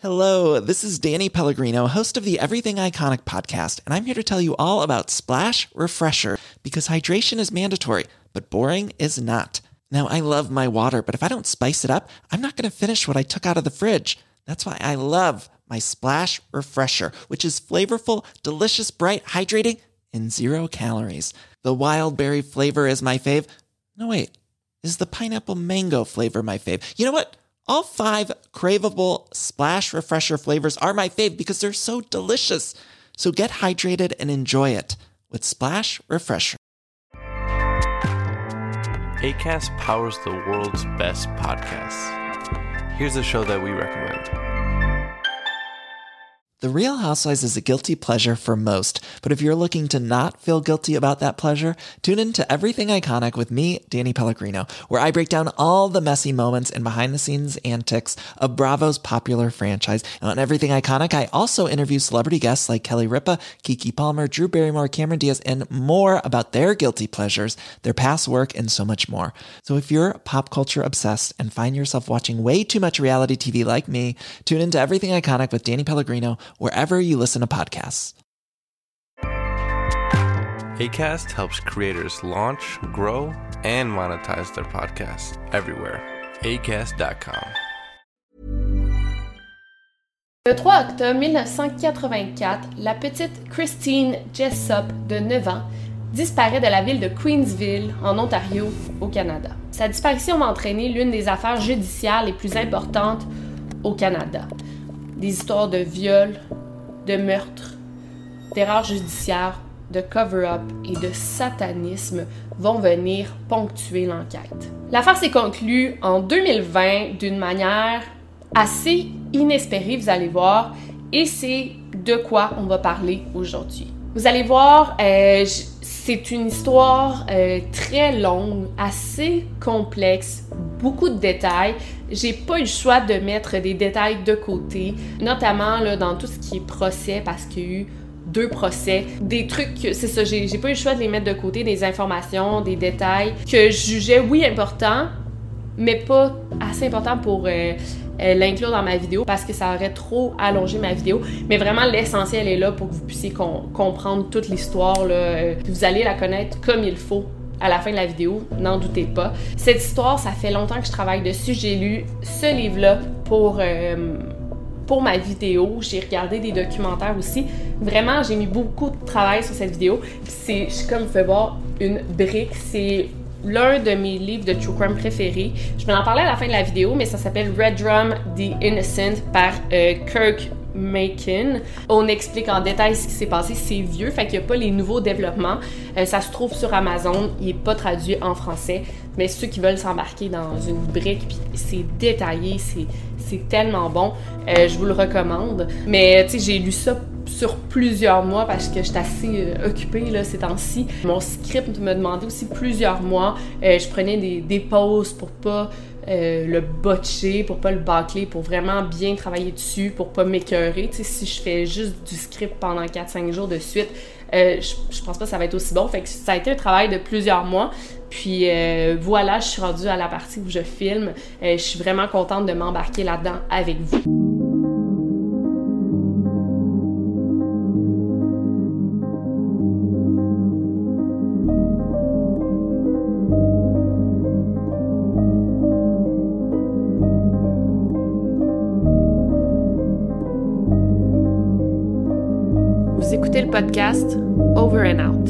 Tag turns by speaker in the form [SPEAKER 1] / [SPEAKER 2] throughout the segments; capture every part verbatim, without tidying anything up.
[SPEAKER 1] Hello, this is Danny Pellegrino, host of the Everything Iconic podcast, and I'm here to tell you all about Splash Refresher, because hydration is mandatory, but boring is not. Now, I love my water, but if I don't spice it up, I'm not going to finish what I took out of the fridge. That's why I love my Splash Refresher, which is flavorful, delicious, bright, hydrating, and zero calories. The wild berry flavor is my fave. No, wait, is the pineapple mango flavor my fave? You know what? All five craveable Splash Refresher flavors are my fave because they're so delicious. So get hydrated and enjoy it with Splash Refresher.
[SPEAKER 2] Acast powers the world's best podcasts. Here's a show that we recommend.
[SPEAKER 1] The Real Housewives is a guilty pleasure for most, but if you're looking to not feel guilty about that pleasure, tune in to Everything Iconic with me, Danny Pellegrino, where I break down all the messy moments and behind-the-scenes antics of Bravo's popular franchise. And on Everything Iconic, I also interview celebrity guests like Kelly Ripa, Keke Palmer, Drew Barrymore, Cameron Diaz, and more about their guilty pleasures, their past work, and so much more. So if you're pop culture obsessed and find yourself watching way too much reality T V like me, tune in to Everything Iconic with Danny Pellegrino, wherever you listen to podcasts.
[SPEAKER 2] Acast helps creators launch, grow, and monetize their podcasts everywhere. acast dot com.
[SPEAKER 3] Le trois octobre mille neuf cent quatre-vingt-quatre, la petite Christine Jessup, de neuf ans, disparaît de la ville de Queensville, en Ontario, au Canada. Sa disparition va entraîner l'une des affaires judiciaires les plus importantes au Canada. Des histoires de viol, de meurtre, d'erreurs judiciaires, de cover-up et de satanisme vont venir ponctuer l'enquête. L'affaire s'est conclue en deux mille vingt d'une manière assez inespérée, vous allez voir, et c'est de quoi on va parler aujourd'hui. Vous allez voir, euh, c'est une histoire euh, très longue, assez complexe, beaucoup de détails. J'ai pas eu le choix de mettre des détails de côté, notamment là, dans tout ce qui est procès, parce qu'il y a eu deux procès, des trucs, c'est ça, j'ai, j'ai pas eu le choix de les mettre de côté, des informations, des détails que je jugeais, oui, importants, mais pas assez importants pour euh, euh, l'inclure dans ma vidéo, parce que ça aurait trop allongé ma vidéo. Mais vraiment, l'essentiel est là pour que vous puissiez com- comprendre toute l'histoire, là. Euh, vous allez la connaître comme il faut à la fin de la vidéo, n'en doutez pas. Cette histoire, ça fait longtemps que je travaille dessus. J'ai lu ce livre-là pour, euh, pour ma vidéo. J'ai regardé des documentaires aussi. Vraiment, j'ai mis beaucoup de travail sur cette vidéo. C'est, comme vous pouvez voir, une brique. C'est l'un de mes livres de true crime préférés. Je vais en parler à la fin de la vidéo, mais ça s'appelle Red Drum, The Innocent par euh, Kirk Macon. On explique en détail ce qui s'est passé. C'est vieux, fait qu'il n'y a pas les nouveaux développements. Euh, ça se trouve sur Amazon. Il n'est pas traduit en français. Mais ceux qui veulent s'embarquer dans une brique, puis c'est détaillé, c'est, c'est tellement bon. Euh, je vous le recommande. Mais tu sais, j'ai lu ça sur plusieurs mois parce que j'étais assez euh, occupée là, ces temps-ci. Mon script me demandait aussi plusieurs mois. Euh, je prenais des, des pauses pour pas euh, le botcher, pour pas le bâcler, pour vraiment bien travailler dessus, pour pas m'écœurer. Tu sais, si je fais juste du script pendant quatre cinq jours de suite, euh, je, je pense pas que ça va être aussi bon. Fait que ça a été un travail de plusieurs mois. Puis euh, voilà, je suis rendue à la partie où je filme. Euh, je suis vraiment contente de m'embarquer là-dedans avec vous. Vous écoutez le podcast Over and Out.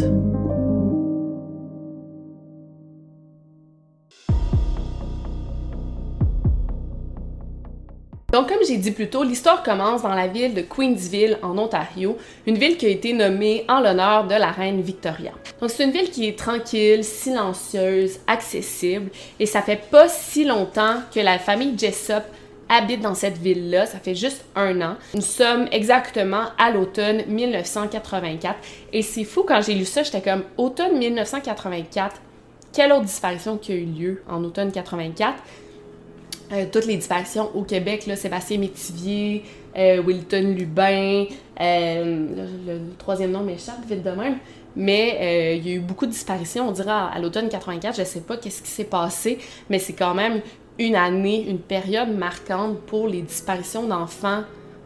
[SPEAKER 3] Donc, comme j'ai dit plus tôt, l'histoire commence dans la ville de Queensville, en Ontario, une ville qui a été nommée en l'honneur de la reine Victoria. Donc, c'est une ville qui est tranquille, silencieuse, accessible, et ça fait pas si longtemps que la famille Jessup habite dans cette ville-là, ça fait juste un an. Nous sommes exactement à l'automne mille neuf cent quatre-vingt-quatre, et c'est fou, quand j'ai lu ça, j'étais comme « Automne mille neuf cent quatre-vingt-quatre, quelle autre disparition qui a eu lieu en automne quatre-vingt-quatre? » Euh, toutes les disparitions au Québec, là, Sébastien Métivier, euh, Wilton Lubin, euh, le, le, le troisième nom m'échappe vite de même, mais euh, il y a eu beaucoup de disparitions, on dirait à, à l'automne quatre-vingt-quatre, je sais pas qu'est-ce qui s'est passé, mais c'est quand même une année, une période marquante pour les disparitions d'enfants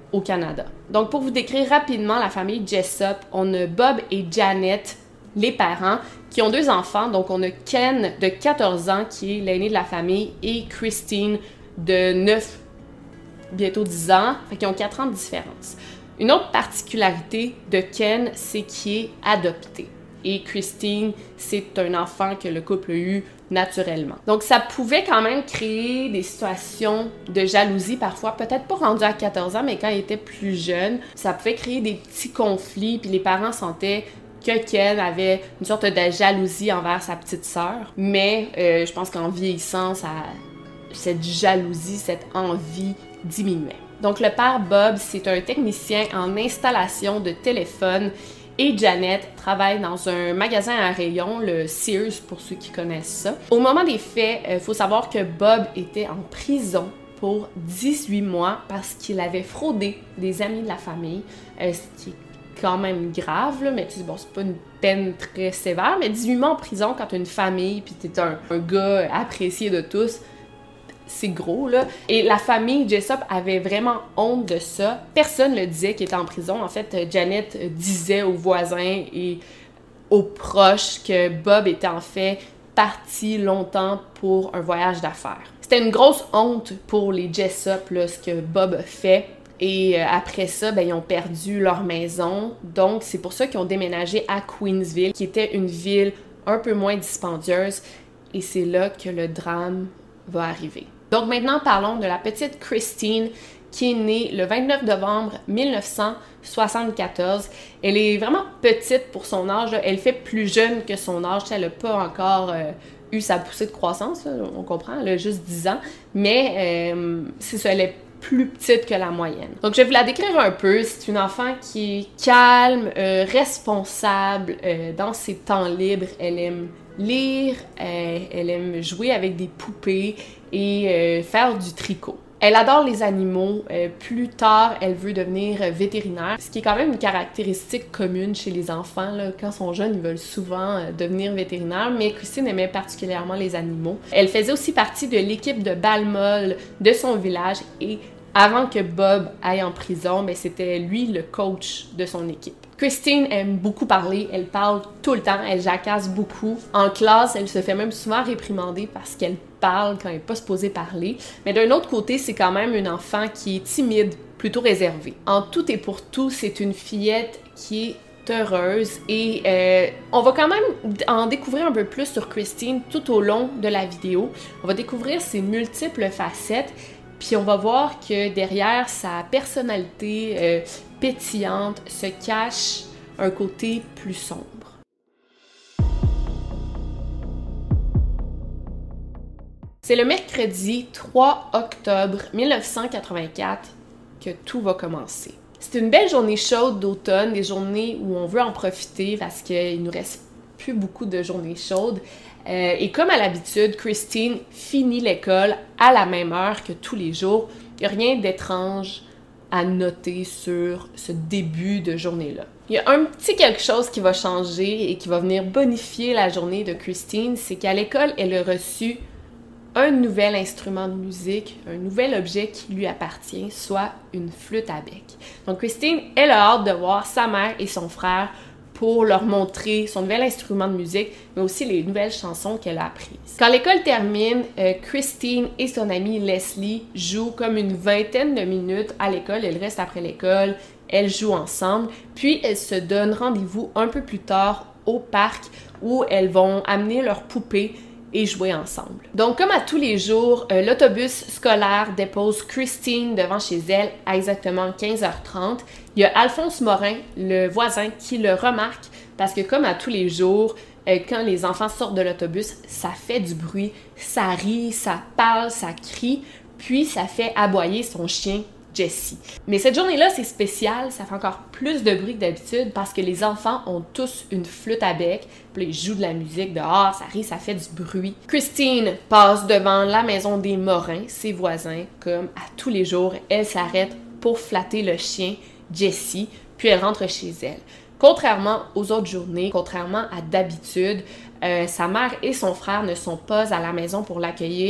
[SPEAKER 3] au Canada. Donc, pour vous décrire rapidement la famille Jessup, on a Bob et Janet, les parents, qui ont deux enfants. Donc, on a Ken de quatorze ans, qui est l'aîné de la famille, et Christine de neuf, bientôt dix ans, fait qu'ils ont quatre ans de différence. Une autre particularité de Ken, c'est qu'il est adopté. Et Christine, c'est un enfant que le couple a eu naturellement. Donc, ça pouvait quand même créer des situations de jalousie parfois, peut-être pas rendu à quatorze ans, mais quand il était plus jeune, ça pouvait créer des petits conflits, puis les parents sentaient que Ken avait une sorte de jalousie envers sa petite sœur. Mais euh, je pense qu'en vieillissant, ça, cette jalousie, cette envie diminuait. Donc, le père Bob, c'est un technicien en installation de téléphone. Et Janet travaille dans un magasin à rayons, le Sears, pour ceux qui connaissent ça. Au moment des faits, il euh, faut savoir que Bob était en prison pour dix-huit mois parce qu'il avait fraudé des amis de la famille, euh, ce qui est quand même grave, là, mais tu sais, bon, c'est pas une peine très sévère, mais dix-huit mois en prison quand t'as une famille puis t'es un, un gars apprécié de tous, c'est gros, là. Et la famille Jessup avait vraiment honte de ça. Personne ne le disait qu'il était en prison. En fait, Janet disait aux voisins et aux proches que Bob était en fait parti longtemps pour un voyage d'affaires. C'était une grosse honte pour les Jessup, là, ce que Bob a fait. Et euh, après ça, ben, ils ont perdu leur maison. Donc, c'est pour ça qu'ils ont déménagé à Queensville, qui était une ville un peu moins dispendieuse. Et c'est là que le drame va arriver. Donc maintenant, parlons de la petite Christine qui est née le vingt-neuf novembre mille neuf cent soixante-quatorze. Elle est vraiment petite pour son âge. Là. Elle fait plus jeune que son âge. Elle n'a pas encore euh, eu sa poussée de croissance, là, on comprend. Elle a juste dix ans. Mais euh, c'est ça, elle est plus petite que la moyenne. Donc, je vais vous la décrire un peu. C'est une enfant qui est calme, euh, responsable. Euh, dans ses temps libres, elle aime lire, euh, elle aime jouer avec des poupées et euh, faire du tricot. Elle adore les animaux. Euh, plus tard, elle veut devenir vétérinaire, ce qui est quand même une caractéristique commune chez les enfants. Là. Quand ils sont jeunes, ils veulent souvent euh, devenir vétérinaire, mais Christine aimait particulièrement les animaux. Elle faisait aussi partie de l'équipe de balle-molle de son village et avant que Bob aille en prison, ben, c'était lui le coach de son équipe. Christine aime beaucoup parler, elle parle tout le temps, elle jacasse beaucoup. En classe, elle se fait même souvent réprimander parce qu'elle parle quand elle n'est pas supposée parler. Mais d'un autre côté, c'est quand même une enfant qui est timide, plutôt réservée. En tout et pour tout, c'est une fillette qui est heureuse et euh, on va quand même en découvrir un peu plus sur Christine tout au long de la vidéo. On va découvrir ses multiples facettes. Puis on va voir que derrière sa personnalité euh, pétillante se cache un côté plus sombre. C'est le mercredi trois octobre mille neuf cent quatre-vingt-quatre que tout va commencer. C'est une belle journée chaude d'automne, des journées où on veut en profiter parce qu'il nous reste plus beaucoup de journées chaudes. Euh, et comme à l'habitude, Christine finit l'école à la même heure que tous les jours. Il n'y a rien d'étrange à noter sur ce début de journée-là. Il y a un petit quelque chose qui va changer et qui va venir bonifier la journée de Christine, c'est qu'à l'école, elle a reçu un nouvel instrument de musique, un nouvel objet qui lui appartient, soit une flûte à bec. Donc Christine, elle a hâte de voir sa mère et son frère pour leur montrer son nouvel instrument de musique, mais aussi les nouvelles chansons qu'elle a apprises. Quand l'école termine, euh, Christine et son amie Leslie jouent comme une vingtaine de minutes à l'école. Elles restent après l'école, elles jouent ensemble, puis elles se donnent rendez-vous un peu plus tard au parc où elles vont amener leurs poupées et jouer ensemble. Donc, comme à tous les jours, euh, l'autobus scolaire dépose Christine devant chez elle à exactement quinze heures trente. Il y a Alphonse Morin, le voisin, qui le remarque parce que comme à tous les jours, euh, quand les enfants sortent de l'autobus, ça fait du bruit, ça rit, ça parle, ça crie, puis ça fait aboyer son chien Jessie. Mais cette journée-là, c'est spécial, ça fait encore plus de bruit que d'habitude parce que les enfants ont tous une flûte à bec, puis ils jouent de la musique dehors, ça rit, ça fait du bruit. Christine passe devant la maison des Morins, ses voisins, comme à tous les jours, elle s'arrête pour flatter le chien Jessie, puis elle rentre chez elle. Contrairement aux autres journées, contrairement à d'habitude, euh, sa mère et son frère ne sont pas à la maison pour l'accueillir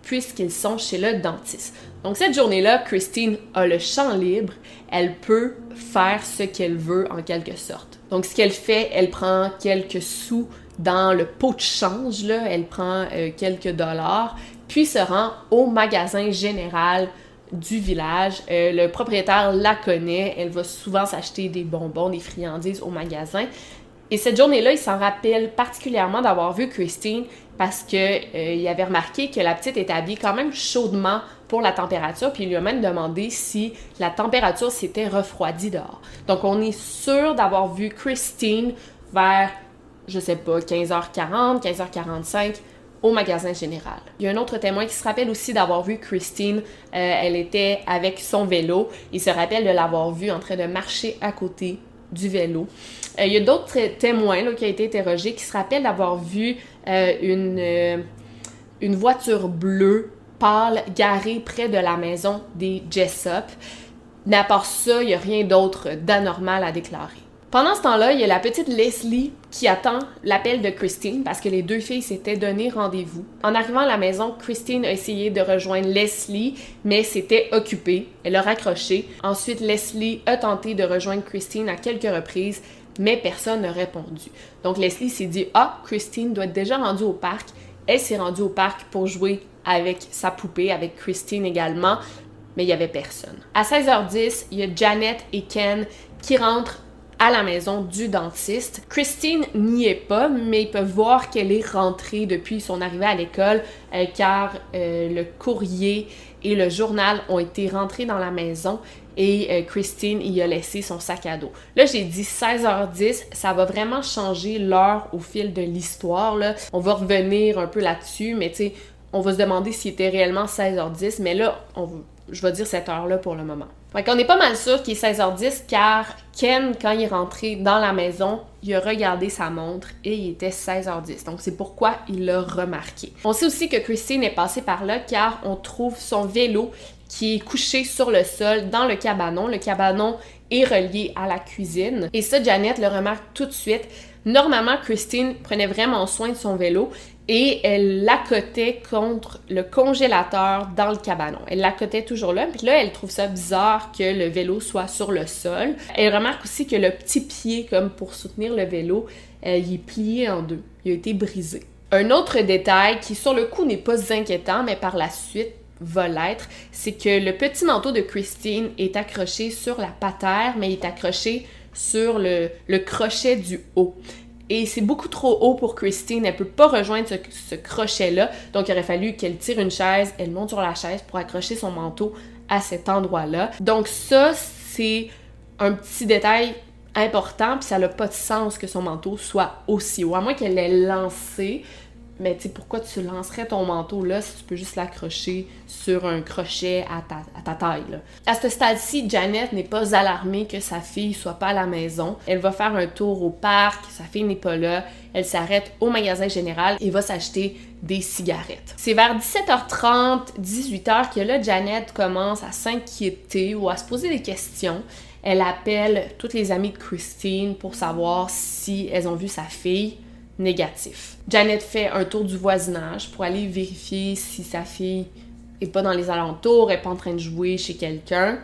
[SPEAKER 3] puisqu'ils sont chez le dentiste. Donc cette journée-là, Christine a le champ libre, elle peut faire ce qu'elle veut en quelque sorte. Donc ce qu'elle fait, elle prend quelques sous dans le pot de change, là, elle prend euh, quelques dollars, puis se rend au magasin général du village. Euh, le propriétaire la connaît, elle va souvent s'acheter des bonbons, des friandises au magasin. Et cette journée-là, il s'en rappelle particulièrement d'avoir vu Christine parce qu'il euh, avait remarqué que la petite était habillée quand même chaudement pour la température, puis il lui a même demandé si la température s'était refroidie dehors. Donc, on est sûr d'avoir vu Christine vers, je sais pas, quinze heures quarante, quinze heures quarante-cinq, au magasin général. Il y a un autre témoin qui se rappelle aussi d'avoir vu Christine. Euh, elle était avec son vélo. Il se rappelle de l'avoir vue en train de marcher à côté du vélo. Euh, il y a d'autres témoins là, qui ont été interrogés qui se rappellent d'avoir vu euh, une, euh, une voiture bleue pâle garée près de la maison des Jessup. Mais à part ça, il n'y a rien d'autre d'anormal à déclarer. Pendant ce temps-là, il y a la petite Leslie qui attend l'appel de Christine parce que les deux filles s'étaient donné rendez-vous. En arrivant à la maison, Christine a essayé de rejoindre Leslie, mais c'était occupé. Elle a raccroché. Ensuite, Leslie a tenté de rejoindre Christine à quelques reprises, mais personne n'a répondu. Donc Leslie s'est dit « Ah, Christine doit être déjà rendue au parc. » Elle s'est rendue au parc pour jouer avec sa poupée, avec Christine également, mais il n'y avait personne. À seize heures dix, il y a Janet et Ken qui rentrent à la maison du dentiste. Christine n'y est pas, mais ils peuvent voir qu'elle est rentrée depuis son arrivée à l'école euh, car euh, le courrier et le journal ont été rentrés dans la maison et euh, Christine y a laissé son sac à dos. Là, j'ai dit seize heures dix, ça va vraiment changer l'heure au fil de l'histoire, là. On va revenir un peu là-dessus, mais tu sais, on va se demander s'il était réellement seize heures dix, mais là, on va, je vais dire cette heure-là pour le moment. Fait qu'on est pas mal sûr qu'il est seize heures dix car Ken, quand il est rentré dans la maison, il a regardé sa montre et il était seize heures dix. Donc c'est pourquoi il l'a remarqué. On sait aussi que Christine est passée par là car on trouve son vélo qui est couché sur le sol dans le cabanon. Le cabanon est relié à la cuisine. Et ça, Janet le remarque tout de suite. Normalement, Christine prenait vraiment soin de son vélo et elle l'accotait contre le congélateur dans le cabanon. Elle l'accotait toujours là, puis là, elle trouve ça bizarre que le vélo soit sur le sol. Elle remarque aussi que le petit pied, comme pour soutenir le vélo, euh, il est plié en deux. Il a été brisé. Un autre détail qui, sur le coup, n'est pas inquiétant, mais par la suite va l'être, c'est que le petit manteau de Christine est accroché sur la patère, mais il est accroché sur le, le crochet du haut. Et c'est beaucoup trop haut pour Christine, elle peut pas rejoindre ce, ce crochet-là, donc il aurait fallu qu'elle tire une chaise, elle monte sur la chaise pour accrocher son manteau à cet endroit-là. Donc ça, c'est un petit détail important, puis ça n'a pas de sens que son manteau soit aussi haut, à moins qu'elle l'ait lancé. Mais tu sais, pourquoi tu lancerais ton manteau là si tu peux juste l'accrocher sur un crochet à ta, à ta taille, là? À ce stade-ci, Janet n'est pas alarmée que sa fille soit pas à la maison. Elle va faire un tour au parc, sa fille n'est pas là. Elle s'arrête au magasin général et va s'acheter des cigarettes. C'est vers dix-sept heures trente, dix-huit heures que là, Janet commence à s'inquiéter ou à se poser des questions. Elle appelle toutes les amies de Christine pour savoir si elles ont vu sa fille. Négatif. Janet fait un tour du voisinage pour aller vérifier si sa fille est pas dans les alentours, est pas en train de jouer chez quelqu'un.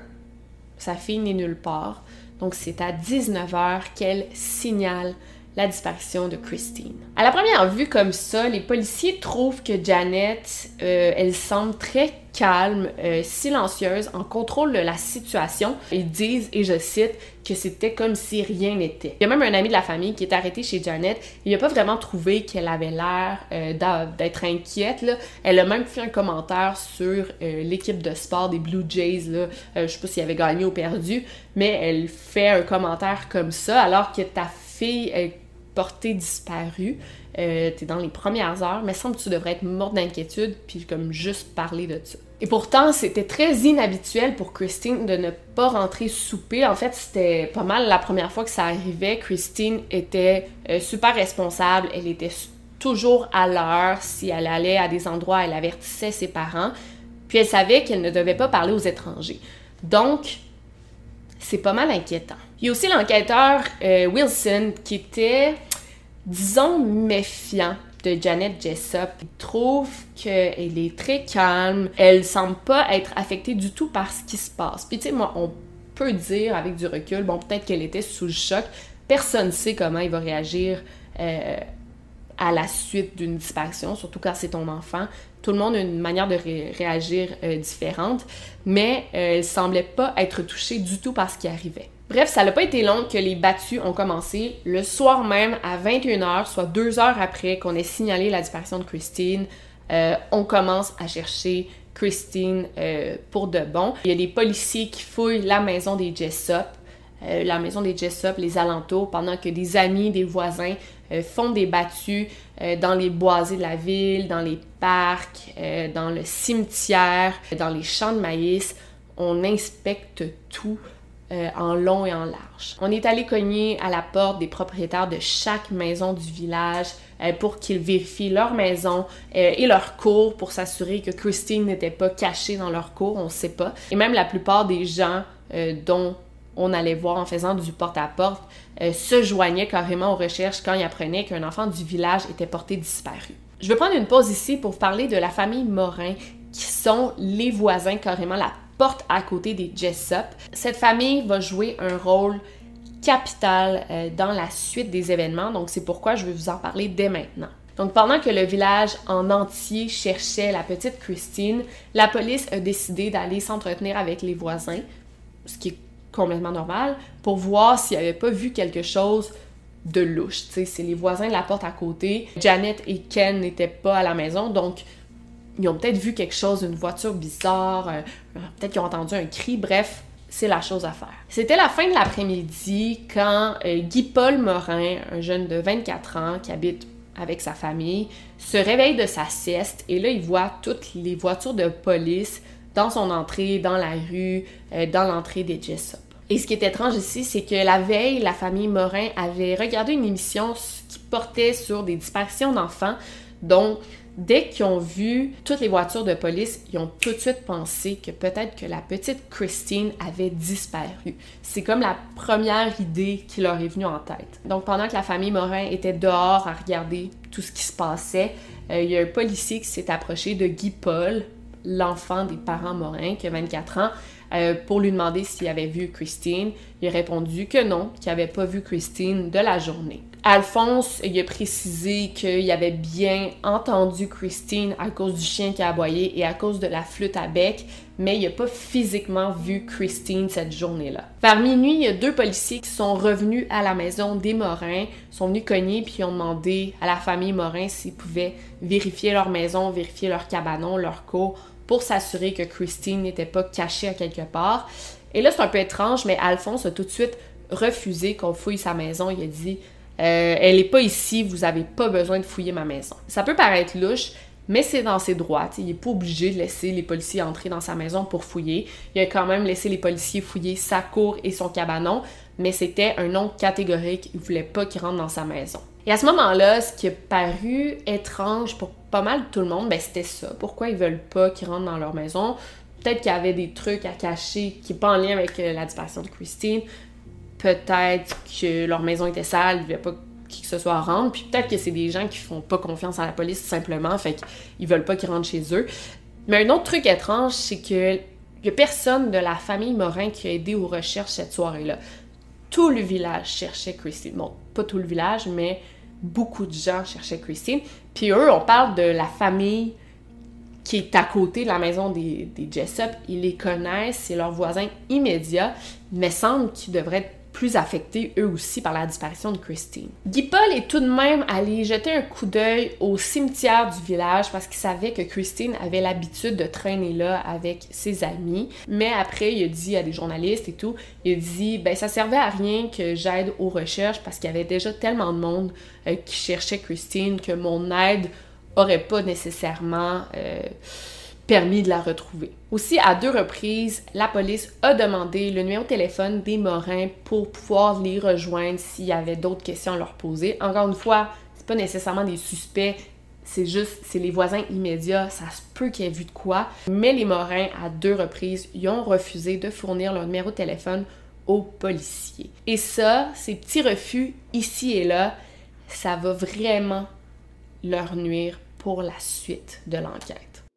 [SPEAKER 3] Sa fille n'est nulle part. Donc c'est à dix-neuf heures qu'elle signale la disparition de Christine. À la première vue comme ça, les policiers trouvent que Janet, euh, elle semble très calme, euh, silencieuse, en contrôle de la situation. Ils disent, et je cite, que c'était comme si rien n'était. Il y a même un ami de la famille qui est arrêté chez Janet. Il n'a pas vraiment trouvé qu'elle avait l'air euh, d'être inquiète, là. Elle a même fait un commentaire sur euh, l'équipe de sport des Blue Jays, là. Euh, je sais pas s'il avait gagné ou perdu, mais elle fait un commentaire comme ça, alors que ta fille est portée disparue. Euh, t'es dans les premières heures, mais semble que tu devrais être morte d'inquiétude, puis comme juste parler de ça. Et pourtant, c'était très inhabituel pour Christine de ne pas rentrer souper. En fait, c'était pas mal la première fois que ça arrivait. Christine était euh, super responsable, elle était toujours à l'heure. Si elle allait à des endroits, elle avertissait ses parents. Puis elle savait qu'elle ne devait pas parler aux étrangers. Donc, c'est pas mal inquiétant. Il y a aussi l'enquêteur euh, Wilson qui était, disons, méfiant de Janet Jessup. Ils trouvent qu'elle est très calme, elle semble pas être affectée du tout par ce qui se passe. Puis tu sais, moi, on peut dire avec du recul, bon, peut-être qu'elle était sous le choc. Personne ne sait comment il va réagir euh, à la suite d'une disparition, surtout quand c'est ton enfant. Tout le monde a une manière de ré- réagir euh, différente, mais euh, elle semblait pas être touchée du tout par ce qui arrivait. Bref, ça n'a pas été long que les battues ont commencé. Le soir même, à vingt et une heures, soit deux heures après qu'on ait signalé la disparition de Christine, euh, on commence à chercher Christine euh, pour de bon. Il y a des policiers qui fouillent la maison des Jessup, euh, la maison des Jessup, les alentours, pendant que des amis, des voisins euh, font des battues euh, dans les boisés de la ville, dans les parcs, euh, dans le cimetière, dans les champs de maïs. On inspecte tout euh, en long et en large. On est allé cogner à la porte des propriétaires de chaque maison du village euh, pour qu'ils vérifient leur maison euh, et leur cour pour s'assurer que Christine n'était pas cachée dans leur cour, on ne sait pas. Et même la plupart des gens euh, dont on allait voir en faisant du porte-à-porte euh, se joignaient carrément aux recherches quand ils apprenaient qu'un enfant du village était porté disparu. Je vais prendre une pause ici pour vous parler de la famille Morin, qui sont les voisins, carrément la porte à côté des Jessup. Cette famille va jouer un rôle capital euh, dans la suite des événements, donc c'est pourquoi je vais vous en parler dès maintenant. Donc pendant que le village en entier cherchait la petite Christine, la police a décidé d'aller s'entretenir avec les voisins, ce qui est complètement normal, pour voir s'ils n'avaient pas vu quelque chose de louche. Tu sais, c'est les voisins de la porte à côté. Janet et Ken n'étaient pas à la maison, donc ils ont peut-être vu quelque chose, une voiture bizarre, euh, peut-être qu'ils ont entendu un cri, bref, c'est la chose à faire. C'était la fin de l'après-midi quand euh, Guy-Paul Morin, un jeune de vingt-quatre ans qui habite avec sa famille, se réveille de sa sieste et là, il voit toutes les voitures de police dans son entrée, dans la rue, euh, dans l'entrée des Jessup. Et ce qui est étrange ici, c'est que la veille, la famille Morin avait regardé une émission qui portait sur des disparitions d'enfants, donc dès qu'ils ont vu toutes les voitures de police, ils ont tout de suite pensé que peut-être que la petite Christine avait disparu. C'est comme la première idée qui leur est venue en tête. Donc pendant que la famille Morin était dehors à regarder tout ce qui se passait, euh, il y a un policier qui s'est approché de Guy-Paul, l'enfant des parents Morin, qui a vingt-quatre ans, euh, pour lui demander s'il avait vu Christine. Il a répondu que non, qu'il n'avait pas vu Christine de la journée. Alphonse, il a précisé qu'il avait bien entendu Christine à cause du chien qui a aboyé et à cause de la flûte à bec, mais il n'a pas physiquement vu Christine cette journée-là. Vers minuit, il y a deux policiers qui sont revenus à la maison des Morin, sont venus cogner puis ont demandé à la famille Morin s'ils pouvaient vérifier leur maison, vérifier leur cabanon, leur cour, pour s'assurer que Christine n'était pas cachée à quelque part. Et là, c'est un peu étrange, mais Alphonse a tout de suite refusé qu'on fouille sa maison. Il a dit Euh, elle n'est pas ici, vous n'avez pas besoin de fouiller ma maison. Ça peut paraître louche, mais c'est dans ses droits. T'sais, il n'est pas obligé de laisser les policiers entrer dans sa maison pour fouiller. Il a quand même laissé les policiers fouiller sa cour et son cabanon, mais c'était un non catégorique. Il ne voulait pas qu'ils rentrent dans sa maison. Et à ce moment-là, ce qui a paru étrange pour pas mal tout le monde, ben c'était ça. Pourquoi ils veulent pas qu'ils rentrent dans leur maison? Peut-être qu'il y avait des trucs à cacher qui n'est pas en lien avec la disparition de Christine. Peut-être que leur maison était sale, ils ne voulaient pas qui que ce soit rendre, puis peut-être que c'est des gens qui font pas confiance à la police tout simplement, fait qu'ils veulent pas qu'ils rentrent chez eux. Mais un autre truc étrange, c'est que y a personne de la famille Morin qui a aidé aux recherches cette soirée-là. Tout le village cherchait Christine. Bon, pas tout le village, mais beaucoup de gens cherchaient Christine. Puis eux, on parle de la famille qui est à côté de la maison des, des Jessup. Ils les connaissent, c'est leurs voisins immédiats, mais semble qu'ils devraient être plus affectés eux aussi par la disparition de Christine. Guy-Paul est tout de même allé jeter un coup d'œil au cimetière du village parce qu'il savait que Christine avait l'habitude de traîner là avec ses amis. Mais après, il a dit à des journalistes et tout, il a dit ben ça servait à rien que j'aide aux recherches parce qu'il y avait déjà tellement de monde euh, qui cherchait Christine que mon aide aurait pas nécessairement euh, permis de la retrouver. Aussi, à deux reprises, la police a demandé le numéro de téléphone des Morins pour pouvoir les rejoindre s'il y avait d'autres questions à leur poser. Encore une fois, c'est pas nécessairement des suspects, c'est juste, c'est les voisins immédiats, ça se peut qu'il y ait vu de quoi. Mais les Morins, à deux reprises, ils ont refusé de fournir leur numéro de téléphone aux policiers. Et ça, ces petits refus ici et là, ça va vraiment leur nuire pour la suite de l'enquête.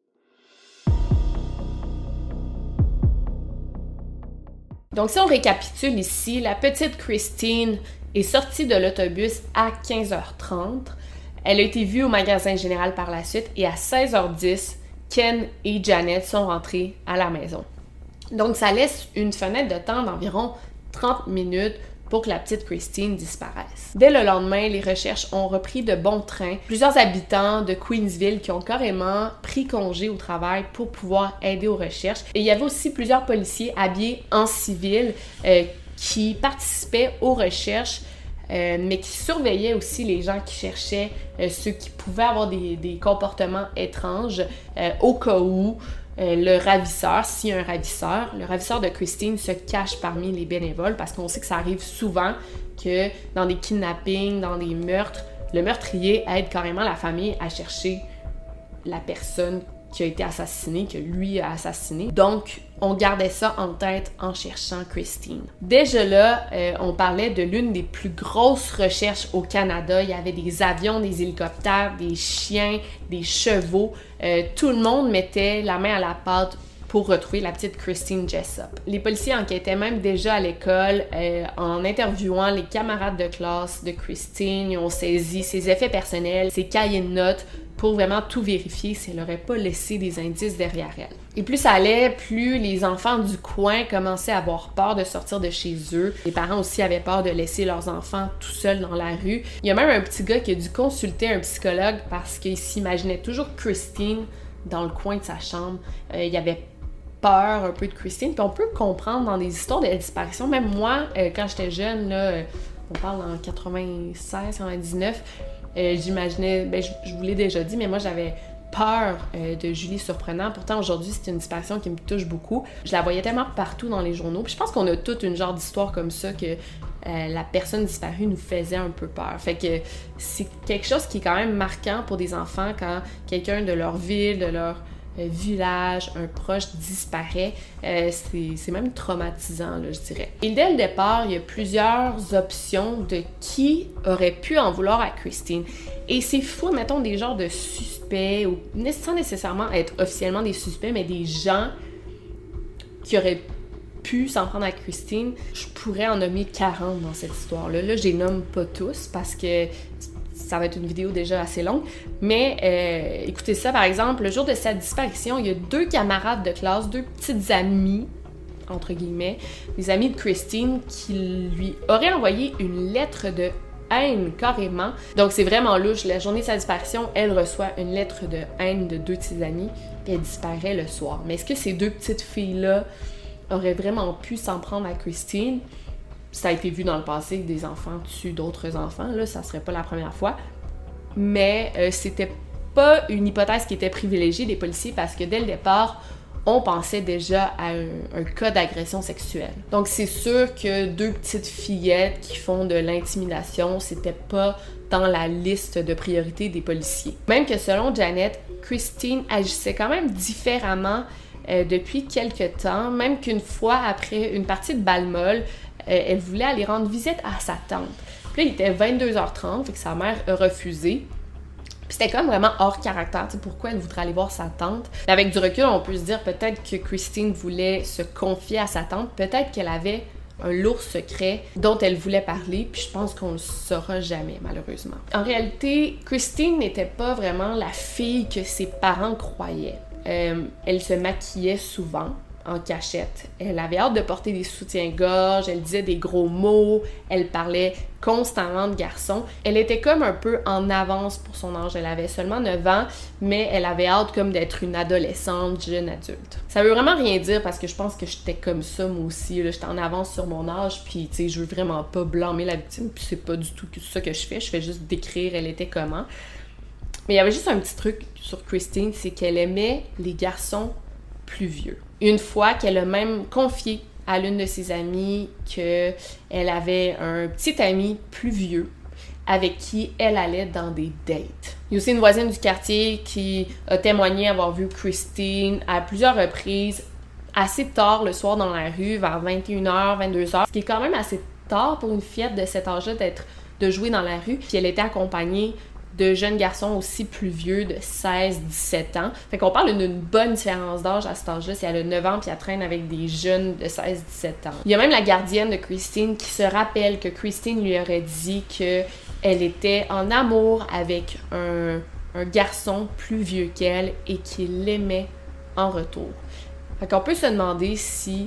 [SPEAKER 3] Donc, si on récapitule ici, la petite Christine est sortie de l'autobus à quinze heures trente. Elle a été vue au magasin général par la suite et à seize heures dix, Ken et Janet sont rentrés à la maison. Donc, ça laisse une fenêtre de temps d'environ trente minutes pour que la petite Christine disparaisse. Dès le lendemain, les recherches ont repris de bon train. Plusieurs habitants de Queensville qui ont carrément pris congé au travail pour pouvoir aider aux recherches. Et il y avait aussi plusieurs policiers habillés en civil euh, qui participaient aux recherches, euh, mais qui surveillaient aussi les gens qui cherchaient euh, ceux qui pouvaient avoir des, des comportements étranges euh, au cas où. Euh, le ravisseur, s'il y a un ravisseur, le ravisseur de Christine se cache parmi les bénévoles parce qu'on sait que ça arrive souvent que dans des kidnappings, dans des meurtres, le meurtrier aide carrément la famille à chercher la personne qui a été assassinée, que lui a assassiné. Donc, on gardait ça en tête en cherchant Christine. Déjà là, euh, on parlait de l'une des plus grosses recherches au Canada. Il y avait des avions, des hélicoptères, des chiens, des chevaux. Euh, tout le monde mettait la main à la pâte pour retrouver la petite Christine Jessup. Les policiers enquêtaient même déjà à l'école euh, en interviewant les camarades de classe de Christine. Ils ont saisi ses effets personnels, ses cahiers de notes, pour vraiment tout vérifier si elle n'aurait pas laissé des indices derrière elle. Et plus ça allait, plus les enfants du coin commençaient à avoir peur de sortir de chez eux. Les parents aussi avaient peur de laisser leurs enfants tout seuls dans la rue. Il y a même un petit gars qui a dû consulter un psychologue parce qu'il s'imaginait toujours Christine dans le coin de sa chambre. Euh, il y avait peur un peu de Christine. Puis on peut comprendre dans des histoires de disparition. Même moi, euh, quand j'étais jeune, là, euh, on parle en quatre-vingt-seize quatre-vingt-dix-neuf, Euh, j'imaginais, ben, je, je vous l'ai déjà dit, mais moi j'avais peur euh, de Julie Surprenant. Pourtant aujourd'hui c'est une disparition qui me touche beaucoup. Je la voyais tellement partout dans les journaux. Puis je pense qu'on a toute une genre d'histoire comme ça que euh, la personne disparue nous faisait un peu peur. Fait que c'est quelque chose qui est quand même marquant pour des enfants quand quelqu'un de leur ville, de leur euh, village, un proche disparaît. Euh, c'est, c'est même traumatisant, là, je dirais. Et dès le départ, il y a plusieurs options de qui aurait pu en vouloir à Christine. Et c'est fou, mettons, des genres de suspects, ou sans nécessairement être officiellement des suspects, mais des gens qui auraient pu s'en prendre à Christine. Je pourrais en nommer quarante dans cette histoire-là. Là, je les nomme pas tous parce que ça va être une vidéo déjà assez longue. Mais euh, écoutez ça, par exemple, le jour de sa disparition, il y a deux camarades de classe, deux petites amies, entre guillemets, des amies de Christine qui lui auraient envoyé une lettre de haine, carrément. Donc c'est vraiment louche. La journée de sa disparition, elle reçoit une lettre de haine de deux de ses amies, puis elle disparaît le soir. Mais est-ce que ces deux petites filles-là auraient vraiment pu s'en prendre à Christine? Ça a été vu dans le passé que des enfants tuent d'autres enfants, là, ça serait pas la première fois. Mais euh, c'était pas une hypothèse qui était privilégiée des policiers parce que dès le départ, on pensait déjà à un, un cas d'agression sexuelle. Donc c'est sûr que deux petites fillettes qui font de l'intimidation, c'était pas dans la liste de priorités des policiers. Même que selon Janet, Christine agissait quand même différemment euh, depuis quelques temps, même qu'une fois après une partie de balle molle, euh, elle voulait aller rendre visite à sa tante. Puis là, il était vingt-deux heures trente, fait que sa mère a refusé. Puis c'était comme vraiment hors caractère, tu sais, pourquoi elle voudrait aller voir sa tante. Mais avec du recul, on peut se dire peut-être que Christine voulait se confier à sa tante, peut-être qu'elle avait un lourd secret dont elle voulait parler, puis je pense qu'on le saura jamais, malheureusement. En réalité, Christine n'était pas vraiment la fille que ses parents croyaient. Euh, elle se maquillait souvent en cachette. Elle avait hâte de porter des soutiens-gorge, elle disait des gros mots, elle parlait constamment de garçons. Elle était comme un peu en avance pour son âge. Elle avait seulement neuf ans, mais elle avait hâte comme d'être une adolescente, jeune adulte. Ça veut vraiment rien dire parce que je pense que j'étais comme ça moi aussi. Là. J'étais en avance sur mon âge, puis tu sais, je veux vraiment pas blâmer la victime, puis c'est pas du tout ça que je fais. Je fais juste décrire elle était comment. Mais il y avait juste un petit truc sur Christine, c'est qu'elle aimait les garçons plus vieux. Une fois qu'elle a même confié à l'une de ses amies qu'elle avait un petit ami plus vieux avec qui elle allait dans des dates. Il y a aussi une voisine du quartier qui a témoigné avoir vu Christine à plusieurs reprises assez tard le soir dans la rue, vers vingt et une heures, vingt-deux heures, ce qui est quand même assez tard pour une fillette de cet âge-là d'être, de jouer dans la rue. Puis elle était accompagnée de jeunes garçons aussi plus vieux, de seize à dix-sept ans. Fait qu'on parle d'une bonne différence d'âge à cet âge-là. Si elle a neuf ans puis elle traîne avec des jeunes de seize à dix-sept ans. Il y a même la gardienne de Christine qui se rappelle que Christine lui aurait dit qu'elle était en amour avec un, un garçon plus vieux qu'elle et qu'il l'aimait en retour. Fait qu'on peut se demander si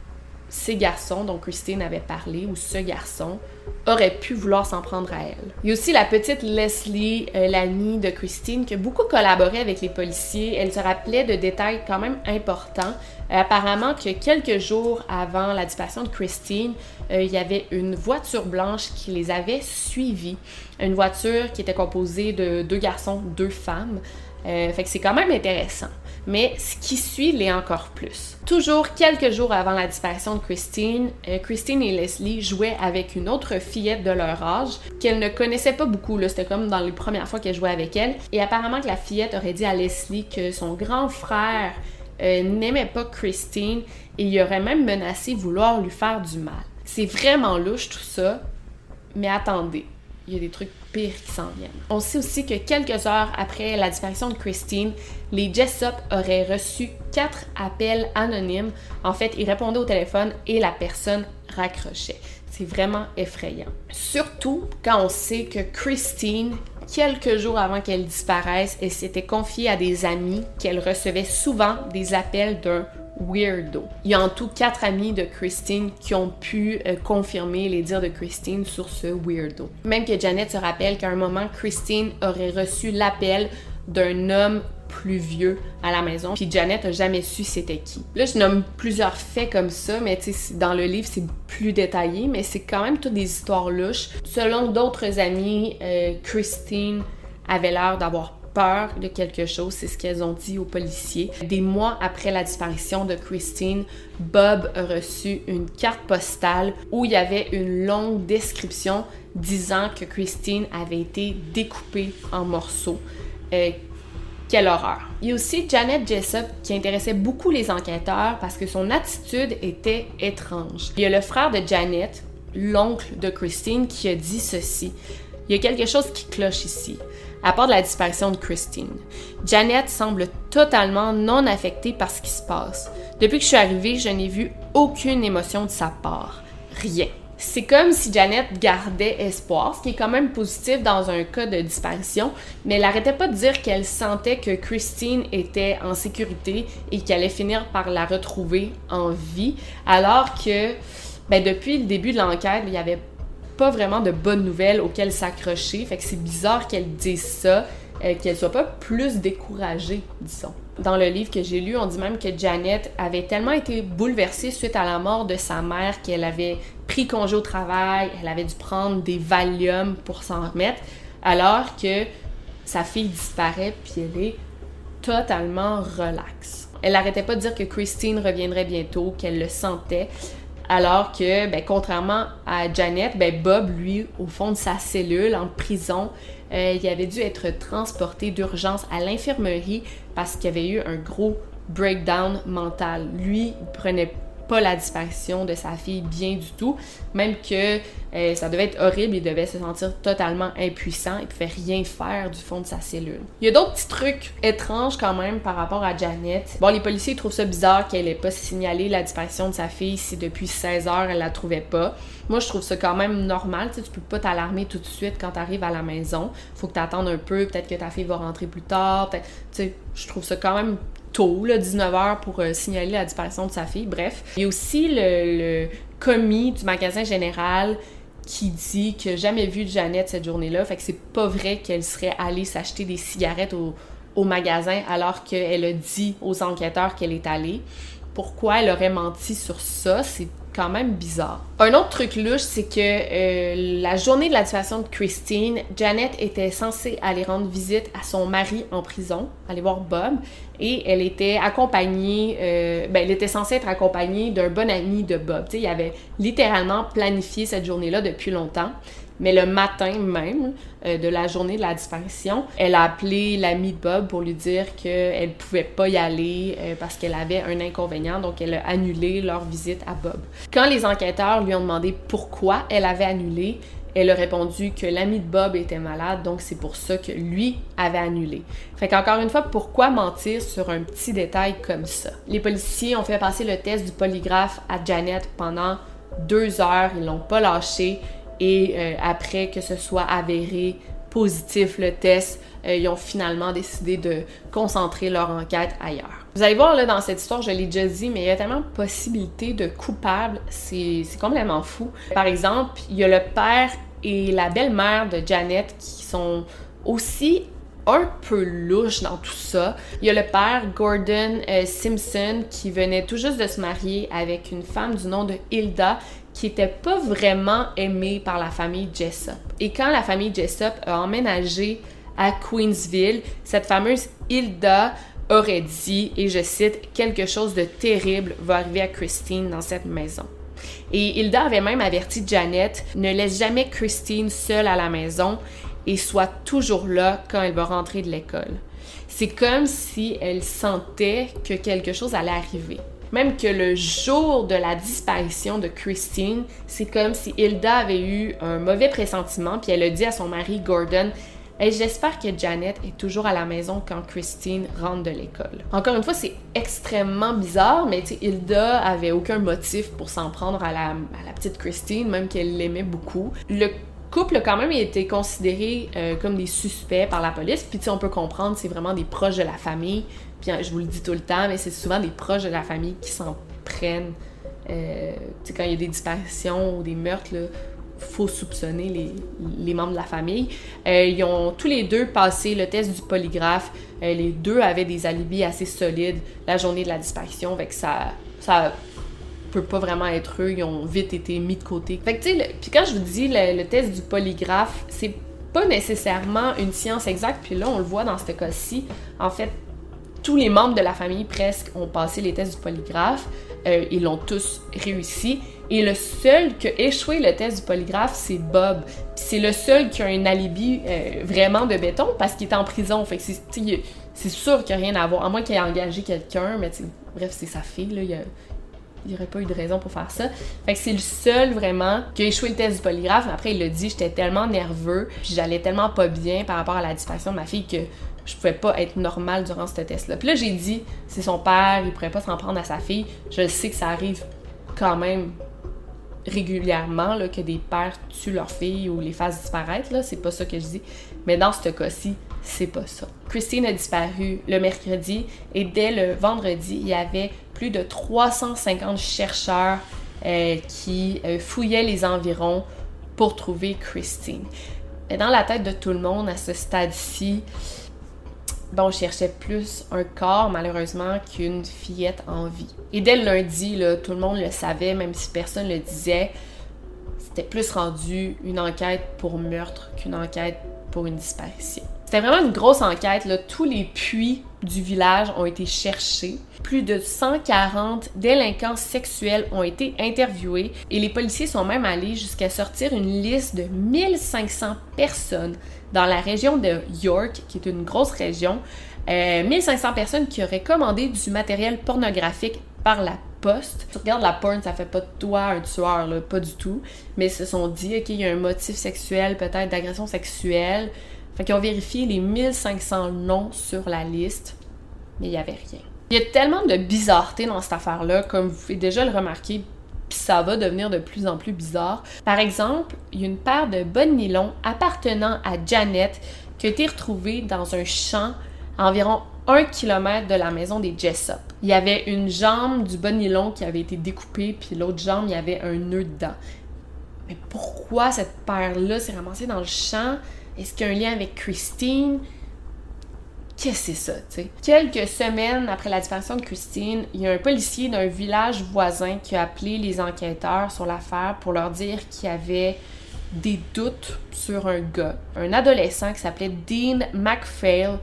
[SPEAKER 3] ces garçons dont Christine avait parlé, ou ce garçon, aurait pu vouloir s'en prendre à elle. Il y a aussi la petite Leslie, euh, l'amie de Christine, qui a beaucoup collaboré avec les policiers. Elle se rappelait de détails quand même importants. Euh, apparemment que quelques jours avant la disparition de Christine, euh, il y avait une voiture blanche qui les avait suivis. Une voiture qui était composée de deux garçons, deux femmes. Euh, fait que c'est quand même intéressant. Mais ce qui suit l'est encore plus. Toujours quelques jours avant la disparition de Christine, euh, Christine et Leslie jouaient avec une autre fillette de leur âge qu'elles ne connaissaient pas beaucoup. Là. C'était comme dans les premières fois qu'elles jouaient avec elle. Et apparemment que la fillette aurait dit à Leslie que son grand frère euh, n'aimait pas Christine et il aurait même menacé vouloir lui faire du mal. C'est vraiment louche tout ça, mais attendez. Il y a des trucs pires qui s'en viennent. On sait aussi que quelques heures après la disparition de Christine, les Jessup auraient reçu quatre appels anonymes. En fait, ils répondaient au téléphone et la personne raccrochait. C'est vraiment effrayant. Surtout quand on sait que Christine, quelques jours avant qu'elle disparaisse, elle s'était confiée à des amis qu'elle recevait souvent des appels d'un weirdo. Il y a en tout quatre amis de Christine qui ont pu euh, confirmer les dires de Christine sur ce weirdo. Même que Janet se rappelle qu'à un moment, Christine aurait reçu l'appel d'un homme plus vieux à la maison, puis Janet a jamais su c'était qui. Là, je nomme plusieurs faits comme ça, mais tu sais, dans le livre, c'est plus détaillé, mais c'est quand même toutes des histoires louches. Selon d'autres amis, euh, Christine avait l'air d'avoir peur de quelque chose, c'est ce qu'elles ont dit aux policiers. Des mois après la disparition de Christine, Bob a reçu une carte postale où il y avait une longue description disant que Christine avait été découpée en morceaux. Euh, quelle horreur! Il y a aussi Janet Jessup qui intéressait beaucoup les enquêteurs parce que son attitude était étrange. Il y a le frère de Janet, l'oncle de Christine, qui a dit ceci. Il y a quelque chose qui cloche ici. À part de la disparition de Christine, Janet semble totalement non affectée par ce qui se passe. Depuis que je suis arrivée, je n'ai vu aucune émotion de sa part. Rien. C'est comme si Janet gardait espoir, ce qui est quand même positif dans un cas de disparition, mais elle n'arrêtait pas de dire qu'elle sentait que Christine était en sécurité et qu'elle allait finir par la retrouver en vie, alors que ben, depuis le début de l'enquête, il y avait pas vraiment de bonnes nouvelles auxquelles s'accrocher. Fait que c'est bizarre qu'elle dise ça, euh, qu'elle soit pas plus découragée, disons. Dans le livre que j'ai lu, on dit même que Janet avait tellement été bouleversée suite à la mort de sa mère qu'elle avait pris congé au travail, elle avait dû prendre des Valium pour s'en remettre, alors que sa fille disparaît puis elle est totalement relaxe. Elle arrêtait pas de dire que Christine reviendrait bientôt, qu'elle le sentait. Alors que, ben, contrairement à Janet, ben, Bob, lui, au fond de sa cellule, en prison, euh, il avait dû être transporté d'urgence à l'infirmerie parce qu'il avait eu un gros breakdown mental. Lui, il prenait pas la disparition de sa fille bien du tout, même que euh, ça devait être horrible, il devait se sentir totalement impuissant, il pouvait rien faire du fond de sa cellule. Il y a d'autres petits trucs étranges quand même par rapport à Janet. Bon, les policiers trouvent ça bizarre qu'elle ait pas signalé la disparition de sa fille si depuis seize heures elle la trouvait pas. Moi, je trouve ça quand même normal, tu sais, tu peux pas t'alarmer tout de suite quand t'arrives à la maison. Faut que t'attendes un peu, peut-être que ta fille va rentrer plus tard, peut-être, tu sais, je trouve ça quand même tôt, là, dix-neuf heures pour euh, signaler la disparition de sa fille, bref. Il y a aussi le, le commis du magasin général qui dit qu'il n'a jamais vu Janet cette journée-là, fait que c'est pas vrai qu'elle serait allée s'acheter des cigarettes au, au magasin alors qu'elle a dit aux enquêteurs qu'elle est allée. Pourquoi elle aurait menti sur ça? C'est quand même bizarre. Un autre truc louche, c'est que euh, la journée de la disparition de Christine, Janet était censée aller rendre visite à son mari en prison, aller voir Bob, et elle était accompagnée, euh, ben elle était censée être accompagnée d'un bon ami de Bob. Tu sais, il avait littéralement planifié cette journée-là depuis longtemps. Mais le matin même euh, de la journée de la disparition, elle a appelé l'ami de Bob pour lui dire qu'elle pouvait pas y aller euh, parce qu'elle avait un inconvénient, donc elle a annulé leur visite à Bob. Quand les enquêteurs lui ont demandé pourquoi elle avait annulé, Elle a répondu que l'ami de Bob était malade, donc c'est pour ça que lui avait annulé. Fait qu'encore une fois, pourquoi mentir sur un petit détail comme ça? Les policiers ont fait passer le test du polygraphe à Janet pendant deux heures, ils l'ont pas lâché, et euh, après que ce soit avéré positif le test, euh, ils ont finalement décidé de concentrer leur enquête ailleurs. Vous allez voir, là, dans cette histoire, je l'ai déjà dit, mais il y a tellement de possibilités de coupables, c'est, c'est complètement fou. Par exemple, il y a le père et la belle-mère de Janet qui sont aussi un peu louches dans tout ça. Il y a le père, Gordon euh, Simpson, qui venait tout juste de se marier avec une femme du nom de Hilda, qui était pas vraiment aimée par la famille Jessup. Et quand la famille Jessup a emménagé à Queensville, cette fameuse Hilda aurait dit, et je cite, « Quelque chose de terrible va arriver à Christine dans cette maison ». Et Hilda avait même averti Janet « Ne laisse jamais Christine seule à la maison et sois toujours là quand elle va rentrer de l'école. » C'est comme si elle sentait que quelque chose allait arriver. Même que le jour de la disparition de Christine, c'est comme si Hilda avait eu un mauvais pressentiment, puis elle a dit à son mari Gordon « Hey, j'espère que Janet est toujours à la maison quand Christine rentre de l'école. » Encore une fois, c'est extrêmement bizarre, mais tu sais, Hilda avait aucun motif pour s'en prendre à la, à la petite Christine, même qu'elle l'aimait beaucoup. Le couple a quand même été considéré euh, comme des suspects par la police, puis tu sais, on peut comprendre, c'est vraiment des proches de la famille. Puis je vous le dis tout le temps, mais c'est souvent des proches de la famille qui s'en prennent. Euh, tu sais, quand il y a des disparitions ou des meurtres, il faut soupçonner les, les membres de la famille. Euh, ils ont tous les deux passé le test du polygraphe. Euh, les deux avaient des alibis assez solides la journée de la disparition, fait que ça, ça peut pas vraiment être eux. Ils ont vite été mis de côté. Fait que tu sais, puis quand je vous dis le, le test du polygraphe, c'est pas nécessairement une science exacte, puis là on le voit dans ce cas-ci. En fait, tous les membres de la famille presque ont passé les tests du polygraphe. Euh, ils l'ont tous réussi. Et le seul qui a échoué le test du polygraphe, c'est Bob. Puis c'est le seul qui a un alibi euh, vraiment de béton parce qu'il est en prison. Fait que c'est, c'est sûr qu'il n'y a rien à voir. À moins qu'il ait engagé quelqu'un, mais bref, c'est sa fille, là. Il y a, il n'y aurait pas eu de raison pour faire ça. Fait que c'est le seul vraiment qui a échoué le test du polygraphe. Mais après, il l'a dit, j'étais tellement nerveux, puis j'allais tellement pas bien par rapport à la disparition de ma fille que je pouvais pas être normale durant ce test-là. Puis là, j'ai dit, c'est son père, il pourrait pas s'en prendre à sa fille. Je sais que ça arrive quand même régulièrement, là, que des pères tuent leur fille ou les fassent disparaître, là. C'est pas ça que je dis. Mais dans ce cas-ci, c'est pas ça. Christine a disparu le mercredi et dès le vendredi, il y avait plus de trois cent cinquante chercheurs euh, qui euh, fouillaient les environs pour trouver Christine. Et dans la tête de tout le monde, à ce stade-ci, bon, on cherchait plus un corps, malheureusement, qu'une fillette en vie. Et dès le lundi, là, tout le monde le savait, même si personne ne le disait, c'était plus rendu une enquête pour meurtre qu'une enquête pour une disparition. C'était vraiment une grosse enquête, là. Tous les puits du village ont été cherchés. Plus de cent quarante délinquants sexuels ont été interviewés et les policiers sont même allés jusqu'à sortir une liste de mille cinq cents personnes dans la région de York, qui est une grosse région. Euh, mille cinq cents personnes qui auraient commandé du matériel pornographique par la poste. Tu regardes la porn, ça fait pas de toi un tueur, là, pas du tout. Mais ils se sont dit, OK, il y a un motif sexuel, peut-être d'agression sexuelle. Fait qu'ils ont vérifié les mille cinq cents noms sur la liste, mais il n'y avait rien. Il y a tellement de bizarretés dans cette affaire-là, comme vous pouvez déjà le remarquer, puis ça va devenir de plus en plus bizarre. Par exemple, il y a une paire de bas de nylon appartenant à Janet qui a été retrouvée dans un champ à environ un kilomètre de la maison des Jessup. Il y avait une jambe du bas de nylon qui avait été découpée, puis l'autre jambe, il y avait un nœud dedans. Mais pourquoi cette paire-là s'est ramassée dans le champ? Est-ce qu'il y a un lien avec Christine? Qu'est-ce que c'est ça, tu sais? Quelques semaines après la disparition de Christine, il y a un policier d'un village voisin qui a appelé les enquêteurs sur l'affaire pour leur dire qu'il y avait des doutes sur un gars, un adolescent qui s'appelait Dean MacPhail,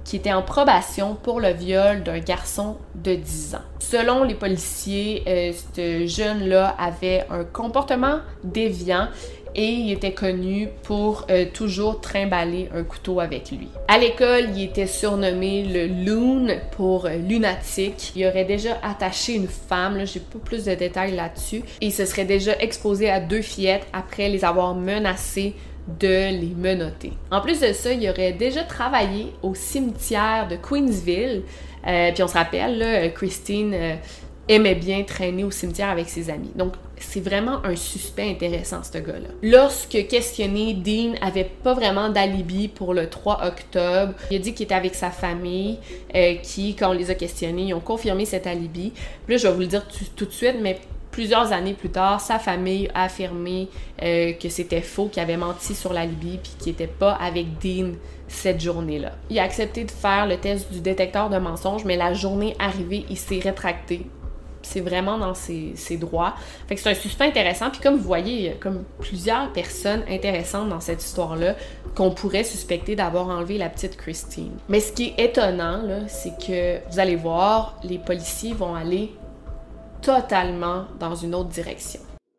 [SPEAKER 3] qui était en probation pour le viol d'un garçon de dix ans. Selon les policiers, euh, ce jeune-là avait un comportement déviant et il était connu pour euh, toujours trimballer un couteau avec lui. À l'école, il était surnommé le Loon pour euh, lunatique. Il aurait déjà attaché une femme, là, j'ai pas plus de détails là-dessus, et il se serait déjà exposé à deux fillettes après les avoir menacées de les menotter. En plus de ça, il aurait déjà travaillé au cimetière de Queensville. Euh, puis on se rappelle, là, Christine euh, aimait bien traîner au cimetière avec ses amis. Donc, c'est vraiment un suspect intéressant, ce gars-là. Lorsque questionné, Dean avait pas vraiment d'alibi pour le trois octobre. Il a dit qu'il était avec sa famille, euh, qui, quand on les a questionnés, ils ont confirmé cet alibi. Puis là, je vais vous le dire tout, tout de suite, mais plusieurs années plus tard, sa famille a affirmé euh, que c'était faux, qu'il avait menti sur l'alibi puis qu'il n'était pas avec Dean cette journée-là. Il a accepté de faire le test du détecteur de mensonges, mais la journée arrivée, il s'est rétracté. C'est vraiment dans ses, ses droits. Fait que c'est un suspect intéressant. Puis comme vous voyez, il y a comme plusieurs personnes intéressantes dans cette histoire-là qu'on pourrait suspecter d'avoir enlevé la petite Christine. Mais ce qui est étonnant, là, c'est que vous allez voir, les policiers vont aller totalement dans une autre direction.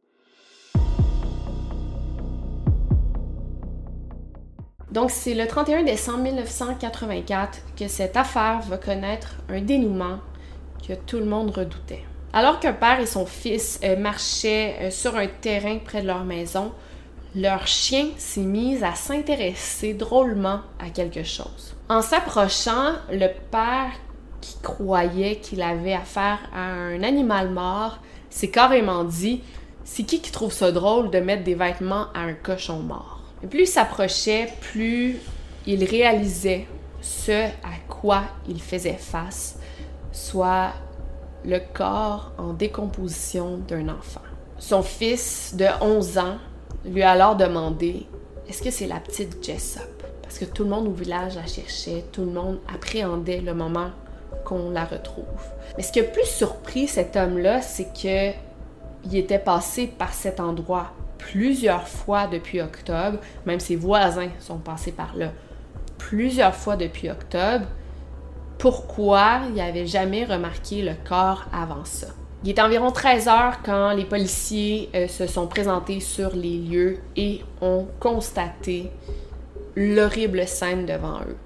[SPEAKER 3] Donc, c'est le trente et un décembre mille neuf cent quatre-vingt-quatre que cette affaire va connaître un dénouement que tout le monde redoutait. Alors qu'un père et son fils euh, marchaient euh, sur un terrain près de leur maison, leur chien s'est mis à s'intéresser drôlement à quelque chose. En s'approchant, le père, qui croyait qu'il avait affaire à un animal mort, s'est carrément dit « C'est qui qui trouve ça drôle de mettre des vêtements à un cochon mort? » Et plus il s'approchait, plus il réalisait ce à quoi il faisait face, soit le corps en décomposition d'un enfant. Son fils de onze ans lui a alors demandé « Est-ce que c'est la petite Jessup? » Parce que tout le monde au village la cherchait, tout le monde appréhendait le moment qu'on la retrouve. Mais ce qui a plus surpris cet homme-là, c'est que il était passé par cet endroit plusieurs fois depuis octobre, même ses voisins sont passés par là plusieurs fois depuis octobre. Pourquoi il n'avait jamais remarqué le corps avant ça? Il est environ treize heures quand les policiers euh, se sont présentés sur les lieux et ont constaté l'horrible scène devant eux.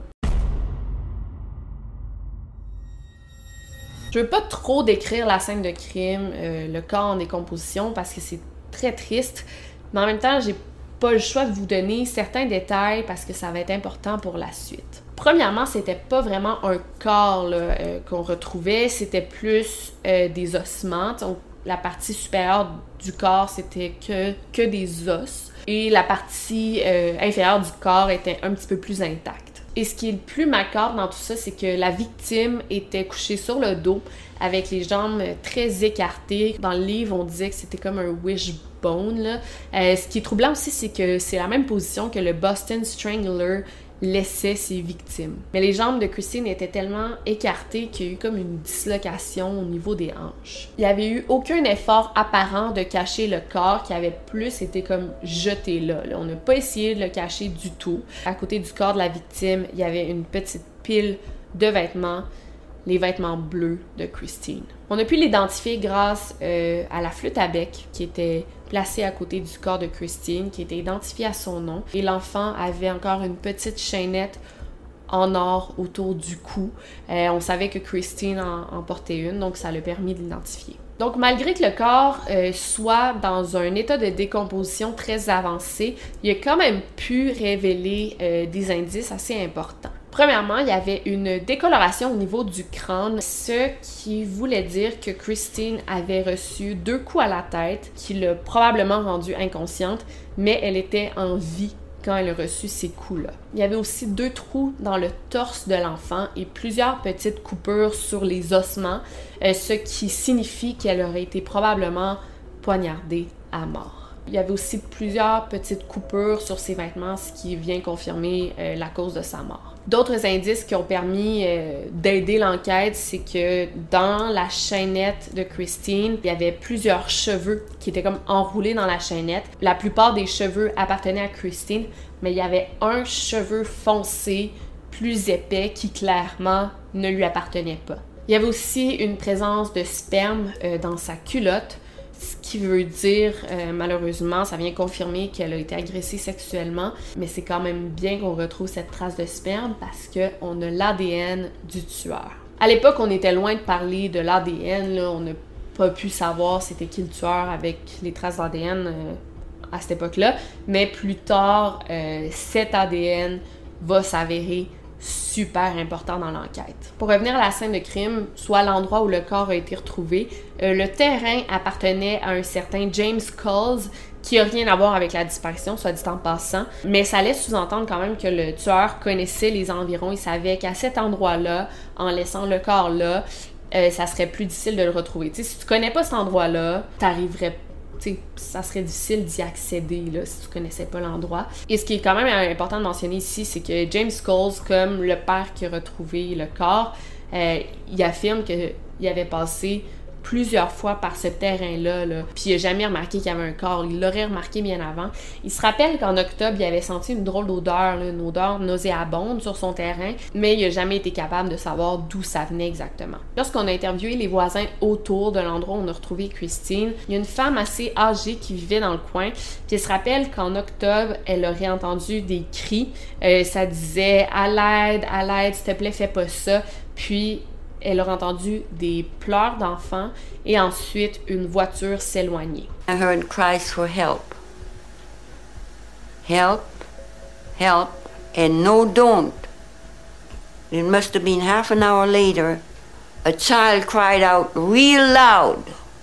[SPEAKER 3] Je veux pas trop décrire la scène de crime, euh, le corps en décomposition, parce que c'est très triste, mais en même temps, j'ai pas le choix de vous donner certains détails parce que ça va être important pour la suite. Premièrement, c'était pas vraiment un corps là, euh, qu'on retrouvait, c'était plus euh, des ossements. Donc, la partie supérieure du corps, c'était que, que des os, et la partie euh, inférieure du corps était un petit peu plus intacte. Et ce qui est le plus macabre dans tout ça, c'est que la victime était couchée sur le dos avec les jambes très écartées. Dans le livre, on disait que c'était comme un wishbone, là. Euh, ce qui est troublant aussi, c'est que c'est la même position que le Boston Strangler laissait ses victimes. Mais les jambes de Christine étaient tellement écartées qu'il y a eu comme une dislocation au niveau des hanches. Il n'y avait eu aucun effort apparent de cacher le corps qui avait plus été comme jeté là. là. On n'a pas essayé de le cacher du tout. À côté du corps de la victime, il y avait une petite pile de vêtements, les vêtements bleus de Christine. On a pu l'identifier grâce euh, à la flûte à bec qui était placée à côté du corps de Christine, qui était identifiée à son nom. Et l'enfant avait encore une petite chaînette en or autour du cou. Euh, on savait que Christine en, en portait une, donc ça l'a permis de l'identifier. Donc, malgré que le corps euh, soit dans un état de décomposition très avancé, il a quand même pu révéler euh, des indices assez importants. Premièrement, il y avait une décoloration au niveau du crâne, ce qui voulait dire que Christine avait reçu deux coups à la tête qui l'ont probablement rendue inconsciente, mais elle était en vie quand elle a reçu ces coups-là. Il y avait aussi deux trous dans le torse de l'enfant et plusieurs petites coupures sur les ossements, euh, ce qui signifie qu'elle aurait été probablement poignardée à mort. Il y avait aussi plusieurs petites coupures sur ses vêtements, ce qui vient confirmer euh, la cause de sa mort. D'autres indices qui ont permis euh, d'aider l'enquête, c'est que dans la chaînette de Christine, il y avait plusieurs cheveux qui étaient comme enroulés dans la chaînette. La plupart des cheveux appartenaient à Christine, mais il y avait un cheveu foncé plus épais qui clairement ne lui appartenait pas. Il y avait aussi une présence de sperme euh, dans sa culotte, ce qui veut dire, euh, malheureusement, ça vient confirmer qu'elle a été agressée sexuellement, mais c'est quand même bien qu'on retrouve cette trace de sperme parce qu'on a l'A D N du tueur. À l'époque, on était loin de parler de l'A D N, là, on n'a pas pu savoir c'était qui le tueur avec les traces d'A D N euh, à cette époque-là, mais plus tard, euh, cet A D N va s'avérer super important dans l'enquête. Pour revenir à la scène de crime, soit l'endroit où le corps a été retrouvé, euh, le terrain appartenait à un certain James Coles, qui a rien à voir avec la disparition, soit dit en passant, mais ça laisse sous-entendre quand même que le tueur connaissait les environs, il savait qu'à cet endroit-là, en laissant le corps là, euh, ça serait plus difficile de le retrouver. T'sais, si tu connais pas cet endroit-là, t'arriverais T'sais, ça serait difficile d'y accéder là, si tu connaissais pas l'endroit. Et ce qui est quand même important de mentionner ici, c'est que James Coles, comme le père qui a retrouvé le corps, euh, il affirme qu'il avait passé plusieurs fois par ce terrain-là, là, puis il n'a jamais remarqué qu'il y avait un corps. Il l'aurait remarqué bien avant. Il se rappelle qu'en octobre, il avait senti une drôle d'odeur, là, une odeur nauséabonde sur son terrain, mais il n'a jamais été capable de savoir d'où ça venait exactement. Lorsqu'on a interviewé les voisins autour de l'endroit où on a retrouvé Christine, il y a une femme assez âgée qui vivait dans le coin, puis elle se rappelle qu'en octobre, elle aurait entendu des cris. Euh, ça disait « à l'aide, à l'aide, s'il te plaît, fais pas ça », puis elle a entendu des pleurs d'enfants et ensuite une voiture s'éloigner.
[SPEAKER 4] I heard cries for help. Help, help, and no don't. It must have been half an hour later, a child cried out real loud,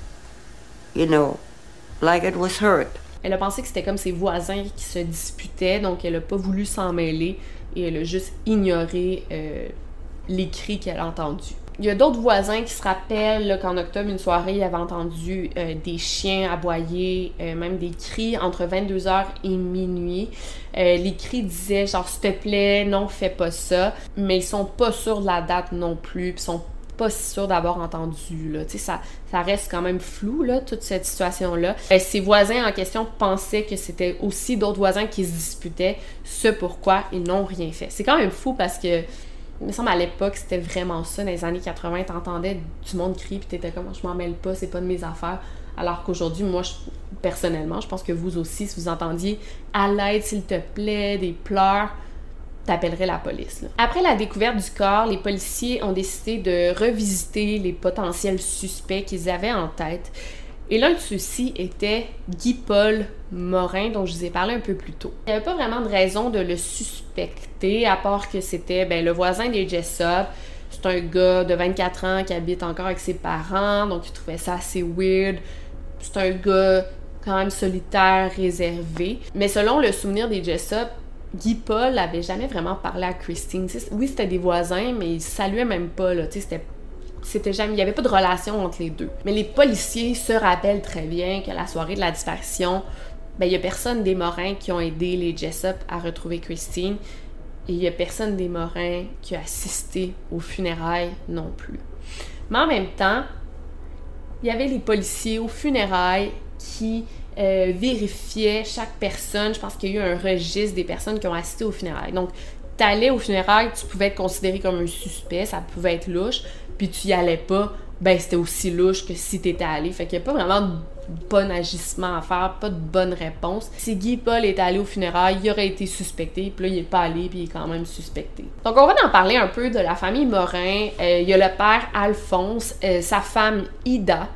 [SPEAKER 4] you know, like it was hurt.
[SPEAKER 3] Elle a pensé que c'était comme ses voisins qui se disputaient, donc elle a pas voulu s'en mêler et elle a juste ignoré euh, les cris qu'elle a entendus. Il y a d'autres voisins qui se rappellent là, qu'en octobre, une soirée, ils avaient entendu euh, des chiens aboyer, euh, même des cris entre vingt-deux heures et minuit. Euh, les cris disaient genre « s'il te plaît, non, fais pas ça », mais ils sont pas sûrs de la date non plus, puis ils sont pas si sûrs d'avoir entendu. Là. Tu sais, ça, ça reste quand même flou, là, toute cette situation-là. Euh, ces voisins en question pensaient que c'était aussi d'autres voisins qui se disputaient, ce pourquoi ils n'ont rien fait. C'est quand même fou parce que il me semble à l'époque, c'était vraiment ça. Dans les années quatre-vingts, t'entendais du monde crier pis t'étais comme « je m'en mêle pas, c'est pas de mes affaires ». Alors qu'aujourd'hui, moi, je, personnellement, je pense que vous aussi, si vous entendiez « à l'aide, s'il te plaît », des pleurs, t'appellerais la police. Là. Après la découverte du corps, les policiers ont décidé de revisiter les potentiels suspects qu'ils avaient en tête. Et l'un de ceux-ci était Guy-Paul Morin, dont je vous ai parlé un peu plus tôt. Il n'y avait pas vraiment de raison de le suspecter, à part que c'était ben, le voisin des Jessup. C'est un gars de vingt-quatre ans qui habite encore avec ses parents, donc il trouvait ça assez weird. C'est un gars quand même solitaire, réservé. Mais selon le souvenir des Jessup, Guy-Paul n'avait jamais vraiment parlé à Christine. T'sais, oui, c'était des voisins, mais ils se saluaient même pas. Là. C'était C'était jamais, il n'y avait pas de relation entre les deux. Mais les policiers se rappellent très bien que la soirée de la disparition, ben, il n'y a personne des Morins qui ont aidé les Jessup à retrouver Christine et il n'y a personne des Morins qui a assisté aux funérailles non plus. Mais en même temps, il y avait les policiers aux funérailles qui euh, vérifiaient chaque personne. Je pense qu'il y a eu un registre des personnes qui ont assisté aux funérailles. Donc, t'allais aux funérailles, tu pouvais être considéré comme un suspect, ça pouvait être louche, puis tu y allais pas, ben c'était aussi louche que si t'étais allé. Fait qu'il y a pas vraiment de bon agissement à faire, pas de bonne réponse. Si Guy-Paul était allé aux funérailles, il aurait été suspecté, puis là, il est pas allé, puis il est quand même suspecté. Donc, on va en parler un peu de la famille Morin. Euh, il y a le père Alphonse, euh, sa femme Ida,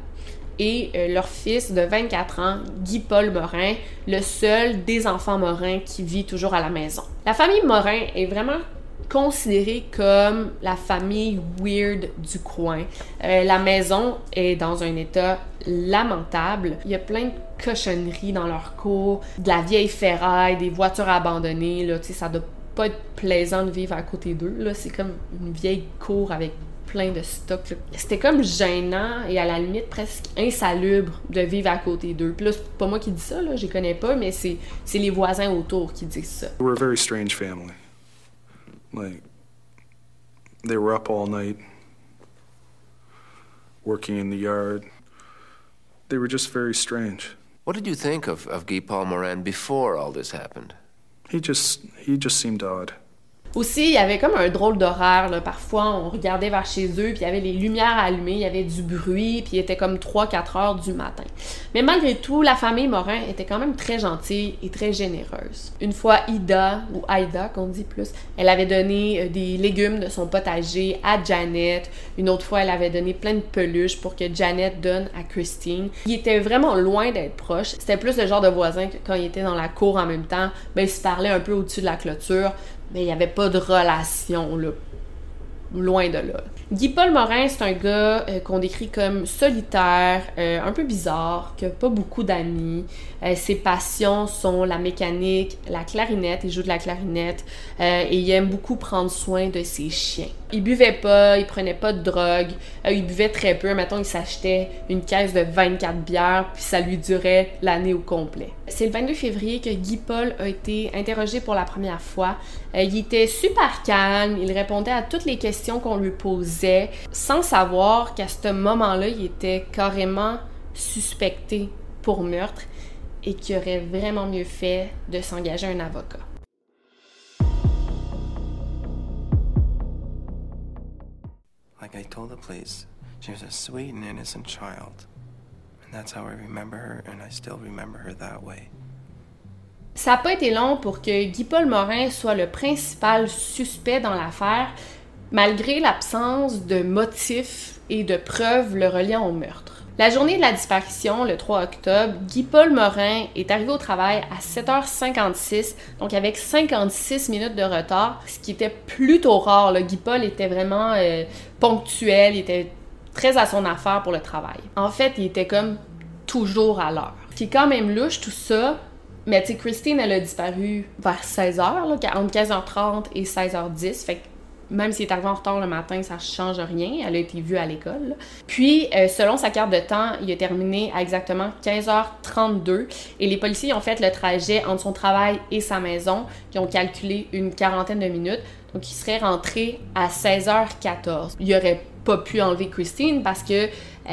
[SPEAKER 3] et euh, leur fils de vingt-quatre ans, Guy-Paul Morin, le seul des enfants Morin qui vit toujours à la maison. La famille Morin est vraiment considérée comme la famille weird du coin. Euh, la maison est dans un état lamentable. Il y a plein de cochonneries dans leur cour, de la vieille ferraille, des voitures abandonnées. Là, tu sais, ça doit pas être plaisant de vivre à côté d'eux. Là. C'est comme une vieille cour avec plein de stock. Là. C'était comme gênant et à la limite presque insalubre de vivre à côté d'eux. Puis là, c'est pas moi qui dis ça, là, je les connais pas, mais c'est, c'est les voisins autour qui disent ça.
[SPEAKER 5] We're a very strange family. Like, they were up all night, working in the yard. They were just very strange.
[SPEAKER 6] What did you think of, of Guy Paul Morin before all this happened?
[SPEAKER 5] He just, he just seemed odd.
[SPEAKER 3] Aussi, il y avait comme un drôle d'horaire, là. Parfois, on regardait vers chez eux, puis il y avait les lumières allumées, il y avait du bruit, puis il était comme trois quatre heures du matin. Mais malgré tout, la famille Morin était quand même très gentille et très généreuse. Une fois, Ida, ou Aïda qu'on dit plus, elle avait donné des légumes de son potager à Janet. Une autre fois, elle avait donné plein de peluches pour que Janet donne à Christine. Ils étaient vraiment loin d'être proches. C'était plus le genre de voisin que quand ils étaient dans la cour en même temps, ben ils se parlaient un peu au-dessus de la clôture. Mais il n'y avait pas de relation, là. Loin de là. Guy-Paul Morin, c'est un gars euh, qu'on décrit comme solitaire, euh, un peu bizarre, qui n'a pas beaucoup d'amis. Euh, ses passions sont la mécanique, la clarinette, il joue de la clarinette, euh, et il aime beaucoup prendre soin de ses chiens. Il buvait pas, il prenait pas de drogue, euh, il buvait très peu. Mettons, il s'achetait une caisse de vingt-quatre bières, puis ça lui durait l'année au complet. C'est le vingt-deux février que Guy-Paul a été interrogé pour la première fois. Euh, il était super calme, il répondait à toutes les questions qu'on lui posait, sans savoir qu'à ce moment-là, il était carrément suspecté pour meurtre et qu'il aurait vraiment mieux fait de s'engager un avocat.
[SPEAKER 6] Like I told the police, she was a sweet and innocent child. And that's how I remember her, and I still remember her that way.
[SPEAKER 3] Ça n'a pas été long pour que Guy-Paul Morin soit le principal suspect dans l'affaire, malgré l'absence de motifs et de preuves le reliant au meurtre. La journée de la disparition, le trois octobre, Guy-Paul Morin est arrivé au travail à sept heures cinquante-six, donc avec cinquante-six minutes de retard, ce qui était plutôt rare. Là. Guy-Paul était vraiment euh, ponctuel, il était très à son affaire pour le travail. En fait, il était comme toujours à l'heure. Ce qui est quand même louche, tout ça, mais tu sais, Christine, elle a disparu vers seize heures, là, entre quinze heures trente et seize heures dix, fait que même s'il est arrivé en retard le matin, ça ne change rien. Elle a été vue à l'école. Là. Puis, euh, selon sa carte de temps, il a terminé à exactement quinze heures trente-deux. Et les policiers ont fait le trajet entre son travail et sa maison. Ils ont calculé une quarantaine de minutes. Donc, il serait rentré à seize heures quatorze. Il n'aurait pas pu enlever Christine parce que euh,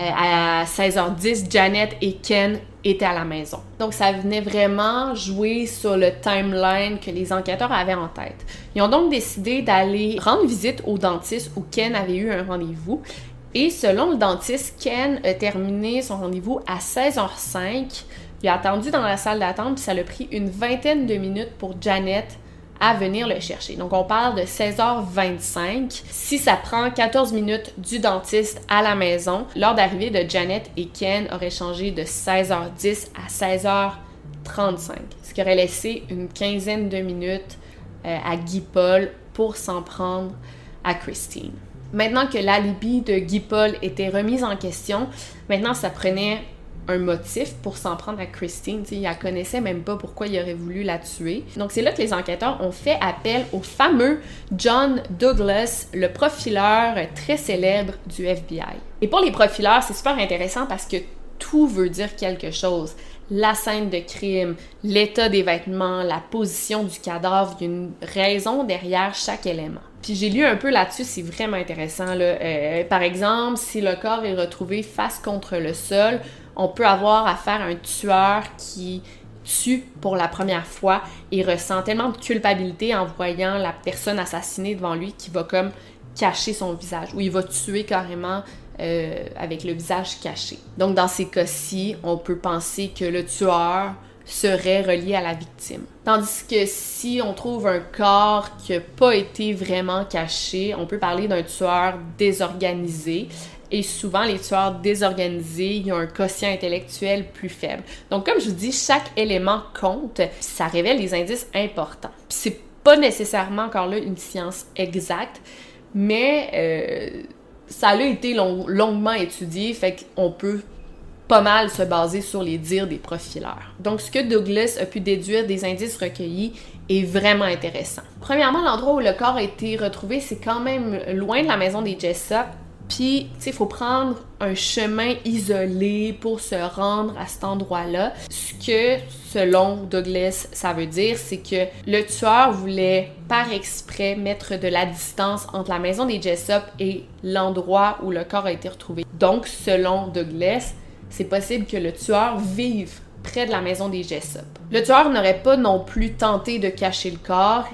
[SPEAKER 3] à seize heures dix, Janet et Ken étaient à la maison. Donc, ça venait vraiment jouer sur le timeline que les enquêteurs avaient en tête. Ils ont donc décidé d'aller rendre visite au dentiste où Ken avait eu un rendez-vous. Et selon le dentiste, Ken a terminé son rendez-vous à seize heures cinq. Il a attendu dans la salle d'attente, puis ça a pris une vingtaine de minutes pour Janet à venir le chercher. Donc, on parle de seize heures vingt-cinq. Si ça prend quatorze minutes du dentiste à la maison, l'heure d'arrivée de Janet et Ken aurait changé de seize heures dix à seize heures trente-cinq, ce qui aurait laissé une quinzaine de minutes euh, à Guy-Paul pour s'en prendre à Christine. Maintenant que l'alibi de Guy-Paul était remis en question, maintenant, ça prenait un motif pour s'en prendre à Christine. T'sais, il la connaissait même pas pourquoi il aurait voulu la tuer. Donc, c'est là que les enquêteurs ont fait appel au fameux John Douglas, le profileur très célèbre du F B I. Et pour les profileurs, c'est super intéressant parce que tout veut dire quelque chose. La scène de crime, l'état des vêtements, la position du cadavre, il y a une raison derrière chaque élément. Puis j'ai lu un peu là-dessus, c'est vraiment intéressant. Là. Euh, par exemple, si le corps est retrouvé face contre le sol, on peut avoir affaire à un tueur qui tue pour la première fois et ressent tellement de culpabilité en voyant la personne assassinée devant lui qu'il va comme cacher son visage, ou il va tuer carrément euh, avec le visage caché. Donc dans ces cas-ci, on peut penser que le tueur serait relié à la victime. Tandis que si on trouve un corps qui n'a pas été vraiment caché, on peut parler d'un tueur désorganisé. Et souvent, les tueurs désorganisés, ils ont un quotient intellectuel plus faible. Donc, comme je vous dis, chaque élément compte, ça révèle des indices importants. Puis c'est pas nécessairement encore là une science exacte, mais euh, ça a été long, longuement étudié, fait qu'on peut pas mal se baser sur les dires des profileurs. Donc, ce que Douglas a pu déduire des indices recueillis est vraiment intéressant. Premièrement, l'endroit où le corps a été retrouvé, c'est quand même loin de la maison des Jessup. Puis, tu sais, il faut prendre un chemin isolé pour se rendre à cet endroit-là. Ce que, selon Douglas, ça veut dire, c'est que le tueur voulait par exprès mettre de la distance entre la maison des Jessup et l'endroit où le corps a été retrouvé. Donc, selon Douglas, c'est possible que le tueur vive près de la maison des Jessup. Le tueur n'aurait pas non plus tenté de cacher le corps,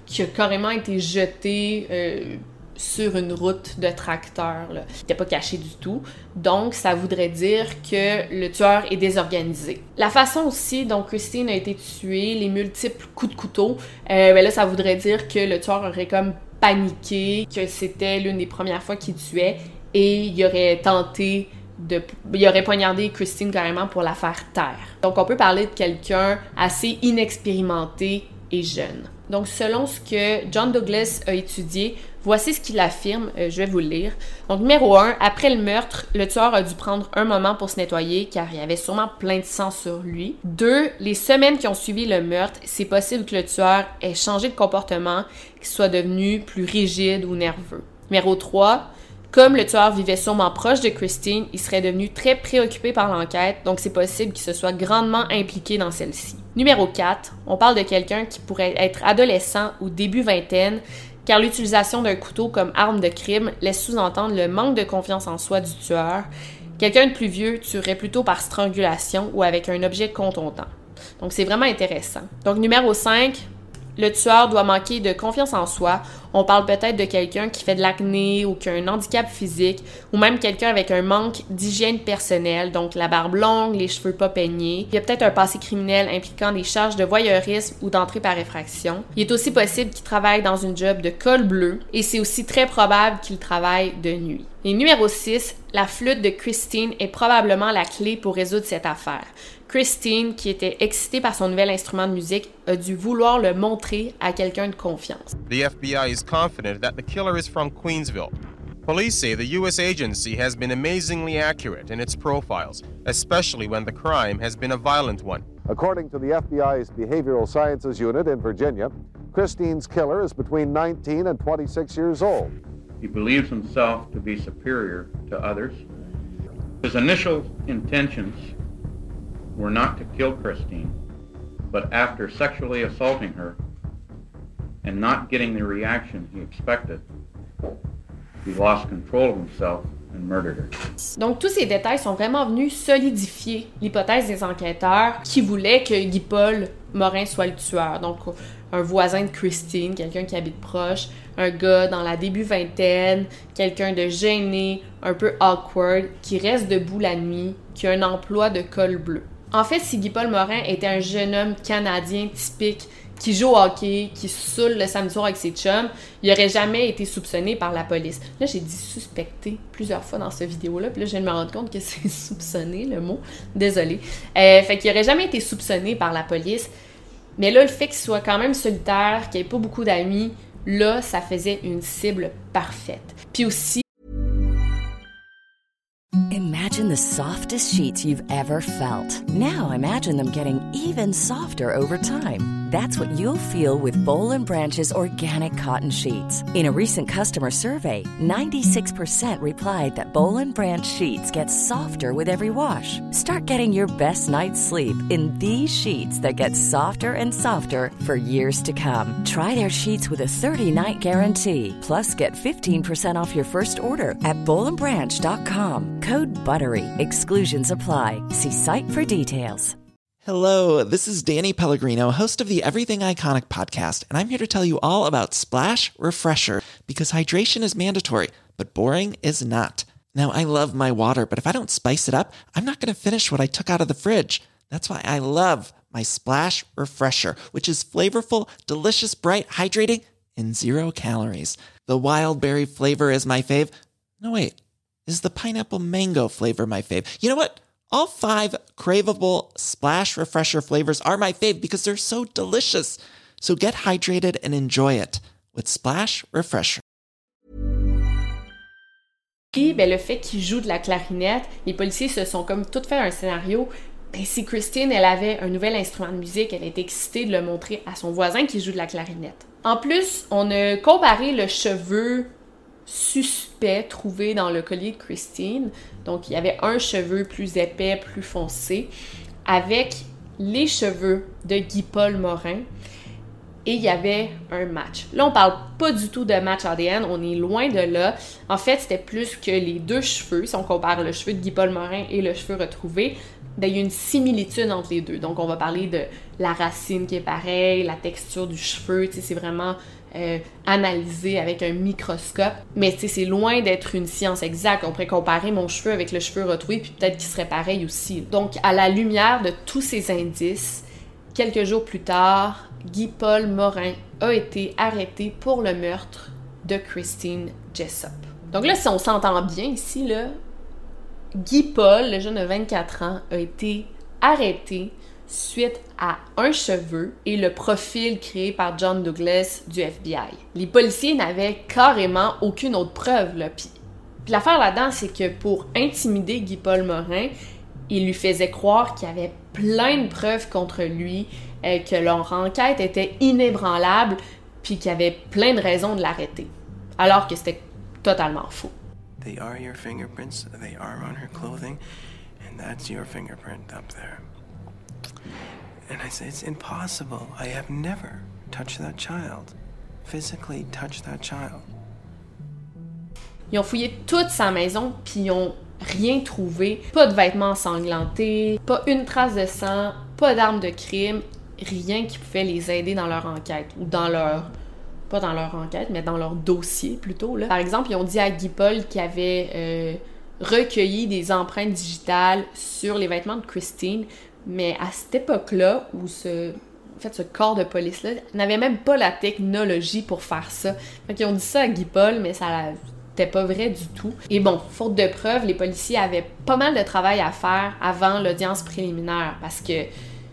[SPEAKER 3] qui a carrément été jeté euh, sur une route de tracteur, là. Il n'était pas caché du tout. Donc, ça voudrait dire que le tueur est désorganisé. La façon aussi dont Christine a été tuée, les multiples coups de couteau, euh, ben là, ça voudrait dire que le tueur aurait comme paniqué, que c'était l'une des premières fois qu'il tuait et il aurait tenté de... il aurait poignardé Christine carrément pour la faire taire. Donc, on peut parler de quelqu'un assez inexpérimenté et jeune. Donc, selon ce que John Douglas a étudié, voici ce qu'il affirme, euh, je vais vous le lire. Donc, numéro un, après le meurtre, le tueur a dû prendre un moment pour se nettoyer car il y avait sûrement plein de sang sur lui. Deux, les semaines qui ont suivi le meurtre, c'est possible que le tueur ait changé de comportement, qu'il soit devenu plus rigide ou nerveux. Numéro trois, comme le tueur vivait sûrement proche de Christine, il serait devenu très préoccupé par l'enquête, donc c'est possible qu'il se soit grandement impliqué dans celle-ci. Numéro quatre, on parle de quelqu'un qui pourrait être adolescent ou début vingtaine, car l'utilisation d'un couteau comme arme de crime laisse sous-entendre le manque de confiance en soi du tueur. Quelqu'un de plus vieux tuerait plutôt par strangulation ou avec un objet contondant. Donc c'est vraiment intéressant. Donc numéro cinq, le tueur doit manquer de confiance en soi. On parle peut-être de quelqu'un qui fait de l'acné ou qui a un handicap physique, ou même quelqu'un avec un manque d'hygiène personnelle, donc la barbe longue, les cheveux pas peignés. Il y a peut-être un passé criminel impliquant des charges de voyeurisme ou d'entrée par effraction. Il est aussi possible qu'il travaille dans une job de col bleu, et c'est aussi très probable qu'il travaille de nuit. Et numéro six, la flûte de Christine est probablement la clé pour résoudre cette affaire. Christine, qui était excitée par son nouvel instrument de musique, a dû vouloir le montrer à quelqu'un de confiance.
[SPEAKER 7] The F B I is confident that the killer is from Queensville. Police say the U S agency has been amazingly accurate in its profiles, especially when the crime has been a violent one.
[SPEAKER 8] According to the F B I's Behavioral Sciences Unit in Virginia, Christine's killer is between nineteen and twenty-six years old.
[SPEAKER 9] He believes himself to be superior to others. His initial intentions were not to kill Christine, but after sexually assaulting her and not getting the reaction he expected, he lost control of himself and murdered her.
[SPEAKER 3] Donc, tous ces détails sont vraiment venus solidifier l'hypothèse des enquêteurs qui voulaient que Guy-Paul Morin soit le tueur. Donc, un voisin de Christine, quelqu'un qui habite proche, un gars dans la début vingtaine, quelqu'un de gêné, un peu awkward, qui reste debout la nuit, qui a un emploi de col bleu. En fait, si Guy-Paul Morin était un jeune homme canadien typique qui joue au hockey, qui se saoule le samedi soir avec ses chums, il n'aurait jamais été soupçonné par la police. Là, j'ai dit suspecté plusieurs fois dans cette vidéo-là, puis là, je viens de me rendre compte que c'est soupçonné, le mot. Désolée. Euh, fait qu'il n'aurait jamais été soupçonné par la police. Mais là, le fait qu'il soit quand même solitaire, qu'il n'ait pas beaucoup d'amis, là, ça faisait une cible parfaite. Puis aussi...
[SPEAKER 10] Imagine the softest sheets you've ever felt. Now imagine them getting even softer over time. That's what you'll feel with Boll and Branch's organic cotton sheets. In a recent customer survey, ninety-six percent replied that Boll and Branch sheets get softer with every wash. Start getting your best night's sleep in these sheets that get softer and softer for years to come. Try their sheets with a thirty-night guarantee. Plus, get fifteen percent off your first order at boll and branch dot com. Code BUTTERY. Exclusions apply. See site for details.
[SPEAKER 1] Hello, this is Danny Pellegrino, host of the Everything Iconic podcast, and I'm here to tell you all about Splash Refresher, because hydration is mandatory, but boring is not. Now, I love my water, but if I don't spice it up, I'm not going to finish what I took out of the fridge. That's why I love my Splash Refresher, which is flavorful, delicious, bright, hydrating, and zero calories. The wild berry flavor is my fave. No, wait. Is the pineapple mango flavor my fave? You know what? All five craveable Splash Refresher flavors are my fave because they're so delicious. So get hydrated and enjoy it with Splash Refresher.
[SPEAKER 3] Puis, ben, le fait qu'il joue de la clarinette, les policiers se sont comme tout fait un scénario. Ben, si Christine, elle avait un nouvel instrument de musique, elle était excitée de le montrer à son voisin qui joue de la clarinette. En plus, on a comparé le cheveu suspect trouvé dans le collier de Christine. Donc, il y avait un cheveu plus épais, plus foncé, avec les cheveux de Guy-Paul Morin. et il y avait un match. Là, on parle pas du tout de match A D N, on est loin de là. En fait, c'était plus que les deux cheveux, si on compare le cheveu de Guy-Paul Morin et le cheveu retrouvé, ben, il y a une similitude entre les deux. Donc, on va parler de la racine qui est pareille, la texture du cheveu, tu sais, c'est vraiment euh, analysé avec un microscope. Mais tu sais, c'est loin d'être une science exacte. On pourrait comparer mon cheveu avec le cheveu retrouvé, puis peut-être qu'il serait pareil aussi. Donc, à la lumière de tous ces indices, quelques jours plus tard, Guy-Paul Morin a été arrêté pour le meurtre de Christine Jessup. Donc là, si on s'entend bien ici, là, Guy-Paul, le jeune de vingt-quatre ans, a été arrêté suite à un cheveu et le profil créé par John Douglas du F B I. Les policiers n'avaient carrément aucune autre preuve, là. Puis, puis l'affaire là-dedans, c'est que pour intimider Guy-Paul Morin, il lui faisait croire qu'il y avait plein de preuves contre lui, euh, que leur enquête était inébranlable, puis qu'il y avait plein de raisons de l'arrêter. Alors que c'était totalement faux.
[SPEAKER 6] They are your fingerprints, they are on her clothing, and that's your fingerprint up there. And I said, it's impossible. I have never touched that child. Physically touched that child.
[SPEAKER 3] Ils ont fouillé toute sa maison, puis ils ont rien trouvé. Pas de vêtements ensanglantés, pas une trace de sang, pas d'arme de crime, rien qui pouvait les aider dans leur enquête, ou dans leur... pas dans leur enquête, mais dans leur dossier plutôt, là. Par exemple, ils ont dit à Guy-Paul qu'ils avaient euh, recueilli des empreintes digitales sur les vêtements de Christine, mais à cette époque-là, où ce, en fait, ce corps de police-là n'avait même pas la technologie pour faire ça. Fait qu'ils ont dit ça à Guy-Paul, mais ça n'était pas vrai du tout. Et bon, faute de preuves, les policiers avaient pas mal de travail à faire avant l'audience préliminaire, parce que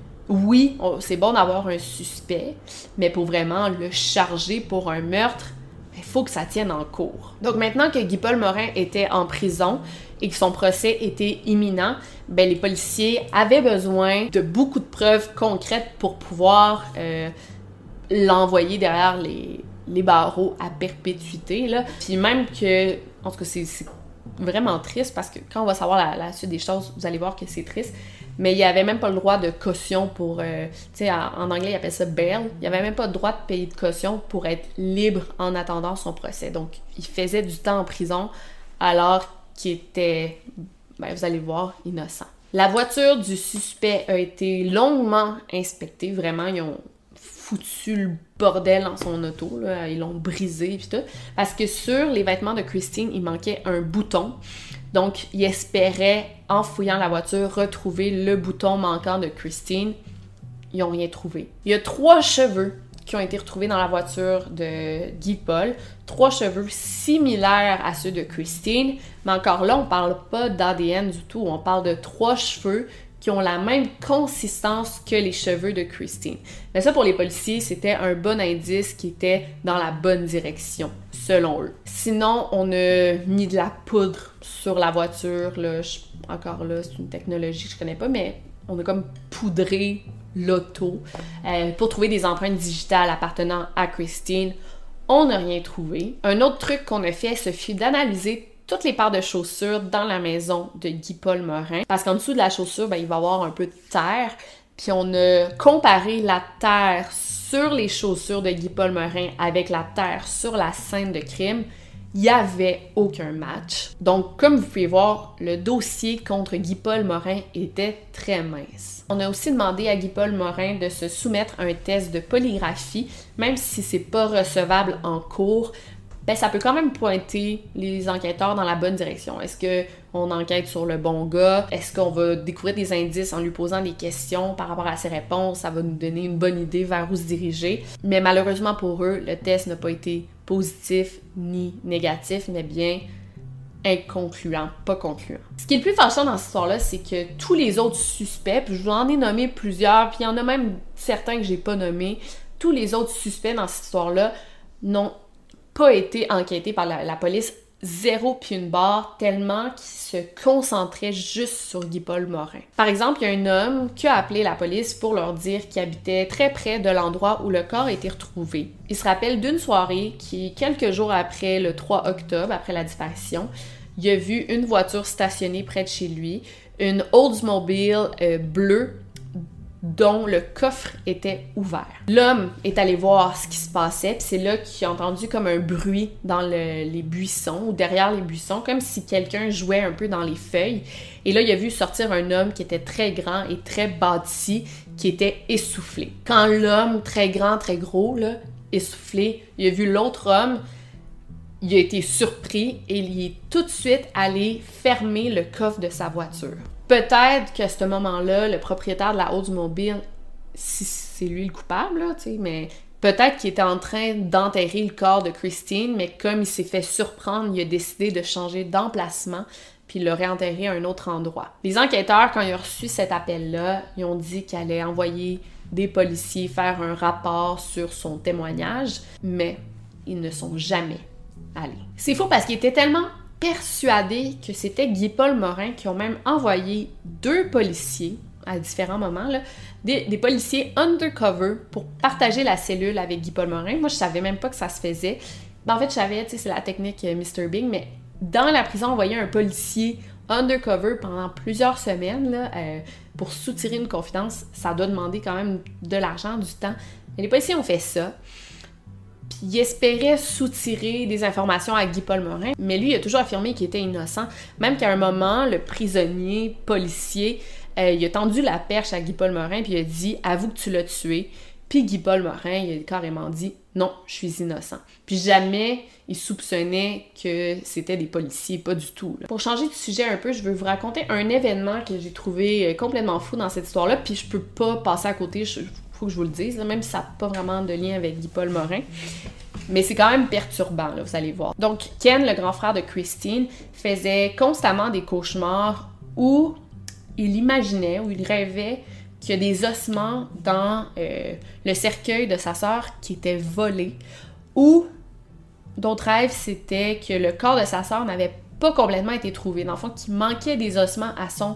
[SPEAKER 3] oui, on, c'est bon d'avoir un suspect, mais pour vraiment le charger pour un meurtre, il faut que ça tienne en cours. Donc maintenant que Guy-Paul Morin était en prison et que son procès était imminent, ben les policiers avaient besoin de beaucoup de preuves concrètes pour pouvoir euh, l'envoyer derrière les, les barreaux à perpétuité, là. Puis même que, en tout cas, c'est, c'est vraiment triste parce que quand on va savoir la, la suite des choses, vous allez voir que c'est triste. Mais il n'y avait même pas le droit de caution pour... Euh, tu sais, en anglais, ils appellent ça « bail ». Il n'y avait même pas le droit de payer de caution pour être libre en attendant son procès. Donc, il faisait du temps en prison alors qu'il était, ben, vous allez voir, innocent. La voiture du suspect a été longuement inspectée. Vraiment, ils ont foutu le bordel dans son auto, là. Ils l'ont brisé et tout. Parce que sur les vêtements de Christine, il manquait un bouton. Donc, il espérait, en fouillant la voiture, retrouver le bouton manquant de Christine. Ils n'ont rien trouvé. Il y a trois cheveux qui ont été retrouvés dans la voiture de Guy-Paul. Trois cheveux similaires à ceux de Christine. Mais encore là, on ne parle pas d'A D N du tout. On parle de trois cheveux qui ont la même consistance que les cheveux de Christine. Mais ça, pour les policiers, c'était un bon indice qui était dans la bonne direction, selon eux. Sinon, on a mis de la poudre sur la voiture. Là, je, encore là, c'est une technologie que je connais pas, mais on a comme poudré l'auto euh, pour trouver des empreintes digitales appartenant à Christine. On n'a rien trouvé. Un autre truc qu'on a fait, ce fut d'analyser toutes les paires de chaussures dans la maison de Guy-Paul Morin. Parce qu'en dessous de la chaussure, ben, il va y avoir un peu de terre. Puis on a comparé la terre sur les chaussures de Guy-Paul Morin avec la terre sur la scène de crime. Il n'y avait aucun match. Donc, comme vous pouvez voir, le dossier contre Guy-Paul Morin était très mince. On a aussi demandé à Guy-Paul Morin de se soumettre à un test de polygraphie, même si c'est pas recevable en cours. Ben, ça peut quand même pointer les enquêteurs dans la bonne direction. Est-ce qu'on enquête sur le bon gars? Est-ce qu'on va découvrir des indices en lui posant des questions par rapport à ses réponses? Ça va nous donner une bonne idée vers où se diriger. Mais malheureusement pour eux, le test n'a pas été positif ni négatif, mais bien inconcluant, pas concluant. Ce qui est le plus fâchant dans cette histoire-là, c'est que tous les autres suspects, puis je vous en ai nommé plusieurs, puis il y en a même certains que j'ai pas nommés, tous les autres suspects dans cette histoire-là n'ont pas été enquêté par la, la police, zéro puis une barre, tellement qu'ils se concentraient juste sur Guy-Paul Morin. Par exemple, il y a un homme qui a appelé la police pour leur dire qu'il habitait très près de l'endroit où le corps a été retrouvé. Il se rappelle d'une soirée qui, quelques jours après le trois octobre, après la disparition, il a vu une voiture stationnée près de chez lui, une Oldsmobile euh, bleue dont le coffre était ouvert. L'homme est allé voir ce qui se passait, puis c'est là qu'il a entendu comme un bruit dans le, les buissons, ou derrière les buissons, comme si quelqu'un jouait un peu dans les feuilles. Et là, il a vu sortir un homme qui était très grand et très bâti, qui était essoufflé. Quand l'homme, très grand, très gros, là, essoufflé, il a vu l'autre homme, il a été surpris et il est tout de suite allé fermer le coffre de sa voiture. Peut-être qu'à ce moment-là, le propriétaire de la Oldsmobile, si c'est lui le coupable, là, tu sais, mais peut-être qu'il était en train d'enterrer le corps de Christine, mais comme il s'est fait surprendre, il a décidé de changer d'emplacement puis il l'a réenterré à un autre endroit. Les enquêteurs, quand ils ont reçu cet appel-là, ils ont dit qu'ils allaient envoyer des policiers faire un rapport sur son témoignage, mais ils ne sont jamais allés. C'est faux parce qu'il était tellement persuadé que c'était Guy-Paul Morin qui ont même envoyé deux policiers à différents moments, là, des, des policiers undercover pour partager la cellule avec Guy-Paul Morin. Moi, je savais même pas que ça se faisait. Ben, en fait, je savais, tu sais, c'est la technique euh, mister Big, mais dans la prison, on voyait un policier undercover pendant plusieurs semaines là, euh, pour soutirer une confidence. Ça doit demander quand même de l'argent, du temps. Mais les policiers ont fait ça. Puis il espérait soutirer des informations à Guy-Paul Morin, mais lui, il a toujours affirmé qu'il était innocent. Même qu'à un moment, le prisonnier policier, euh, il a tendu la perche à Guy-Paul Morin, puis il a dit « Avoue que tu l'as tué ». Puis Guy-Paul Morin, il a carrément dit « Non, je suis innocent ». Puis jamais il soupçonnait que c'était des policiers, pas du tout. Là. Pour changer de sujet un peu, je veux vous raconter un événement que j'ai trouvé complètement fou dans cette histoire-là, puis je peux pas passer à côté, il faut que je vous le dise, là, même si ça n'a pas vraiment de lien avec Guy-Paul Morin. Mais c'est quand même perturbant, là, vous allez voir. Donc, Ken, le grand frère de Christine, faisait constamment des cauchemars où il imaginait, où il rêvait qu'il y a des ossements dans euh, le cercueil de sa sœur qui étaient volés, ou d'autres rêves, c'était que le corps de sa sœur n'avait pas complètement été trouvé. Dans le fond, qu'il manquait des ossements à son,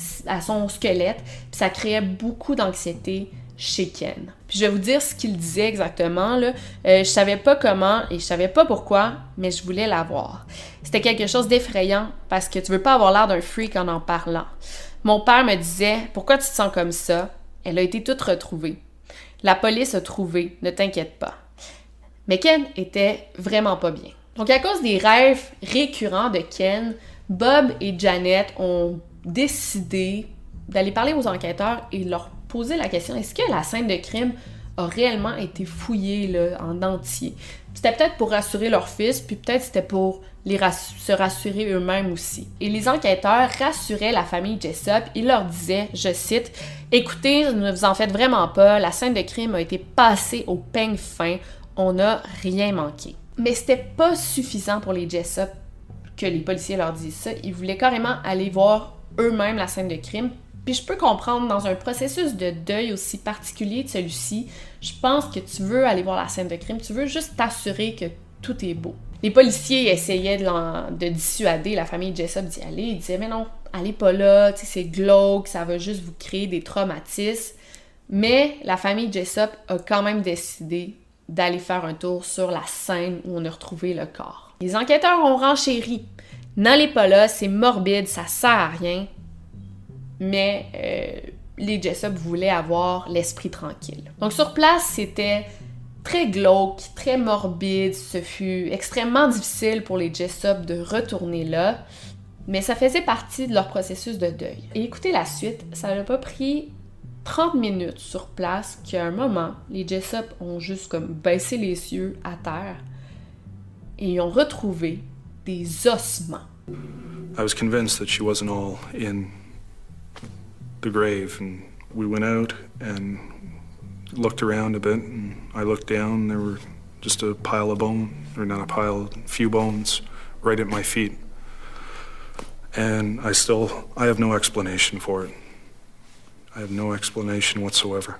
[SPEAKER 3] à son squelette, puis ça créait beaucoup d'anxiété chez Ken. Puis je vais vous dire ce qu'il disait exactement, là. Euh, je savais pas comment et je savais pas pourquoi, mais je voulais l'avoir. C'était quelque chose d'effrayant parce que tu veux pas avoir l'air d'un freak en en parlant. Mon père me disait « Pourquoi tu te sens comme ça? » Elle a été toute retrouvée. La police a trouvé, ne t'inquiète pas. Mais Ken était vraiment pas bien. Donc à cause des rêves récurrents de Ken, Bob et Janet ont décidé d'aller parler aux enquêteurs et leur poser la question, est-ce que la scène de crime a réellement été fouillée là, en entier? C'était peut-être pour rassurer leur fils, puis peut-être c'était pour les rass- se rassurer eux-mêmes aussi. Et les enquêteurs rassuraient la famille Jessup, ils leur disaient, je cite, « Écoutez, ne vous en faites vraiment pas, la scène de crime a été passée au peigne fin, on n'a rien manqué. » Mais c'était pas suffisant pour les Jessup que les policiers leur disent ça, ils voulaient carrément aller voir eux-mêmes la scène de crime. Puis je peux comprendre, dans un processus de deuil aussi particulier de celui-ci, je pense que tu veux aller voir la scène de crime, tu veux juste t'assurer que tout est beau. Les policiers essayaient de, de dissuader la famille Jessup d'y aller, ils disaient « Mais non, allez pas là, c'est glauque, ça va juste vous créer des traumatismes. » Mais la famille Jessup a quand même décidé d'aller faire un tour sur la scène où on a retrouvé le corps. Les enquêteurs ont renchéri. « N'allez pas là, c'est morbide, ça sert à rien. » Mais euh, les Jessup voulaient avoir l'esprit tranquille. Donc sur place, c'était très glauque, très morbide. Ce fut extrêmement difficile pour les Jessup de retourner là, mais ça faisait partie de leur processus de deuil. Et écoutez la suite, ça n'a pas pris trente minutes sur place qu'à un moment, les Jessup ont juste comme baissé les yeux à terre et ils ont retrouvé des ossements.
[SPEAKER 5] I was convinced that she wasn't all in the grave, and we went out and looked around a bit, and I looked down, and there were just a pile of bones, or not a pile, a few bones right at my feet. And I still, I have no explanation for it. I have no explanation whatsoever.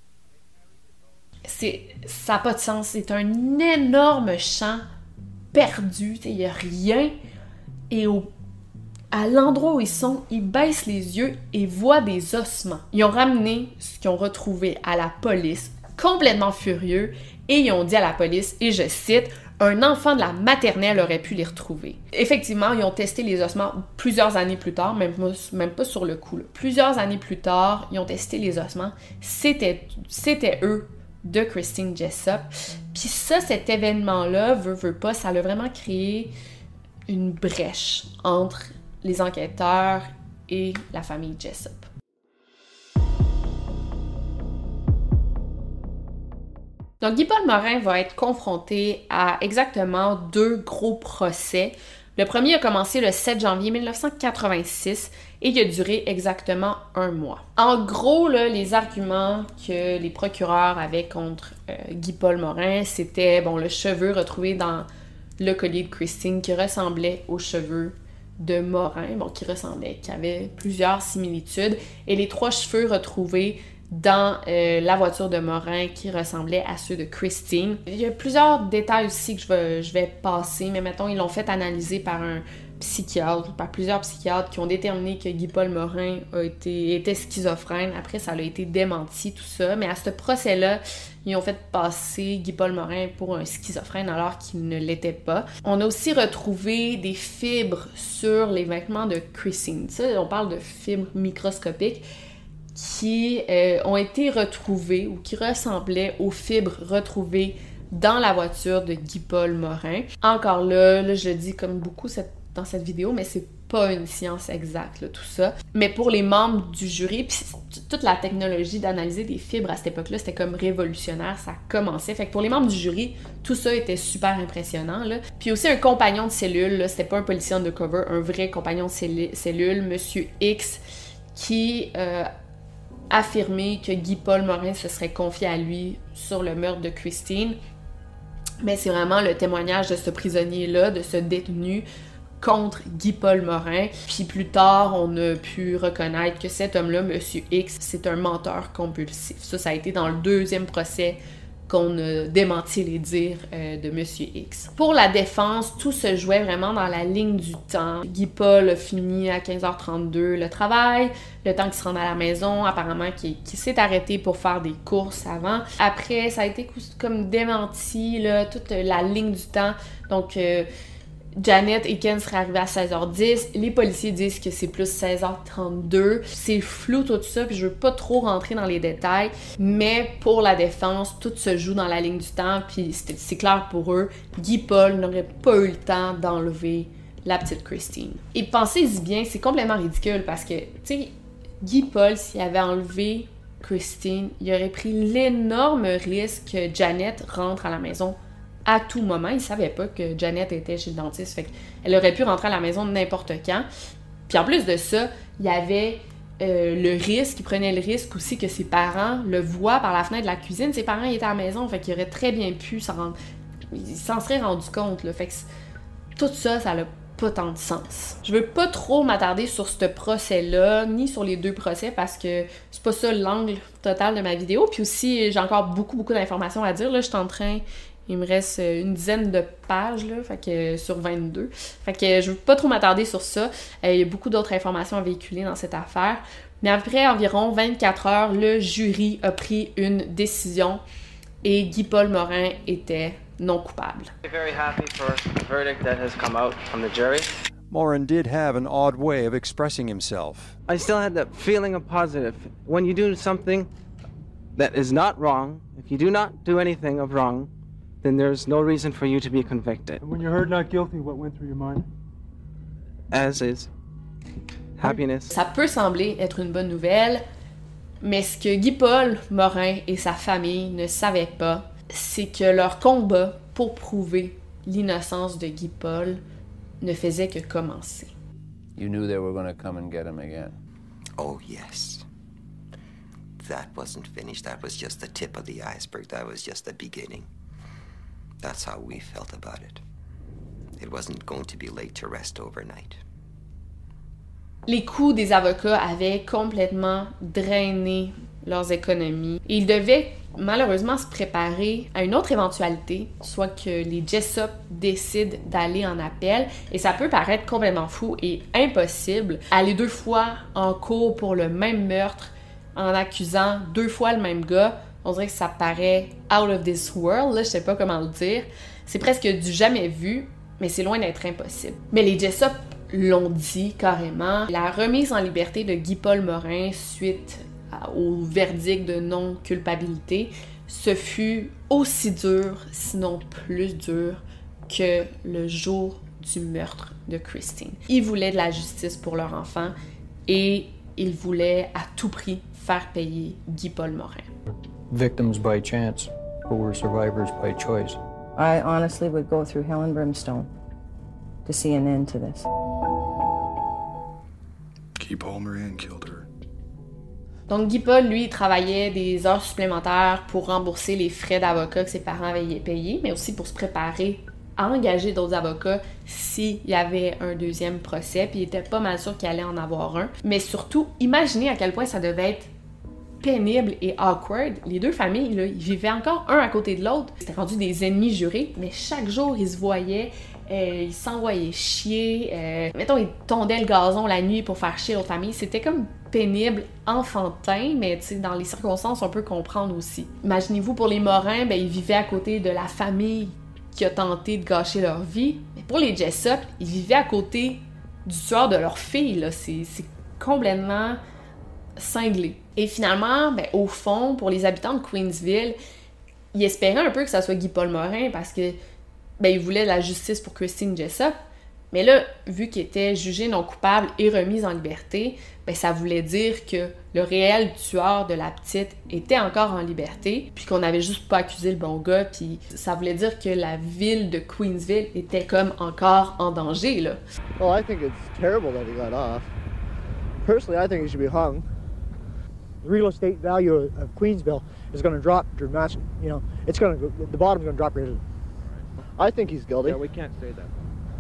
[SPEAKER 3] C'est, ça n'a pas de sens, c'est un énorme champ perdu, il n'y a rien, et au à l'endroit où ils sont, ils baissent les yeux et voient des ossements. Ils ont ramené ce qu'ils ont retrouvé à la police, complètement furieux, et ils ont dit à la police, et je cite, « un enfant de la maternelle aurait pu les retrouver. Effectivement, ils ont testé les ossements plusieurs années plus tard, même, même pas sur le coup. Là. Plusieurs années plus tard, ils ont testé les ossements. C'était, c'était eux de Christine Jessup. Puis ça, cet événement-là, veut, veut pas, ça a vraiment créé une brèche entre les enquêteurs et la famille Jessup. Donc, Guy-Paul Morin va être confronté à exactement deux gros procès. Le premier a commencé le sept janvier mille neuf cent quatre-vingt-six et il a duré exactement un mois. En gros, là, les arguments que les procureurs avaient contre euh, Guy-Paul Morin, c'était bon, le cheveu retrouvé dans le collier de Christine qui ressemblait aux cheveux de Morin, bon, qui ressemblait, qui avait plusieurs similitudes, et les trois cheveux retrouvés dans euh, la voiture de Morin qui ressemblait à ceux de Christine. Il y a plusieurs détails aussi que je vais, je vais passer, mais mettons, ils l'ont fait analyser par un psychiatre, par plusieurs psychiatres qui ont déterminé que Guy-Paul Morin a été, était schizophrène. Après, ça a été démenti, tout ça. Mais à ce procès-là, ils ont fait passer Guy-Paul Morin pour un schizophrène alors qu'il ne l'était pas. On a aussi retrouvé des fibres sur les vêtements de Christine. Ça, on parle de fibres microscopiques qui euh, ont été retrouvées ou qui ressemblaient aux fibres retrouvées dans la voiture de Guy-Paul Morin. Encore là, là je le dis comme beaucoup cette, dans cette vidéo, mais c'est pas une science exacte, là, tout ça. Mais pour les membres du jury, puis toute la technologie d'analyser des fibres à cette époque-là, c'était comme révolutionnaire, ça commençait. Fait que pour les membres du jury, tout ça était super impressionnant, là. Puis aussi un compagnon de cellule, là, c'était pas un policier undercover, un vrai compagnon de cellule, Monsieur X, qui euh, affirmé que Guy-Paul Morin se serait confié à lui sur le meurtre de Christine. Mais c'est vraiment le témoignage de ce prisonnier-là, de ce détenu contre Guy-Paul Morin. Puis plus tard, on a pu reconnaître que cet homme-là, Monsieur X, c'est un menteur compulsif. Ça, ça a été dans le deuxième procès qu'on a démenti les dires euh, de Monsieur X. Pour la défense, tout se jouait vraiment dans la ligne du temps. Guy-Paul a fini à quinze heures trente-deux le travail, le temps qu'il se rende à la maison, apparemment qu'il, qu'il s'est arrêté pour faire des courses avant. Après, ça a été comme démenti, là, toute la ligne du temps. Donc, euh, Janet et Ken seraient arrivés à seize heures dix. Les policiers disent que c'est plus seize heures trente-deux. C'est flou tout ça, puis je veux pas trop rentrer dans les détails. Mais pour la défense, tout se joue dans la ligne du temps, puis c'est, c'est clair pour eux. Guy-Paul n'aurait pas eu le temps d'enlever la petite Christine. Et pensez-y bien, c'est complètement ridicule parce que, tu sais, Guy-Paul, s'il avait enlevé Christine, il aurait pris l'énorme risque que Janet rentre à la maison à tout moment. Il savait pas que Janet était chez le dentiste, fait qu'elle aurait pu rentrer à la maison n'importe quand. Puis en plus de ça, il y avait euh, le risque, il prenait le risque aussi que ses parents le voient par la fenêtre de la cuisine. Ses parents étaient à la maison, fait qu'il aurait très bien pu s'en rendre... Il s'en serait rendu compte, là. Fait que tout ça, ça n'a pas tant de sens. Je veux pas trop m'attarder sur ce procès-là, ni sur les deux procès, parce que c'est pas ça l'angle total de ma vidéo. Puis aussi, j'ai encore beaucoup, beaucoup d'informations à dire. Là, je suis en train... Il me reste une dizaine de pages, là, fait que, sur vingt-deux. Fait que je veux pas trop m'attarder sur ça. Euh, il y a beaucoup d'autres informations à véhiculer dans cette affaire. Mais après environ vingt-quatre heures, le jury a pris une décision et Guy-Paul Morin était non coupable.
[SPEAKER 11] Very happy for the verdict that has come out from the jury.
[SPEAKER 12] Morin did have an odd way of expressing himself.
[SPEAKER 11] I still had that feeling of positive. When you do something that is not wrong, if you do not do anything of wrong, then there's no reason for you to be convicted.
[SPEAKER 13] And when you heard not guilty, what went through your mind?
[SPEAKER 11] As is. Happiness.
[SPEAKER 3] Ça peut sembler être une bonne nouvelle, mais ce que Guy-Paul Morin et sa famille ne savaient pas, c'est que leur combat pour prouver l'innocence de Guy-Paul ne faisait que commencer.
[SPEAKER 14] You knew they were going to come and get him again.
[SPEAKER 15] Oh, yes. That wasn't finished. That was just the tip of the iceberg. That was just the beginning. That's how we felt about it. It wasn't going to be laid to rest overnight.
[SPEAKER 3] Les coûts des avocats avaient complètement drainé leurs économies. Et ils devaient malheureusement se préparer à une autre éventualité, soit que les Jessup décident d'aller en appel. Et ça peut paraître complètement fou et impossible. Aller deux fois en cours pour le même meurtre en accusant deux fois le même gars, On dirait que ça paraît out of this world, là, je sais pas comment le dire. C'est presque du jamais vu, mais c'est loin d'être impossible. Mais les Jessup l'ont dit carrément. La remise en liberté de Guy-Paul Morin suite au verdict de non-culpabilité, ce fut aussi dur, sinon plus dur, que le jour du meurtre de Christine. Ils voulaient de la justice pour leur enfant et ils voulaient à tout prix faire payer Guy-Paul Morin.
[SPEAKER 16] Victims by chance, who were survivors by choice.
[SPEAKER 17] I honestly would go through hell and brimstone to see an end to this.
[SPEAKER 5] Guy-Paul Morin killed her.
[SPEAKER 3] Donc Guy-Paul, lui, travaillait des heures supplémentaires pour rembourser les frais d'avocat que ses parents avaient payés, mais aussi pour se préparer à engager d'autres avocats s'il y avait un deuxième procès, puis il était pas mal sûr qu'il allait en avoir un. Mais surtout, imaginez à quel point ça devait être pénible et awkward. Les deux familles, là, ils vivaient encore un à côté de l'autre. C'était rendu des ennemis jurés, mais chaque jour, ils se voyaient, euh, ils s'envoyaient chier. Euh, mettons, ils tondaient le gazon la nuit pour faire chier l'autre famille. C'était comme pénible, enfantin, mais tu sais, dans les circonstances, on peut comprendre aussi. Imaginez-vous, pour les Morin, ben, ils vivaient à côté de la famille qui a tenté de gâcher leur vie. Mais pour les Jessup, ils vivaient à côté du tueur de leur fille, là. C'est, c'est complètement cinglé. Et finalement, ben, au fond, pour les habitants de Queensville, ils espéraient un peu que ça soit Guy-Paul Morin parce que ben, ils voulaient de la justice pour Christine Jessup. Mais là, vu qu'il était jugé non coupable et remis en liberté, ben, ça voulait dire que le réel tueur de la petite était encore en liberté, puis qu'on n'avait juste pas accusé le bon gars, puis ça voulait dire que la ville de Queensville était comme encore en danger, là.
[SPEAKER 18] Well, I think it's terrible that he got off. Personally, I think he should be hung. The real estate value of, of Queensville is going to drop dramatically. You know, it's going to the bottom's going to drop. Right. I think he's guilty.
[SPEAKER 11] Yeah, we can't say that.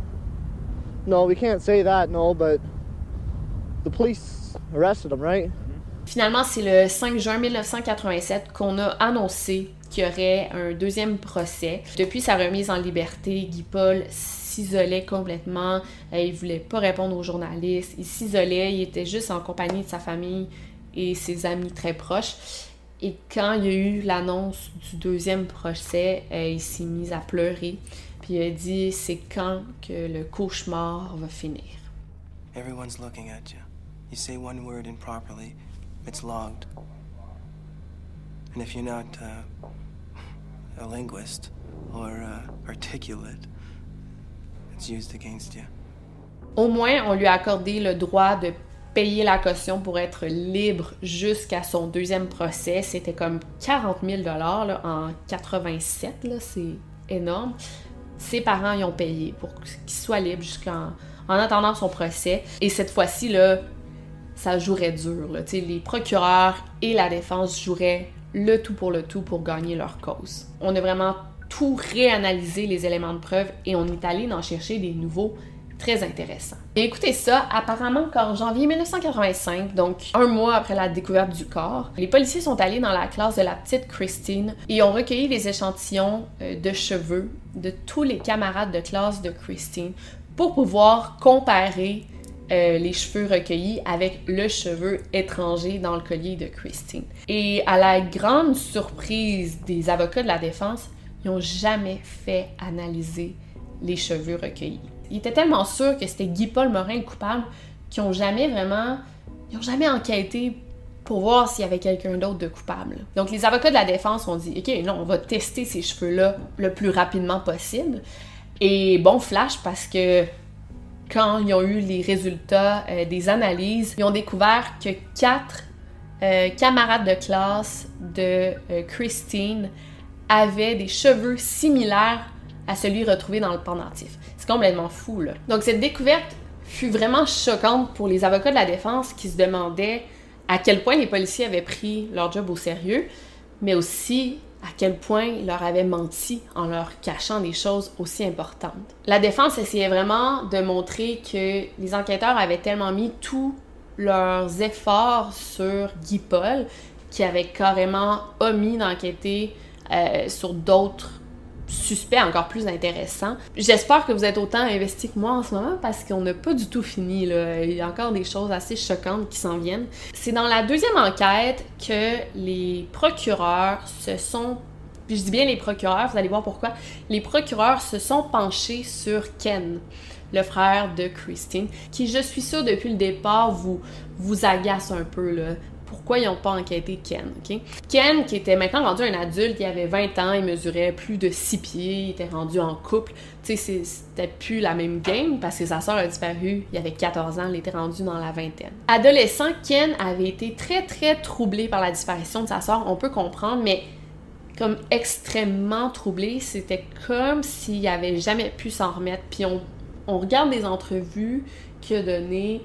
[SPEAKER 18] No, we can't say that. No, but the police arrested him, right?
[SPEAKER 3] Finalement, c'est le cinq juin mille neuf cent quatre-vingt-sept qu'on a annoncé qu'il y aurait un deuxième procès. Depuis sa remise en liberté, Guy-Paul s'isolait complètement. Il voulait pas répondre aux journalistes. Il s'isolait. Il était juste en compagnie de sa famille et ses amis très proches. Et quand il y a eu l'annonce du deuxième procès, euh, il s'est mis à pleurer. Puis il a dit, c'est quand que le cauchemar va finir.
[SPEAKER 6] Everyone's looking at you. You say one word improperly, it's logged. And if you're not uh, a linguist or uh, articulate, it's used against you.
[SPEAKER 3] Au moins, on lui a accordé le droit de payer la caution pour être libre jusqu'à son deuxième procès. C'était comme quarante mille dollars là, en quatre-vingt-sept, là, c'est énorme. Ses parents y ont payé pour qu'il soit libre jusqu'en en attendant son procès. Et cette fois-ci, là, ça jouerait dur. Là. Les procureurs et la défense joueraient le tout pour le tout pour gagner leur cause. On a vraiment tout réanalysé, les éléments de preuve, et on est allé en chercher des nouveaux très intéressants. Et écoutez ça, apparemment, qu'en janvier mille neuf cent quatre-vingt-cinq, donc un mois après la découverte du corps, les policiers sont allés dans la classe de la petite Christine et ont recueilli les échantillons de cheveux de tous les camarades de classe de Christine pour pouvoir comparer euh, les cheveux recueillis avec le cheveu étranger dans le collier de Christine. Et à la grande surprise des avocats de la défense, ils n'ont jamais fait analyser les cheveux recueillis. Ils étaient tellement sûrs que c'était Guy-Paul Morin le coupable qu'ils n'ont jamais vraiment... Ils n'ont jamais enquêté pour voir s'il y avait quelqu'un d'autre de coupable. Donc les avocats de la défense ont dit « OK, là, on va tester ces cheveux-là le plus rapidement possible. » Et bon flash, parce que quand ils ont eu les résultats euh, des analyses, ils ont découvert que quatre euh, camarades de classe de euh, Christine avaient des cheveux similaires à celui retrouvé dans le pendentif. C'est complètement fou, là. Donc cette découverte fut vraiment choquante pour les avocats de la défense qui se demandaient à quel point les policiers avaient pris leur job au sérieux, mais aussi à quel point ils leur avaient menti en leur cachant des choses aussi importantes. La défense essayait vraiment de montrer que les enquêteurs avaient tellement mis tous leurs efforts sur Guy-Paul qui avait carrément omis d'enquêter euh, sur d'autres suspect encore plus intéressant. J'espère que vous êtes autant investis que moi en ce moment parce qu'on n'a pas du tout fini, là. Il y a encore des choses assez choquantes qui s'en viennent. C'est dans la deuxième enquête que les procureurs se sont... Puis je dis bien les procureurs, vous allez voir pourquoi. Les procureurs se sont penchés sur Ken, le frère de Christine, qui, je suis sûre, depuis le départ, vous, vous agace un peu, là. Pourquoi ils n'ont pas enquêté Ken, ok? Ken, qui était maintenant rendu un adulte, il avait vingt ans, il mesurait plus de six pieds, il était rendu en couple. Tu sais, c'était plus la même game parce que sa sœur a disparu, il avait quatorze ans, il était rendu dans la vingtaine. Adolescent, Ken avait été très, très troublé par la disparition de sa sœur, on peut comprendre, mais comme extrêmement troublé, c'était comme s'il avait jamais pu s'en remettre. Puis on, on regarde des entrevues qu'il a données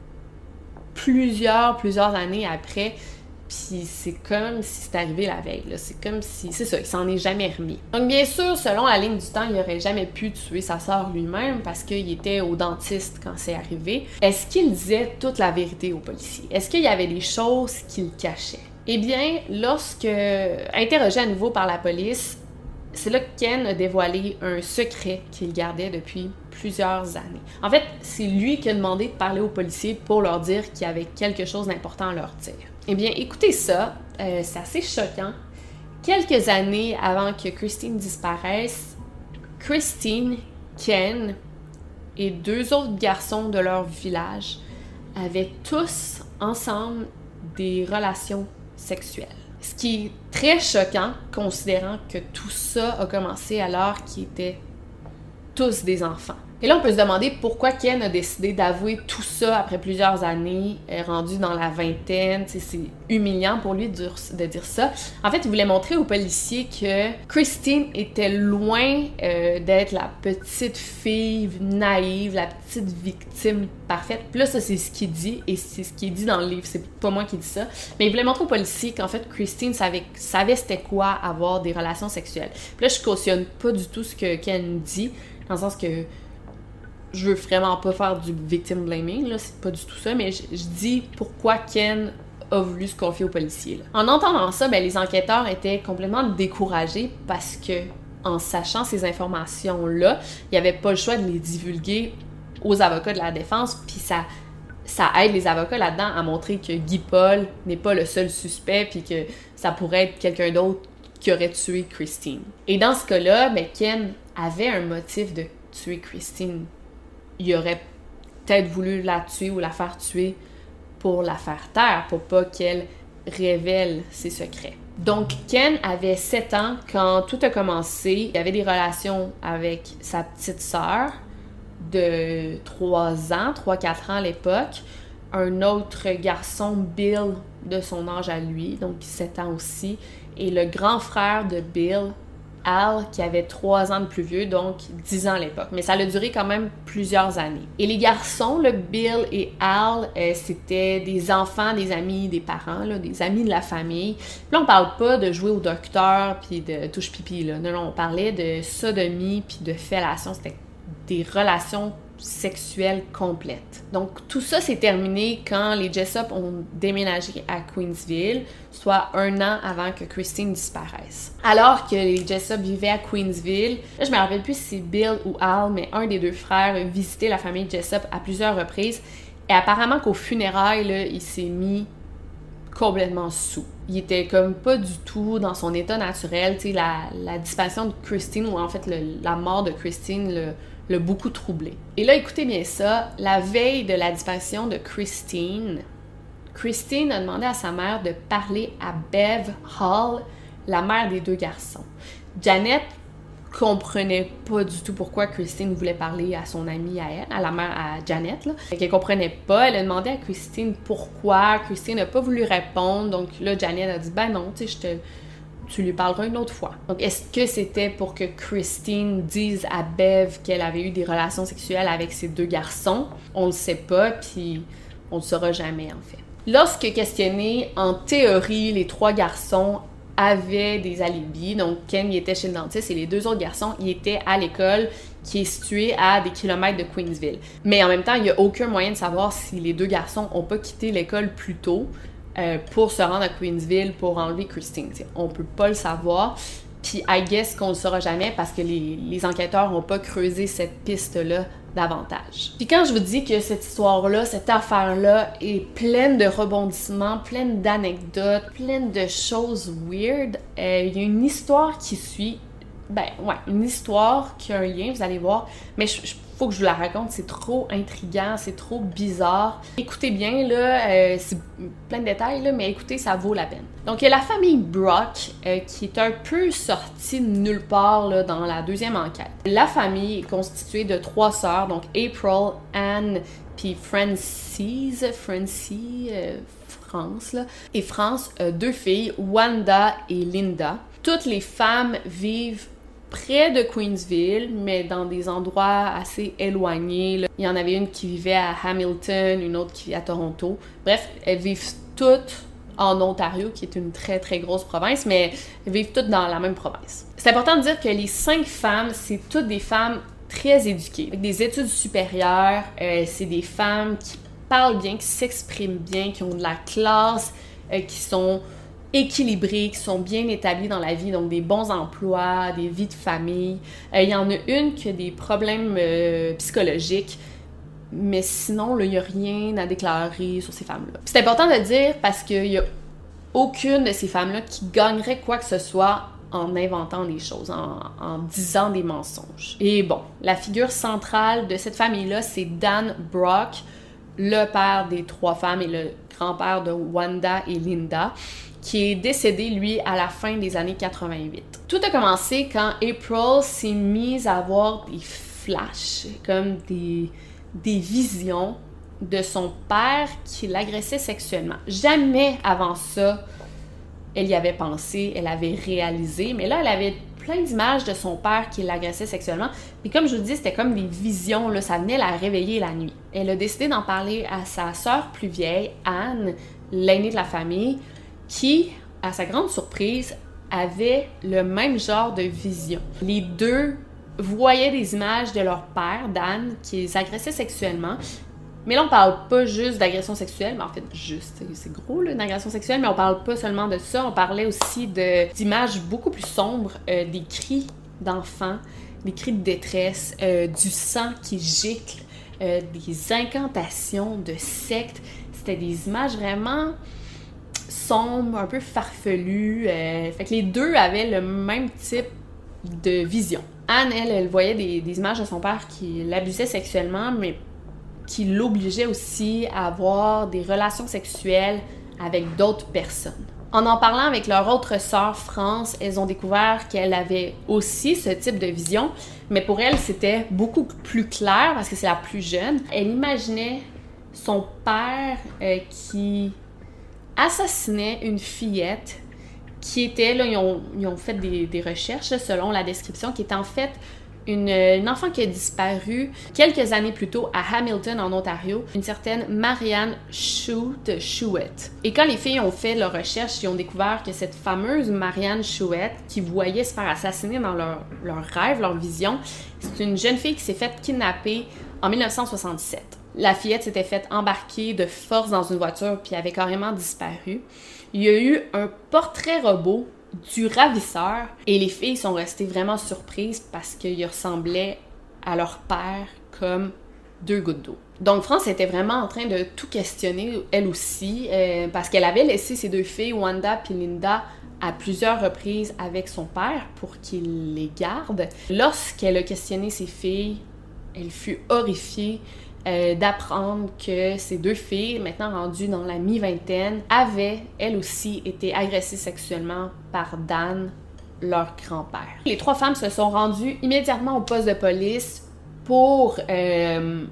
[SPEAKER 3] plusieurs, plusieurs années après, puis c'est comme si c'était arrivé la veille, là. C'est comme si... C'est ça, il s'en est jamais remis. Donc bien sûr, selon la ligne du temps, il aurait jamais pu tuer sa sœur lui-même parce qu'il était au dentiste quand c'est arrivé. Est-ce qu'il disait toute la vérité aux policiers? Est-ce qu'il y avait des choses qu'il cachait? Eh bien, lorsque interrogé à nouveau par la police, c'est là que Ken a dévoilé un secret qu'il gardait depuis plusieurs années. En fait, c'est lui qui a demandé de parler aux policiers pour leur dire qu'il y avait quelque chose d'important à leur dire. Eh bien, écoutez ça, euh, c'est assez choquant. Quelques années avant que Christine disparaisse, Christine, Ken et deux autres garçons de leur village avaient tous ensemble des relations sexuelles. Ce qui est très choquant, considérant que tout ça a commencé alors qu'ils étaient tous des enfants. Et là, on peut se demander pourquoi Ken a décidé d'avouer tout ça après plusieurs années, rendu dans la vingtaine. T'sais, c'est humiliant pour lui de dire, de dire ça. En fait, il voulait montrer aux policiers que Christine était loin euh, d'être la petite fille naïve, la petite victime parfaite. Puis là, ça, c'est ce qu'il dit, et c'est ce qui est dit dans le livre. C'est pas moi qui dis ça. Mais il voulait montrer aux policiers qu'en fait, Christine savait, savait c'était quoi avoir des relations sexuelles. Puis là, je cautionne pas du tout ce que Ken dit, dans le sens que je veux vraiment pas faire du victim blaming, là, c'est pas du tout ça, mais je, je dis pourquoi Ken a voulu se confier aux policiers. Là. En entendant ça, ben, les enquêteurs étaient complètement découragés parce que, en sachant ces informations-là, il n'y avait pas le choix de les divulguer aux avocats de la défense, puis ça, ça aide les avocats là-dedans à montrer que Guy Paul n'est pas le seul suspect, puis que ça pourrait être quelqu'un d'autre qui aurait tué Christine. Et dans ce cas-là, ben, Ken avait un motif de tuer Christine. Il aurait peut-être voulu la tuer ou la faire tuer pour la faire taire, pour pas qu'elle révèle ses secrets. Donc, Ken avait sept ans quand tout a commencé. Il avait des relations avec sa petite sœur de trois ans, trois quatre ans à l'époque. Un autre garçon, Bill, de son âge à lui, donc sept ans aussi. Et le grand frère de Bill, Al, qui avait trois ans de plus vieux, donc dix ans à l'époque. Mais ça a duré quand même plusieurs années. Et les garçons, là, Bill et Al, euh, c'était des enfants, des amis des parents, là, des amis de la famille. Puis là, on parle pas de jouer au docteur puis de touche pipi, là. Non, non, on parlait de sodomie puis de fellation. C'était des relations sexuelle complète. Donc, tout ça s'est terminé quand les Jessup ont déménagé à Queensville, soit un an avant que Christine disparaisse. Alors que les Jessup vivaient à Queensville, là, je me rappelle plus si c'est Bill ou Al, mais un des deux frères visitait la famille Jessup à plusieurs reprises, et apparemment qu'au funérailles, là, il s'est mis complètement sous. Il était comme pas du tout dans son état naturel. Tu sais, la, la disparition de Christine, ou en fait le, la mort de Christine, le l'a beaucoup troublé. Et là, écoutez bien ça, la veille de la disparition de Christine, Christine a demandé à sa mère de parler à Bev Hall, la mère des deux garçons. Janet comprenait pas du tout pourquoi Christine voulait parler à son amie, à elle, à la mère, à Janet, là. Fait qu'elle comprenait pas, elle a demandé à Christine pourquoi, Christine n'a pas voulu répondre, donc là, Janet a dit « Ben non, tu sais, je te... tu lui parleras une autre fois. » Donc, est-ce que c'était pour que Christine dise à Bev qu'elle avait eu des relations sexuelles avec ses deux garçons? On le sait pas, puis on le saura jamais, en fait. Lorsque questionné, en théorie, les trois garçons avaient des alibis. Donc, Ken, il était chez le dentiste et les deux autres garçons, ils étaient à l'école qui est située à des kilomètres de Queensville. Mais en même temps, il n'y a aucun moyen de savoir si les deux garçons n'ont pas quitté l'école plus tôt Euh, pour se rendre à Queensville pour enlever Christine. T'sais, on peut pas le savoir. Puis I guess qu'on le saura jamais parce que les, les enquêteurs n'ont pas creusé cette piste-là davantage. Puis quand je vous dis que cette histoire-là, cette affaire-là est pleine de rebondissements, pleine d'anecdotes, pleine de choses weird, euh, il y a une histoire qui suit. Ben ouais, une histoire qui a un lien, vous allez voir, mais je, je faut que je vous la raconte, c'est trop intriguant, c'est trop bizarre. Écoutez bien, là, euh, c'est plein de détails, là, mais écoutez, ça vaut la peine. Donc, il y a la famille Brock euh, qui est un peu sortie de nulle part là, dans la deuxième enquête. La famille est constituée de trois sœurs, donc April, Anne, puis Francis, Francie, euh, France, là, et France, euh, deux filles, Wanda et Linda. Toutes les femmes vivent près de Queensville, mais dans des endroits assez éloignés, là. Il y en avait une qui vivait à Hamilton, une autre qui vit à Toronto. Bref, elles vivent toutes en Ontario, qui est une très très grosse province, mais elles vivent toutes dans la même province. C'est important de dire que les cinq femmes, c'est toutes des femmes très éduquées, avec des études supérieures, euh, c'est des femmes qui parlent bien, qui s'expriment bien, qui ont de la classe, euh, qui sont équilibrées, qui sont bien établies dans la vie, donc des bons emplois, des vies de famille. Euh, il y en a une qui a des problèmes euh, psychologiques, mais sinon, il n'y a rien à déclarer sur ces femmes-là. C'est important de le dire parce qu'il n'y a aucune de ces femmes-là qui gagnerait quoi que ce soit en inventant des choses, en, en disant des mensonges. Et bon, la figure centrale de cette famille-là, c'est Dan Brock, le père des trois femmes et le grand-père de Wanda et Linda, qui est décédé, lui, à la fin des années quatre-vingt-huit. Tout a commencé quand April s'est mise à avoir des flashs, comme des, des visions de son père qui l'agressait sexuellement. Jamais avant ça, elle y avait pensé, elle avait réalisé, mais là, elle avait plein d'images de son père qui l'agressait sexuellement. Puis comme je vous dis, c'était comme des visions, là, ça venait la réveiller la nuit. Elle a décidé d'en parler à sa sœur plus vieille, Anne, l'aînée de la famille, qui, à sa grande surprise, avait le même genre de vision. Les deux voyaient des images de leur père, Dan, qui les agressait sexuellement. Mais là, on parle pas juste d'agression sexuelle, mais en fait, juste, c'est gros, là, une agression sexuelle, mais on parle pas seulement de ça, on parlait aussi de, d'images beaucoup plus sombres, euh, des cris d'enfants, des cris de détresse, euh, du sang qui gicle, euh, des incantations de sectes. C'était des images vraiment sombres, un peu farfelues. Euh, fait que les deux avaient le même type de vision. Anne, elle, elle voyait des, des images de son père qui l'abusait sexuellement, mais qui l'obligeait aussi à avoir des relations sexuelles avec d'autres personnes. En en parlant avec leur autre sœur, France, elles ont découvert qu'elle avait aussi ce type de vision, mais pour elle, c'était beaucoup plus clair parce que c'est la plus jeune. Elle imaginait son père euh, qui assassinait une fillette qui était, là, ils ont, ils ont fait des, des recherches là, selon la description, qui était en fait une, une enfant qui a disparu quelques années plus tôt à Hamilton, en Ontario, une certaine Marianne Chouette Chouette. Et quand les filles ont fait leurs recherches, ils ont découvert que cette fameuse Marianne Chouette, qui voyait se faire assassiner dans leur, leur rêve, leur vision, c'est une jeune fille qui s'est faite kidnapper en dix-neuf cent soixante-dix-sept. La fillette s'était faite embarquer de force dans une voiture puis avait carrément disparu. Il y a eu un portrait robot du ravisseur et les filles sont restées vraiment surprises parce qu'il ressemblait à leur père comme deux gouttes d'eau. Donc France était vraiment en train de tout questionner, elle aussi, euh, parce qu'elle avait laissé ses deux filles, Wanda puis Linda, à plusieurs reprises avec son père pour qu'il les garde. Lorsqu'elle a questionné ses filles, elle fut horrifiée Euh, d'apprendre que ces deux filles, maintenant rendues dans la mi-vingtaine, avaient, elles aussi, été agressées sexuellement par Dan, leur grand-père. Les trois femmes se sont rendues immédiatement au poste de police pour euh,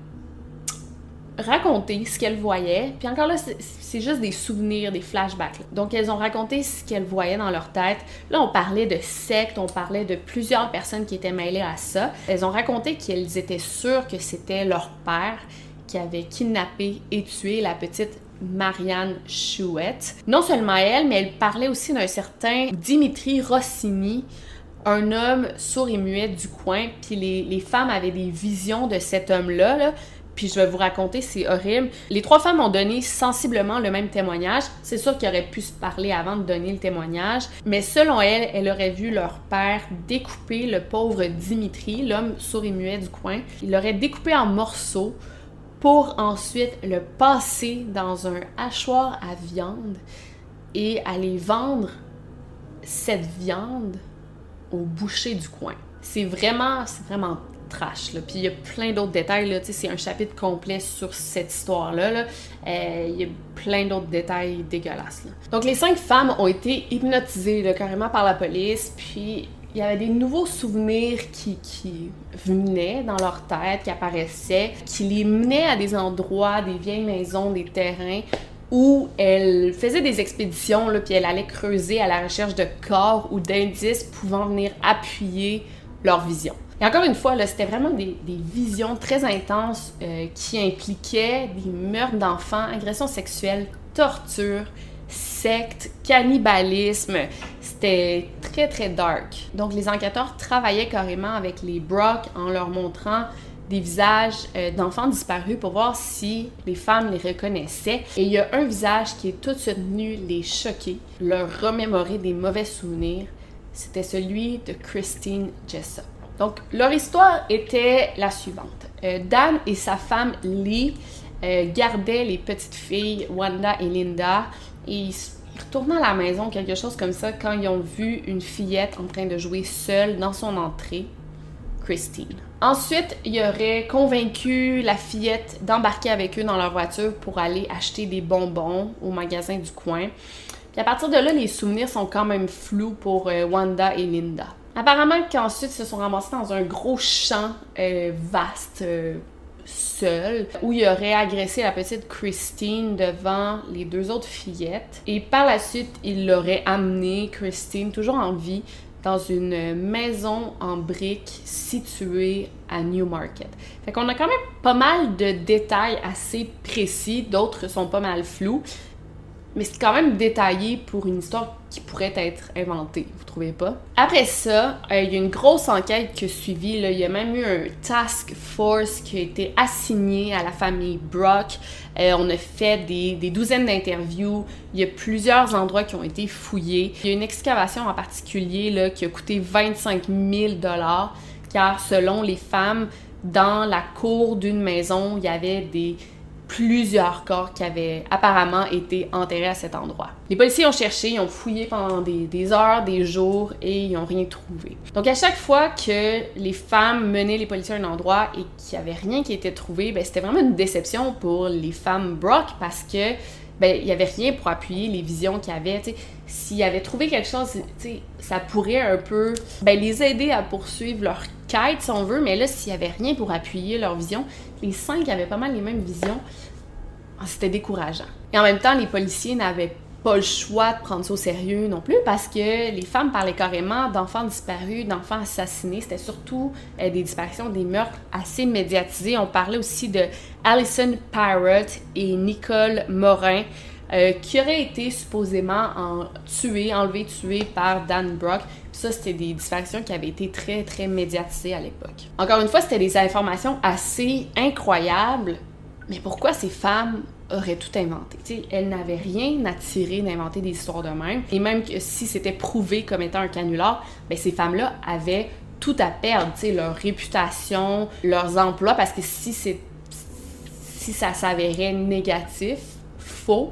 [SPEAKER 3] raconter ce qu'elles voyaient. Puis encore là, c'est, c'est juste des souvenirs, des flashbacks. Là. Donc, elles ont raconté ce qu'elles voyaient dans leur tête. Là, on parlait de sectes, on parlait de plusieurs personnes qui étaient mêlées à ça. Elles ont raconté qu'elles étaient sûres que c'était leur père qui avait kidnappé et tué la petite Marianne Chouette. Non seulement elle, mais elle parlait aussi d'un certain Dimitri Rossini, un homme sourd et muet du coin. Puis les, les femmes avaient des visions de cet homme-là, là. puis je vais vous raconter, c'est horrible. Les trois femmes ont donné sensiblement le même témoignage. C'est sûr qu'ils auraient pu se parler avant de donner le témoignage, mais selon elle, elle aurait vu leur père découper le pauvre Dimitri, l'homme sourd et muet du coin. Il l'aurait découpé en morceaux pour ensuite le passer dans un hachoir à viande et aller vendre cette viande au boucher du coin. C'est vraiment, c'est vraiment trash, là. Puis il y a plein d'autres détails, là. Tu sais, c'est un chapitre complet sur cette histoire-là, là. Euh, il y a plein d'autres détails dégueulasses, là. Donc les cinq femmes ont été hypnotisées, là, carrément par la police, puis il y avait des nouveaux souvenirs qui, qui venaient dans leur tête, qui apparaissaient, qui les menaient à des endroits, des vieilles maisons, des terrains, où elle faisait des expéditions, là, puis elle allait creuser à la recherche de corps ou d'indices pouvant venir appuyer leur vision. Et encore une fois, là, c'était vraiment des, des visions très intenses euh, qui impliquaient des meurtres d'enfants, agressions sexuelles, torture, secte, cannibalisme. C'était très, très dark. Donc, les enquêteurs travaillaient carrément avec les Brock en leur montrant des visages euh, d'enfants disparus pour voir si les femmes les reconnaissaient. Et il y a un visage qui est tout de suite venu les choquer, leur remémorer des mauvais souvenirs. C'était celui de Christine Jessup. Donc, leur histoire était la suivante. Euh, Dan et sa femme Lee euh, gardaient les petites filles Wanda et Linda et ils, ils retournaient à la maison, quelque chose comme ça, quand ils ont vu une fillette en train de jouer seule dans son entrée, Christine. Ensuite, il aurait convaincu la fillette d'embarquer avec eux dans leur voiture pour aller acheter des bonbons au magasin du coin. Puis à partir de là, les souvenirs sont quand même flous pour euh, Wanda et Linda. Apparemment qu'ensuite, ils se sont ramassés dans un gros champ euh, vaste, euh, seul, où il aurait agressé la petite Christine devant les deux autres fillettes. Et par la suite, il l'aurait amené, Christine, toujours en vie, dans une maison en briques située à Newmarket. Fait qu'on a quand même pas mal de détails assez précis, d'autres sont pas mal flous, mais c'est quand même détaillé pour une histoire qui pourrait être inventée, vous trouvez pas? Après ça, euh, il y a une grosse enquête qui a suivi, là. Il y a même eu un task force qui a été assigné à la famille Brock. Euh, on a fait des, des douzaines d'interviews. Il y a plusieurs endroits qui ont été fouillés. Il y a une excavation en particulier là, qui a coûté vingt-cinq mille dollars, car selon les femmes, dans la cour d'une maison, il y avait des plusieurs corps qui avaient apparemment été enterrés à cet endroit. Les policiers ont cherché, ils ont fouillé pendant des, des heures, des jours et ils n'ont rien trouvé. Donc à chaque fois que les femmes menaient les policiers à un endroit et qu'il n'y avait rien qui était trouvé, ben, c'était vraiment une déception pour les femmes Brock parce que ben, il n'y avait rien pour appuyer les visions qu'ils avaient. T'sais. S'ils avaient trouvé quelque chose, t'sais, ça pourrait un peu ben, les aider à poursuivre leur quête, si on veut, mais là, s'il n'y avait rien pour appuyer leur vision, les cinq avaient pas mal les mêmes visions, c'était décourageant. Et en même temps, les policiers n'avaient pas le choix de prendre ça au sérieux non plus parce que les femmes parlaient carrément d'enfants disparus, d'enfants assassinés. C'était surtout euh, des disparitions, des meurtres assez médiatisés. On parlait aussi de Alison Parrott et Nicole Morin euh, qui auraient été supposément en, tuées, enlevées, tuées par Dan Brock. Puis ça, c'était des disparitions qui avaient été très, très médiatisées à l'époque. Encore une fois, c'était des informations assez incroyables. Mais pourquoi ces femmes auraient tout inventé? T'sais, elles n'avaient rien à tirer d'inventer des histoires de même. Et même que si c'était prouvé comme étant un canular, ben ces femmes-là avaient tout à perdre, t'sais, leur réputation, leurs emplois, parce que si, c'est, si ça s'avérait négatif, faux,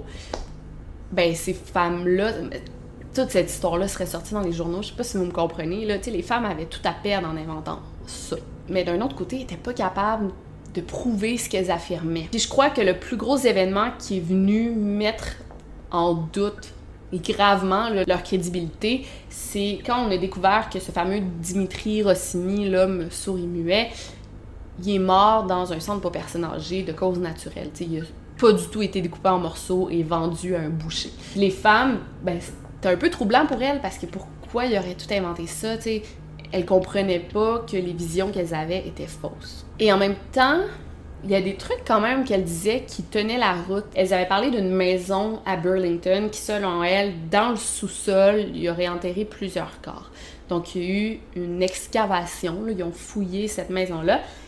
[SPEAKER 3] ben ces femmes-là, toute cette histoire-là serait sortie dans les journaux. Je sais pas si vous me comprenez. Là, t'sais, les femmes avaient tout à perdre en inventant ça. Mais d'un autre côté, elles n'étaient pas capables de prouver ce qu'elles affirmaient. Puis je crois que le plus gros événement qui est venu mettre en doute et gravement là, leur crédibilité, c'est quand on a découvert que ce fameux Dimitri Rossini, l'homme sourd et muet, il est mort dans un centre pour personnes âgées de cause naturelle. T'sais, il a pas du tout été découpé en morceaux et vendu à un boucher. Les femmes, ben, c'était un peu troublant pour elles parce que pourquoi il aurait tout inventé ça, tu sais? Elles comprenaient pas que les visions qu'elles avaient étaient fausses. Et en même temps, il y a des trucs quand même qu'elles disaient qui tenaient la route. Elles avaient parlé d'une maison à Burlington qui, selon elles, dans le sous-sol, il y aurait enterré plusieurs corps. Donc, il y a eu une excavation, là, ils ont fouillé cette maison-là.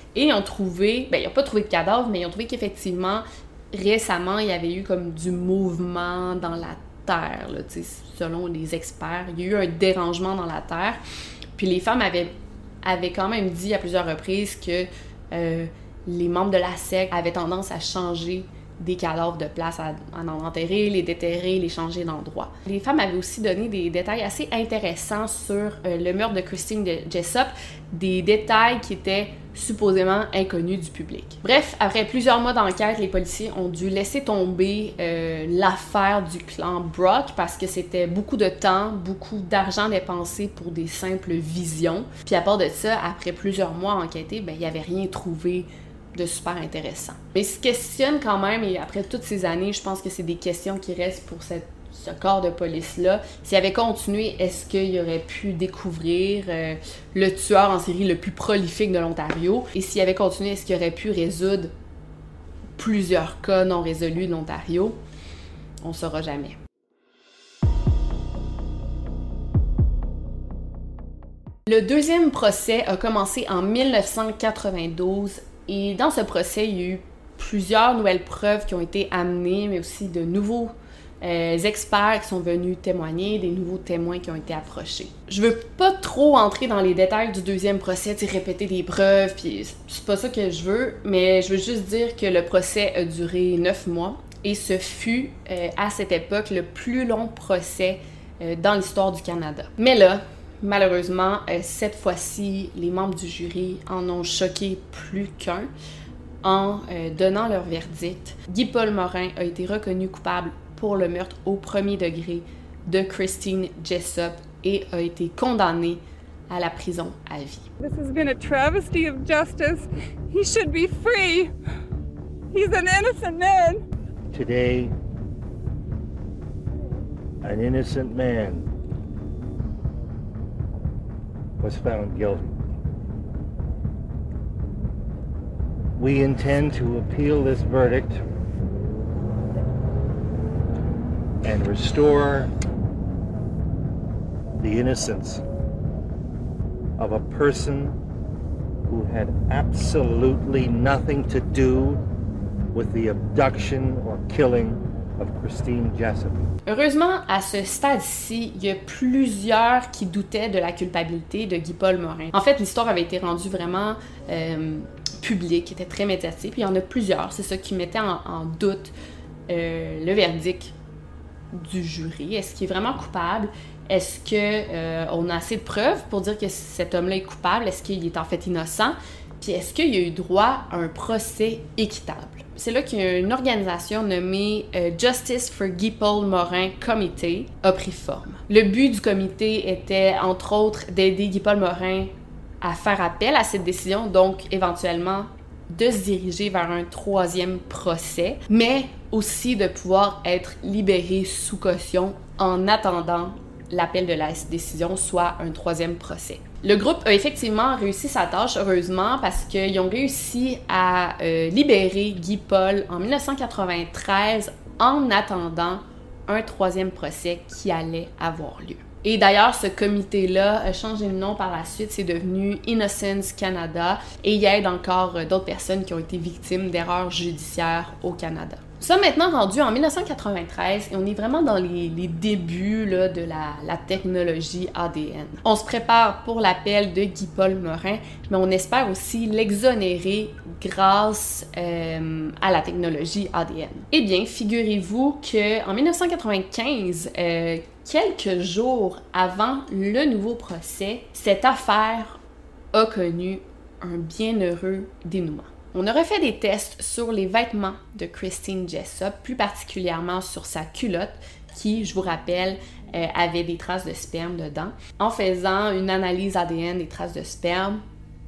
[SPEAKER 3] Et ils ont trouvé, ben ils n'ont pas trouvé de cadavre, mais ils ont trouvé qu'effectivement, récemment, il y avait eu comme du mouvement dans la terre, là, selon les experts. Il y a eu un dérangement dans la terre. Puis les femmes avaient, avaient quand même dit à plusieurs reprises que euh, les membres de la secte avaient tendance à changer des cadavres de place, à, à en enterrer, les déterrer, les changer d'endroit. Les femmes avaient aussi donné des détails assez intéressants sur euh, le meurtre de Christine Jessup, des détails qui étaient supposément inconnus du public. Bref, après plusieurs mois d'enquête, les policiers ont dû laisser tomber euh, l'affaire du clan Brock parce que c'était beaucoup de temps, beaucoup d'argent dépensé pour des simples visions. Puis à part de ça, après plusieurs mois à enquêter, ben, il n'y avait rien trouvé de super intéressant. Mais ils se questionnent quand même, et après toutes ces années, je pense que c'est des questions qui restent pour cette, ce corps de police-là. S'il avait continué, est-ce qu'il aurait pu découvrir euh, le tueur en série le plus prolifique de l'Ontario? Et s'il avait continué, est-ce qu'il aurait pu résoudre plusieurs cas non résolus de l'Ontario? On ne saura jamais. Le deuxième procès a commencé en mille neuf cent quatre-vingt-douze. Et dans ce procès, il y a eu plusieurs nouvelles preuves qui ont été amenées, mais aussi de nouveaux euh, experts qui sont venus témoigner, des nouveaux témoins qui ont été approchés. Je veux pas trop entrer dans les détails du deuxième procès, tu sais, répéter des preuves, puis c'est pas ça que je veux, mais je veux juste dire que le procès a duré neuf mois et ce fut, euh, à cette époque, le plus long procès euh, dans l'histoire du Canada. Mais là, malheureusement, euh, cette fois-ci, les membres du jury en ont choqué plus qu'un en euh, donnant leur verdict. Guy-Paul Morin a été reconnu coupable pour le meurtre au premier degré de Christine Jessup et a été condamné à la prison à vie.
[SPEAKER 19] This has been a travesty of justice. He should be free. He's an innocent man.
[SPEAKER 20] Today, an innocent man was found guilty. We intend to appeal this verdict and restore the innocence of a person who had absolutely nothing to do with the abduction or killing of Christine Jessup.
[SPEAKER 3] Heureusement, à ce stade-ci, il y a plusieurs qui doutaient de la culpabilité de Guy-Paul Morin. En fait, l'histoire avait été rendue vraiment euh, publique, était très médiatique, puis il y en a plusieurs, c'est ça qui mettait en, en doute euh, le verdict du jury. Est-ce qu'il est vraiment coupable? Est-ce qu'on euh, a assez de preuves pour dire que cet homme-là est coupable? Est-ce qu'il est en fait innocent? Puis est-ce qu'il a eu droit à un procès équitable? C'est là qu'il y a une organisation nommée euh, Justice for Guy-Paul Morin Committee a pris forme. Le but du comité était, entre autres, d'aider Guy-Paul Morin à faire appel à cette décision, donc éventuellement de se diriger vers un troisième procès, mais aussi de pouvoir être libéré sous caution en attendant l'appel de la décision, soit un troisième procès. Le groupe a effectivement réussi sa tâche, heureusement, parce qu'ils ont réussi à euh, libérer Guy-Paul en mille neuf cent quatre-vingt-treize en attendant un troisième procès qui allait avoir lieu. Et d'ailleurs, ce comité-là a changé de nom par la suite, c'est devenu Innocence Canada et il aide encore d'autres personnes qui ont été victimes d'erreurs judiciaires au Canada. Nous sommes maintenant rendus en mille neuf cent quatre-vingt-treize et on est vraiment dans les, les débuts là, de la, la technologie A D N. On se prépare pour l'appel de Guy-Paul Morin, mais on espère aussi l'exonérer grâce euh, à la technologie A D N. Eh bien, figurez-vous qu'en mille neuf cent quatre-vingt-quinze, euh, quelques jours avant le nouveau procès, cette affaire a connu un bienheureux dénouement. On a refait des tests sur les vêtements de Christine Jessup, plus particulièrement sur sa culotte, qui, je vous rappelle, euh, avait des traces de sperme dedans. En faisant une analyse A D N des traces de sperme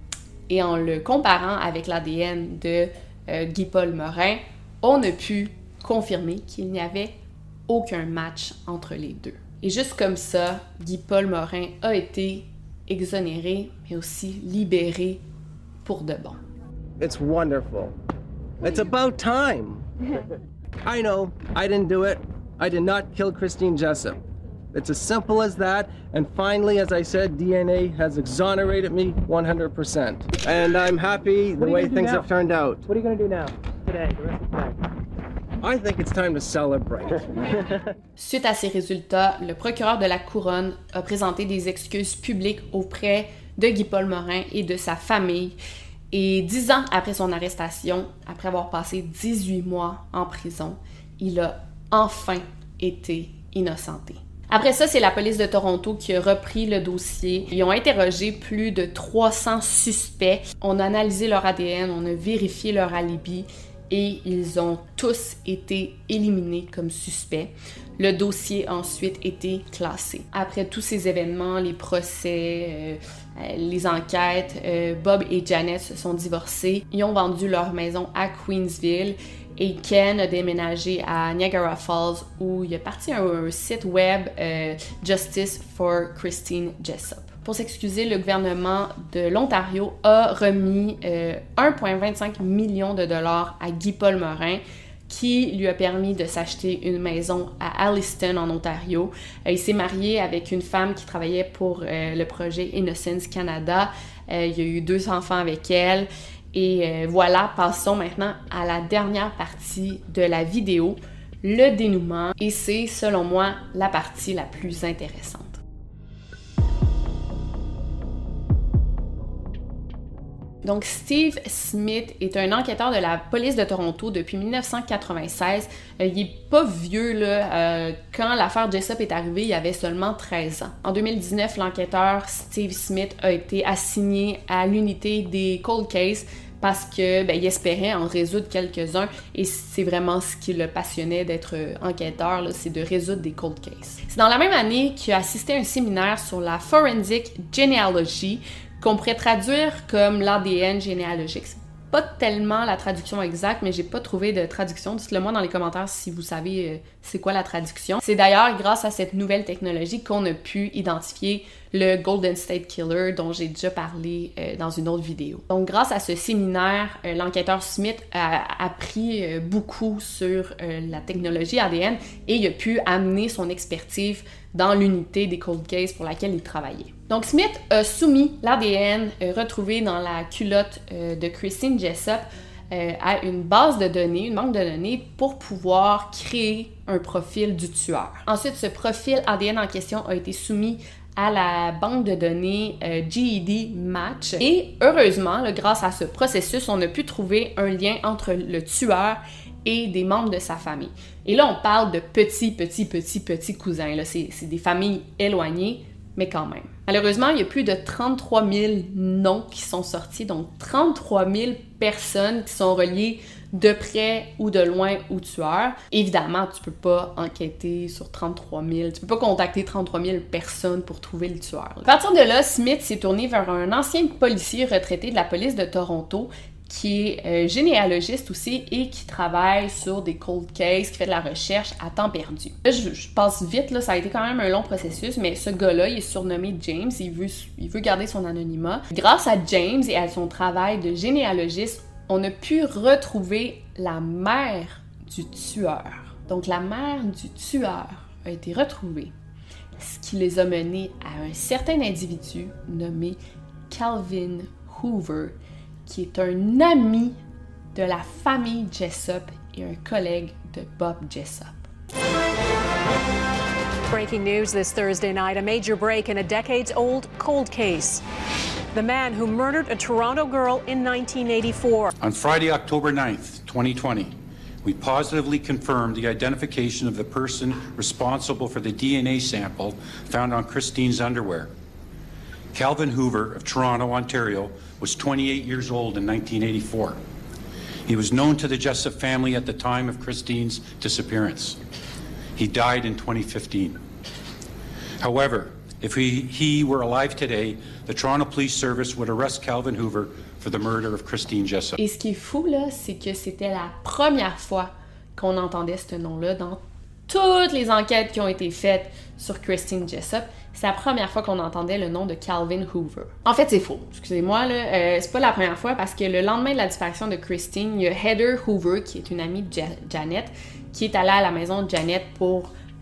[SPEAKER 3] et en le comparant avec l'A D N de euh, Guy-Paul Morin, on a pu confirmer qu'il n'y avait aucun match entre les deux. Et juste comme ça, Guy-Paul Morin a été exonéré, mais aussi libéré pour de bon.
[SPEAKER 6] It's wonderful. It's about time. I know, I didn't do it. I did not kill Christine Jessup.
[SPEAKER 11] It's as simple as that. And finally, as I said, D N A has exonerated me one hundred percent. And I'm happy the way things have turned out.
[SPEAKER 18] What are you going to do now, today, the rest of the day?
[SPEAKER 11] I think it's time to celebrate.
[SPEAKER 3] Suite à ces résultats, le procureur de la Couronne a présenté des excuses publiques auprès de Guy-Paul Morin et de sa famille. Et dix ans après son arrestation, après avoir passé dix-huit mois en prison, il a enfin été innocenté. Après ça, c'est la police de Toronto qui a repris le dossier. Ils ont interrogé plus de trois cents suspects. On a analysé leur A D N, on a vérifié leur alibi et ils ont tous été éliminés comme suspects. Le dossier a ensuite été classé. Après tous ces événements, les procès, euh, euh, les enquêtes, euh, Bob et Janet se sont divorcés. Ils ont vendu leur maison à Queensville. Et Ken a déménagé à Niagara Falls où il a parti un, un site web euh, Justice for Christine Jessup. Pour s'excuser, le gouvernement de l'Ontario a remis euh, un virgule vingt-cinq million de dollars à Guy-Paul Morin qui lui a permis de s'acheter une maison à Alliston en Ontario. Euh, il s'est marié avec une femme qui travaillait pour euh, le projet Innocence Canada. Euh, il y a eu deux enfants avec elle. Et euh, voilà, passons maintenant à la dernière partie de la vidéo, le dénouement. Et c'est, selon moi, la partie la plus intéressante. Donc, Steve Smith est un enquêteur de la police de Toronto depuis mille neuf cent quatre-vingt-seize. Euh, il n'est pas vieux, là. Euh, quand l'affaire Jessup est arrivée, il avait seulement treize ans. En deux mille dix-neuf, l'enquêteur Steve Smith a été assigné à l'unité des cold cases parce que ben, il espérait en résoudre quelques-uns et c'est vraiment ce qui le passionnait d'être enquêteur, là, c'est de résoudre des cold cases. C'est dans la même année qu'il a assisté à un séminaire sur la Forensic Genealogy, qu'on pourrait traduire comme l'A D N généalogique. C'est pas tellement la traduction exacte, mais j'ai pas trouvé de traduction. Dites-le moi dans les commentaires si vous savez euh, c'est quoi la traduction. C'est d'ailleurs grâce à cette nouvelle technologie qu'on a pu identifier le Golden State Killer dont j'ai déjà parlé euh, dans une autre vidéo. Donc grâce à ce séminaire, euh, l'enquêteur Smith a appris euh, beaucoup sur euh, la technologie A D N et il a pu amener son expertise dans l'unité des cold cases pour laquelle il travaillait. Donc Smith a soumis l'A D N euh, retrouvé dans la culotte euh, de Christine Jessup euh, à une base de données, une banque de données pour pouvoir créer un profil du tueur. Ensuite, ce profil A D N en question a été soumis à la banque de données euh, G E D Match et heureusement, là, grâce à ce processus, on a pu trouver un lien entre le tueur et des membres de sa famille. Et là, on parle de petits, petits, petits, petits cousins. Là. C'est, c'est des familles éloignées, mais quand même. Malheureusement, il y a plus de trente-trois mille noms qui sont sortis, donc trente-trois mille personnes qui sont reliées de près ou de loin au tueur. Évidemment, tu peux pas enquêter sur trente-trois mille, tu peux pas contacter trente-trois mille personnes pour trouver le tueur. À partir de là, Smith s'est tourné vers un ancien policier retraité de la police de Toronto qui est euh, généalogiste aussi et qui travaille sur des cold cases, qui fait de la recherche à temps perdu. Là, je, je passe vite, là, ça a été quand même un long processus, mais ce gars-là, il est surnommé James, il veut, il veut garder son anonymat. Grâce à James et à son travail de généalogiste, on a pu retrouver la mère du tueur. Donc la mère du tueur a été retrouvée, ce qui les a menés à un certain individu nommé Calvin Hoover, qui est un ami de la famille Jessup et un collègue de Bob Jessup.
[SPEAKER 21] Breaking news this Thursday night, a major break in a decades-old cold case. The man who murdered a Toronto girl in nineteen eighty-four.
[SPEAKER 22] On Friday, October ninth, twenty twenty, we positively confirmed the identification of the person responsible for the D N A sample found on Christine's underwear. Calvin Hoover of Toronto, Ontario, was twenty-eight years old in nineteen eighty-four. He was known to the Jessup family at the time of Christine's disappearance. He died in twenty fifteen. However, if he, he were alive today, the Toronto Police Service would arrest Calvin Hoover for the murder of Christine Jessup.
[SPEAKER 3] Et ce qui est fou, là, c'est que c'était la première fois qu'on entendait ce nom-là dans toutes les enquêtes qui ont été faites sur Christine Jessup. C'est la première fois qu'on entendait le nom de Calvin Hoover. En fait, c'est faux. Excusez-moi, là, euh, c'est pas la première fois parce que le lendemain de la disparition de Christine, il y a Heather Hoover, qui est une amie de ja- Janet, qui est allée à la maison de Janet pour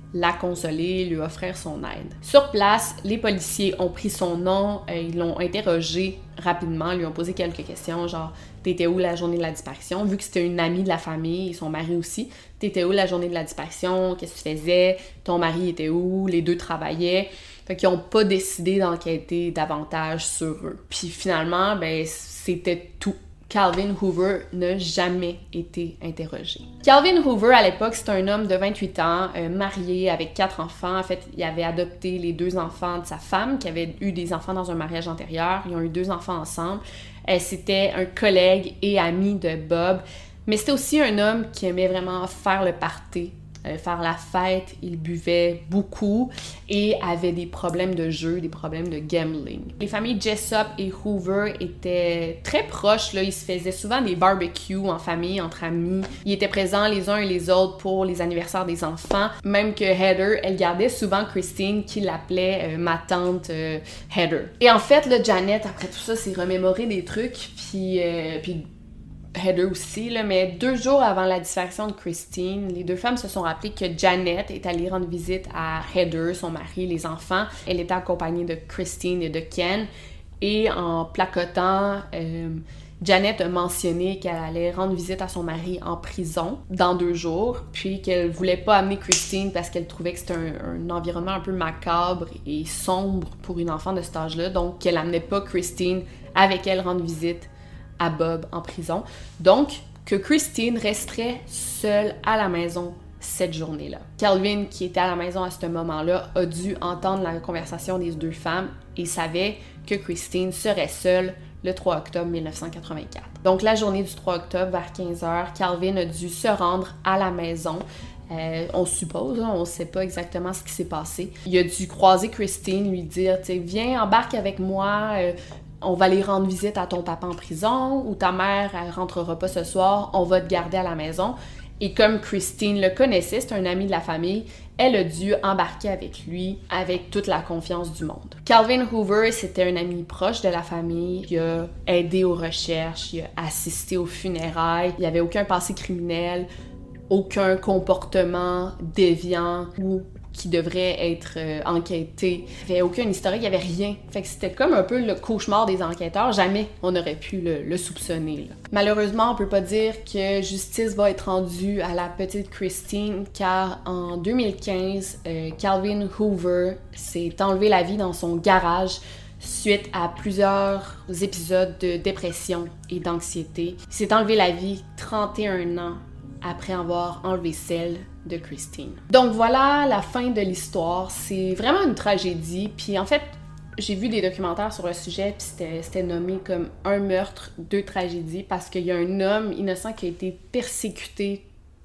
[SPEAKER 3] la consoler, lui offrir son aide. Sur place, les policiers ont pris son nom, euh, ils l'ont interrogé rapidement, lui ont posé quelques questions, genre « T'étais où la journée de la disparition? » Vu que c'était une amie de la famille, son mari aussi. « T'étais où la journée de la disparition? Qu'est-ce que tu faisais? Ton mari était où? » Les deux travaillaient. Fait qu'ils n'ont pas décidé d'enquêter davantage sur eux. Puis finalement, ben c'était tout. Calvin Hoover n'a jamais été interrogé. Calvin Hoover, à l'époque, c'est un homme de vingt-huit ans, euh, marié avec quatre enfants. En fait, il avait adopté les deux enfants de sa femme, qui avait eu des enfants dans un mariage antérieur. Ils ont eu deux enfants ensemble. Euh, c'était un collègue et ami de Bob. Mais c'était aussi un homme qui aimait vraiment faire le party, euh, faire la fête. Il buvait beaucoup et avait des problèmes de jeu, des problèmes de gambling. Les familles Jessup et Hoover étaient très proches, là. Ils se faisaient souvent des barbecues en famille, entre amis. Ils étaient présents les uns et les autres pour les anniversaires des enfants. Même que Heather, elle gardait souvent Christine, qui l'appelait euh, ma tante euh, Heather. Et en fait, là, Janet, après tout ça, s'est remémoré des trucs, puis... Euh, puis Heather aussi, là, mais deux jours avant la disparition de Christine, les deux femmes se sont rappelées que Janet est allée rendre visite à Heather, son mari, les enfants. Elle était accompagnée de Christine et de Ken. Et en placotant, euh, Janet a mentionné qu'elle allait rendre visite à son mari en prison dans deux jours, puis qu'elle voulait pas amener Christine parce qu'elle trouvait que c'était un, un environnement un peu macabre et sombre pour une enfant de cet âge-là, donc qu'elle amenait pas Christine avec elle rendre visite à Bob en prison. Donc, que Christine resterait seule à la maison cette journée-là. Calvin, qui était à la maison à ce moment-là, a dû entendre la conversation des deux femmes et savait que Christine serait seule le trois octobre mille neuf cent quatre-vingt-quatre. Donc, la journée du trois octobre, vers quinze heures, Calvin a dû se rendre à la maison. Euh, on suppose, hein, on ne sait pas exactement ce qui s'est passé. Il a dû croiser Christine, lui dire, tu sais, viens, embarque avec moi, euh, on va aller rendre visite à ton papa en prison, ou ta mère, elle rentrera pas ce soir, on va te garder à la maison. Et comme Christine le connaissait, c'est un ami de la famille, elle a dû embarquer avec lui avec toute la confiance du monde. Calvin Hoover, c'était un ami proche de la famille. Il a aidé aux recherches, il a assisté aux funérailles, il n'y avait aucun passé criminel, aucun comportement déviant ou qui devrait être euh, enquêté. Il n'y avait aucun historique, il n'y avait rien. Fait que c'était comme un peu le cauchemar des enquêteurs. Jamais on aurait pu le, le soupçonner, là. Malheureusement, on peut pas dire que justice va être rendue à la petite Christine, car en deux mille quinze, euh, Calvin Hoover s'est enlevé la vie dans son garage suite à plusieurs épisodes de dépression et d'anxiété. Il s'est enlevé la vie trente et un ans après avoir enlevé celle de Christine. Donc voilà la fin de l'histoire. C'est vraiment une tragédie. Puis en fait, j'ai vu des documentaires sur le sujet, puis c'était, c'était nommé comme un meurtre, deux tragédies, parce qu'il y a un homme innocent qui a été persécuté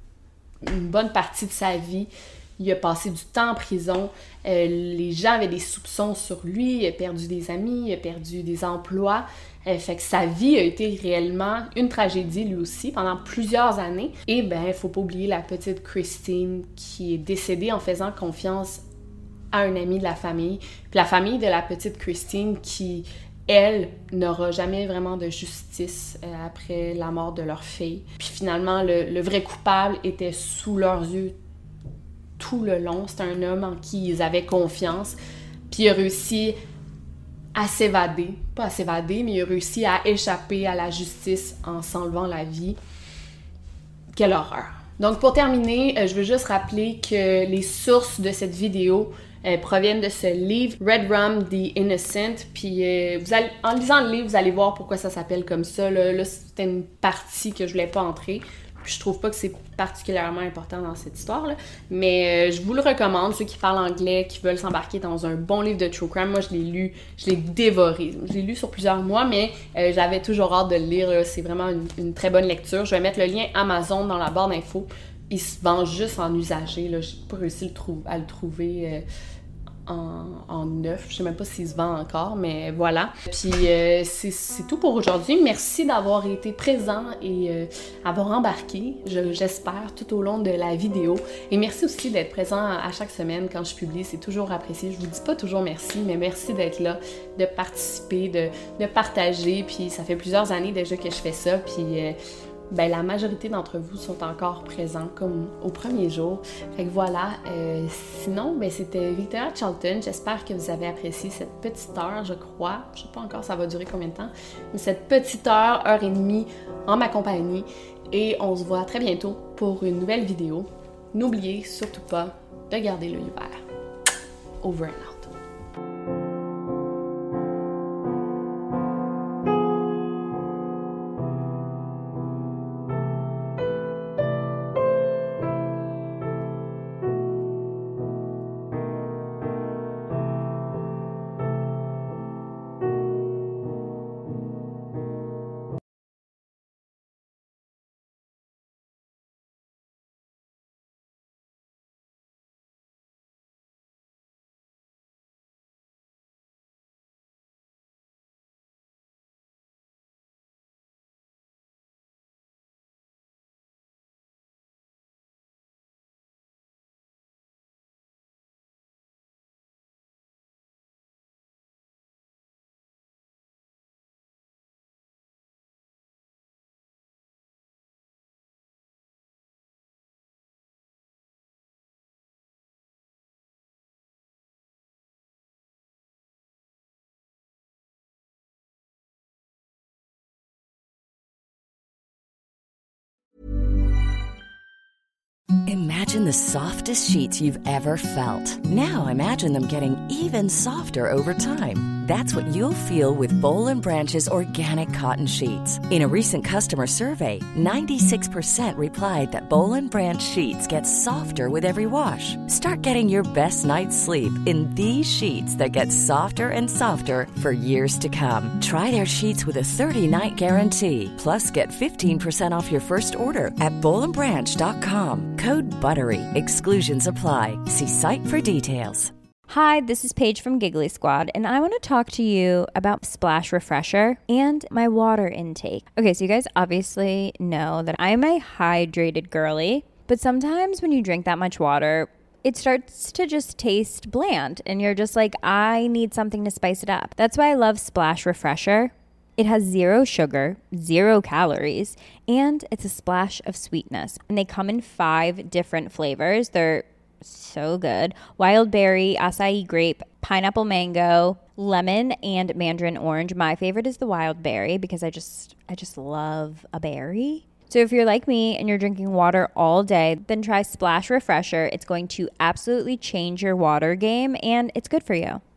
[SPEAKER 3] une bonne partie de sa vie. Il a passé du temps en prison. Euh, les gens avaient des soupçons sur lui. Il a perdu des amis, il a perdu des emplois. Euh, fait que sa vie a été réellement une tragédie, lui aussi, pendant plusieurs années. Et ben, il faut pas oublier la petite Christine qui est décédée en faisant confiance à un ami de la famille. Puis la famille de la petite Christine qui, elle, n'aura jamais vraiment de justice euh, après la mort de leur fille. Puis finalement, le, le vrai coupable était sous leurs yeux tout le long. C'était un homme en qui ils avaient confiance. Puis il a réussi à s'évader. Pas à s'évader, mais il a réussi à échapper à la justice en s'enlevant la vie. Quelle horreur! Donc pour terminer, je veux juste rappeler que les sources de cette vidéo euh, proviennent de ce livre Red Rum the Innocent. Puis euh, vous allez, en lisant le livre, vous allez voir pourquoi ça s'appelle comme ça. Là, là c'était une partie que je voulais pas entrer. Puis je trouve pas que c'est particulièrement important dans cette histoire-là. Mais euh, je vous le recommande, ceux qui parlent anglais, qui veulent s'embarquer dans un bon livre de true crime. Moi, je l'ai lu, je l'ai dévoré. Je l'ai lu sur plusieurs mois, mais euh, j'avais toujours hâte de le lire. Là. C'est vraiment une, une très bonne lecture. Je vais mettre le lien Amazon dans la barre d'infos. Il se vend juste en usagé. Là. J'ai pas réussi le trou- à le trouver euh, en, en neuf. Je sais même pas s'il se vend encore, mais voilà. Puis euh, c'est, c'est tout pour aujourd'hui. Merci d'avoir été présent et euh, avoir embarqué, je, j'espère, tout au long de la vidéo. Et merci aussi d'être présent à chaque semaine quand je publie. C'est toujours apprécié. Je vous dis pas toujours merci, mais merci d'être là, de participer, de, de partager. Puis ça fait plusieurs années déjà que je fais ça. Puis euh, ben la majorité d'entre vous sont encore présents comme au premier jour. Fait que voilà, euh, sinon, ben c'était Victoria Charlton. J'espère que vous avez apprécié cette petite heure, je crois. Je sais pas encore ça va durer combien de temps, mais cette petite heure, heure et demie en ma compagnie. Et on se voit très bientôt pour une nouvelle vidéo. N'oubliez surtout pas de garder l'œil ouvert. Over and out.
[SPEAKER 10] Imagine the softest sheets you've ever felt. Now imagine them getting even softer over time. That's what you'll feel with Boll and Branch's organic cotton sheets. In a recent customer survey, ninety-six percent replied that Boll and Branch sheets get softer with every wash. Start getting your best night's sleep in these sheets that get softer and softer for years to come. Try their sheets with a thirty-night guarantee. Plus, get fifteen percent off your first order at boll and branch dot com. Code BUTTERY. Exclusions apply. See site for details.
[SPEAKER 2] Hi, this is Paige from Giggly Squad, and I want to talk to you about Splash Refresher and my water intake. Okay, so you guys obviously know that I'm a hydrated girly, but sometimes when you drink that much water, it starts to just taste bland, and you're just like, I need something to spice it up. That's why I love Splash Refresher. It has zero sugar, zero calories, and it's a splash of sweetness. And they come in five different flavors. They're so good. Wild berry, acai grape, pineapple mango, lemon, and mandarin orange. My favorite is the wild berry because I just I just love a berry. So if you're like me and you're drinking water all day, then try Splash Refresher. It's going to absolutely change your water game, and it's good for you.